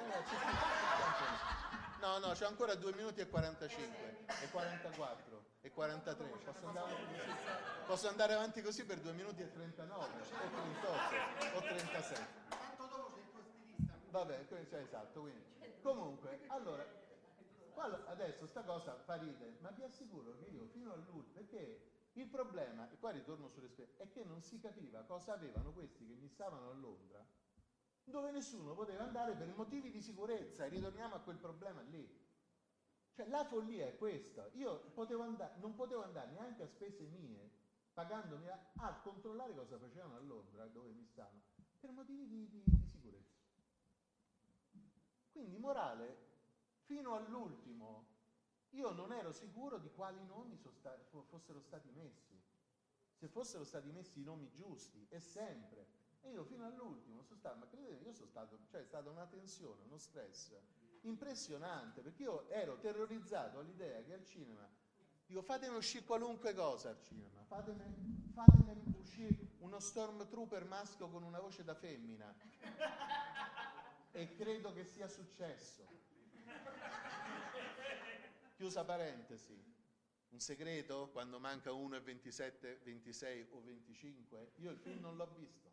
no, c'ho ancora 2 minuti e 45, e 44, e 43. Posso andare avanti così per 2 minuti e 39, o 38, o 37. Tanto dopo c'è il tuo stilista. Vabbè, cioè, esatto, quindi. Comunque, allora, adesso sta cosa fa ridere, ma vi assicuro che io fino all'ultimo, perché il problema, e qua ritorno sull'esperienza, è che non si capiva cosa avevano questi che mi stavano a Londra, dove nessuno poteva andare per motivi di sicurezza, e ritorniamo a quel problema lì. Cioè la follia è questa, io non potevo andare neanche a spese mie, pagandomi a controllare cosa facevano a Londra, dove mi stanno, per motivi di sicurezza. Quindi morale, fino all'ultimo, io non ero sicuro di quali nomi fossero stati messi, se fossero stati messi i nomi giusti, e sempre. E io fino all'ultimo sono stato, ma credetemi, io sono stato, cioè è stata una tensione, uno stress impressionante, perché io ero terrorizzato all'idea che al cinema, dico, fatemi uscire qualunque cosa al cinema, fatemi uscire uno stormtrooper maschio con una voce da femmina, e credo che sia successo. Chiusa parentesi, un segreto, quando manca 1 e 27, 26 o 25, io il film non l'ho visto.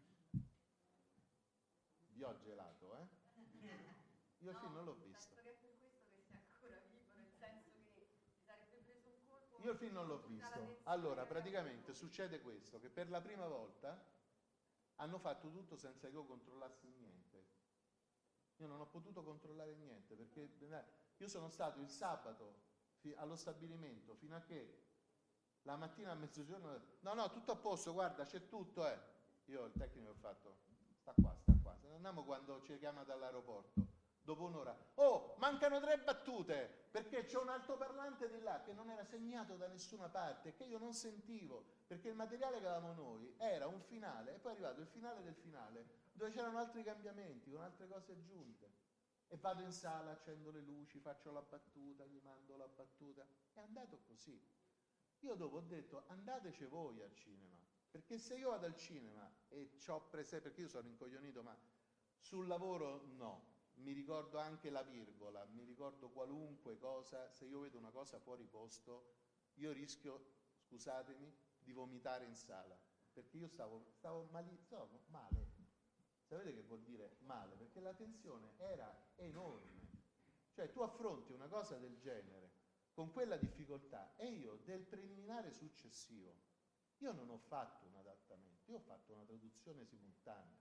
Vi ho gelato, Io il film non l'ho visto. Penso che è per questo che sei ancora vivo, nel senso che ti sarebbe preso un colpo. Io il film non l'ho visto. Allora, praticamente succede questo, che per la prima volta hanno fatto tutto senza che io controllassi niente. Io non ho potuto controllare niente, perché io sono stato il sabato allo stabilimento fino a che la mattina a mezzogiorno, no, tutto a posto, guarda, c'è tutto, Io il tecnico ho fatto, sta qua. Se ne andiamo quando ci chiama dall'aeroporto, dopo un'ora, mancano 3 battute, perché c'è un altoparlante di là che non era segnato da nessuna parte, che io non sentivo, perché il materiale che avevamo noi era un finale, e poi è arrivato il finale del finale, dove c'erano altri cambiamenti, con altre cose aggiunte. E vado in sala, accendo le luci, faccio la battuta, gli mando la battuta. È andato così. Io dopo ho detto, andateci voi al cinema, perché se io vado al cinema e c'ho perché io sono incoglionito, ma sul lavoro no, mi ricordo anche la virgola, mi ricordo qualunque cosa, se io vedo una cosa fuori posto, io rischio, scusatemi, di vomitare in sala, perché io stavo male. Sapete che vuol dire male? Perché la tensione era enorme. Cioè tu affronti una cosa del genere con quella difficoltà, e io del preliminare successivo, io non ho fatto un adattamento, io ho fatto una traduzione simultanea.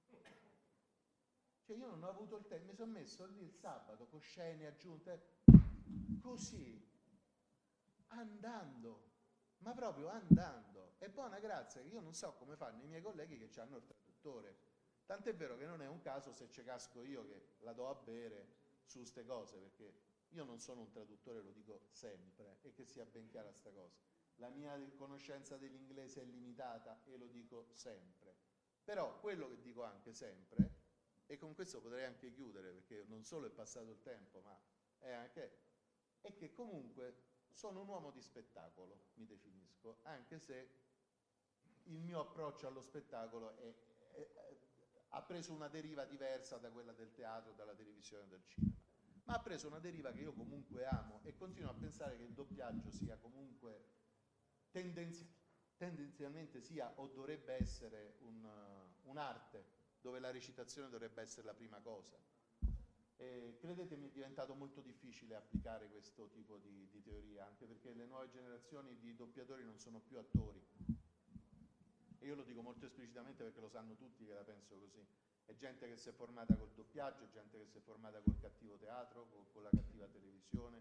Cioè io non ho avuto il tempo, mi sono messo lì il sabato con scene aggiunte, così, andando, ma proprio andando. E buona grazia che io non so come fanno i miei colleghi che hanno il traduttore. Tant'è vero che non è un caso se ci casco io che la do a bere su ste cose, perché io non sono un traduttore, lo dico sempre, e che sia ben chiara sta cosa. La mia conoscenza dell'inglese è limitata, e lo dico sempre. Però quello che dico anche sempre, e con questo potrei anche chiudere, perché non solo è passato il tempo, ma è che comunque sono un uomo di spettacolo, mi definisco, anche se il mio approccio allo spettacolo ha preso una deriva diversa da quella del teatro, dalla televisione e dal cinema, ma ha preso una deriva che io comunque amo, e continuo a pensare che il doppiaggio sia comunque tendenzialmente sia o dovrebbe essere un'arte, dove la recitazione dovrebbe essere la prima cosa. E credetemi, è diventato molto difficile applicare questo tipo di teoria, anche perché le nuove generazioni di doppiatori non sono più attori. E io lo dico molto esplicitamente perché lo sanno tutti che la penso così. È gente che si è formata col doppiaggio, è gente che si è formata col cattivo teatro, con la cattiva televisione,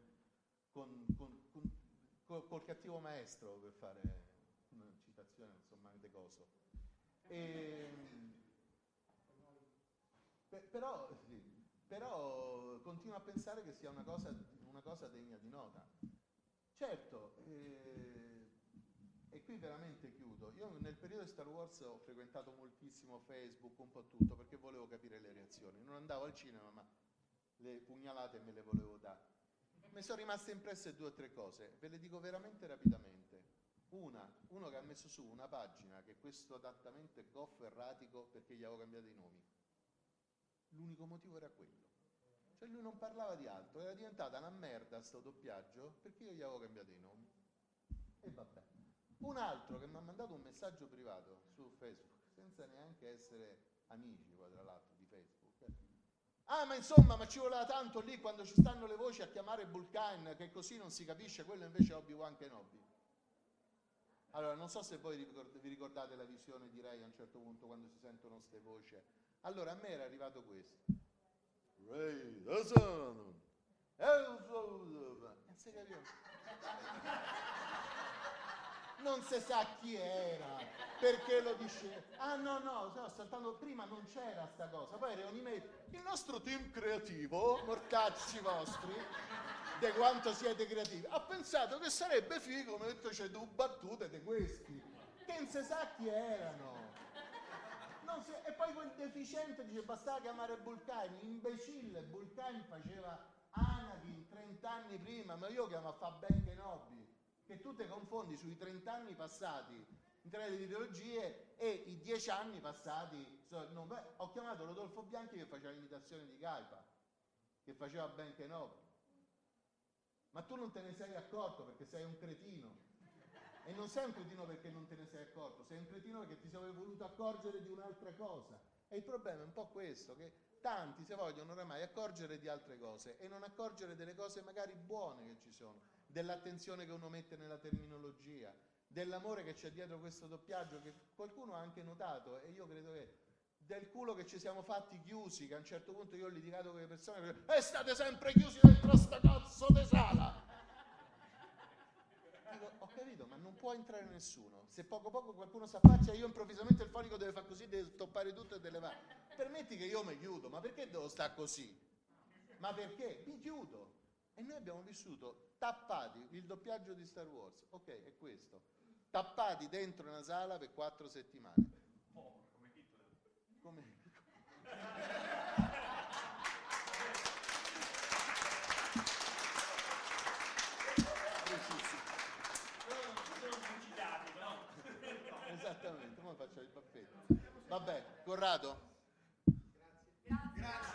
col cattivo maestro, per fare una citazione, insomma, di coso. Però continuo a pensare che sia una cosa degna di nota. Certo, e qui veramente chiudo. Io nel periodo di Star Wars ho frequentato moltissimo Facebook, un po' tutto, perché volevo capire le reazioni. Non andavo al cinema, ma le pugnalate me le volevo dare. Mi sono rimaste impresse 2 o 3 cose, ve le dico veramente rapidamente. Uno che ha messo su una pagina che questo adattamento è goffo e erratico perché gli avevo cambiato i nomi. L'unico motivo era quello. Cioè lui non parlava di altro, era diventata una merda sto doppiaggio perché io gli avevo cambiato i nomi. E vabbè. Un altro che mi ha mandato un messaggio privato su Facebook, senza neanche essere amici, poi tra l'altro, di Facebook. Ma insomma, ma ci voleva tanto lì quando ci stanno le voci a chiamare Vulcan, che così non si capisce, quello invece è Obi-Wan Kenobi. Allora, non so se voi vi ricordate la visione di Rey a un certo punto quando si sentono ste voci. Allora, a me era arrivato questo. Rey, non si sa chi era, perché lo dice. No, soltanto prima non c'era sta cosa, poi era un'email. Il nostro team creativo, mortacci vostri, di quanto siete creativi, ha pensato che sarebbe figo metterci 2 battute di questi, che non si sa chi erano. E poi quel deficiente dice bastava chiamare Vulcan, imbecille, Vulcan faceva Anakin 30 anni prima, ma io chiamo a fa Ben Kenobi, che tu te confondi sui 30 anni passati in 3 ideologie e i 10 anni passati. Ho chiamato Rodolfo Bianchi che faceva l'imitazione di Kaipa, che faceva Ben Kenobi. Ma tu non te ne sei accorto perché sei un cretino. E non sei un cretino perché non te ne sei accorto, sei un cretino perché ti sei voluto accorgere di un'altra cosa. E il problema è un po' questo, che tanti si vogliono oramai accorgere di altre cose e non accorgere delle cose magari buone che ci sono, dell'attenzione che uno mette nella terminologia, dell'amore che c'è dietro questo doppiaggio, che qualcuno ha anche notato, e io credo che del culo che ci siamo fatti chiusi, che a un certo punto io ho litigato con le persone e state sempre chiusi dentro sta cazzo di sala. Dico, ho capito, ma non può entrare nessuno. Se poco qualcuno si affaccia, io improvvisamente il fonico deve fare così, deve stoppare tutto e deve levare. Permetti che io mi chiudo, ma perché devo stare così? Ma perché? Mi chiudo. E noi abbiamo vissuto tappati, il doppiaggio di Star Wars, ok, è questo, tappati dentro una sala per 4 settimane. Come titolo? Come? Esattamente, ora faccio il baffetto. Vabbè, Corrado? Grazie.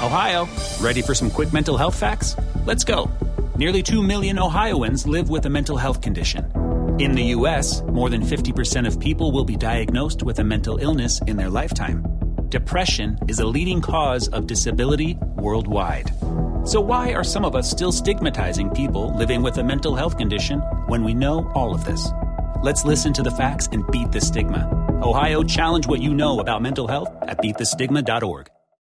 Ohio, ready for some quick mental health facts? Let's go. Nearly 2 million Ohioans live with a mental health condition. In the U.S., more than 50% of people will be diagnosed with a mental illness in their lifetime. Depression is a leading cause of disability worldwide. So why are some of us still stigmatizing people living with a mental health condition when we know all of this? Let's listen to the facts and beat the stigma. Ohio, challenge what you know about mental health at beatthestigma.org.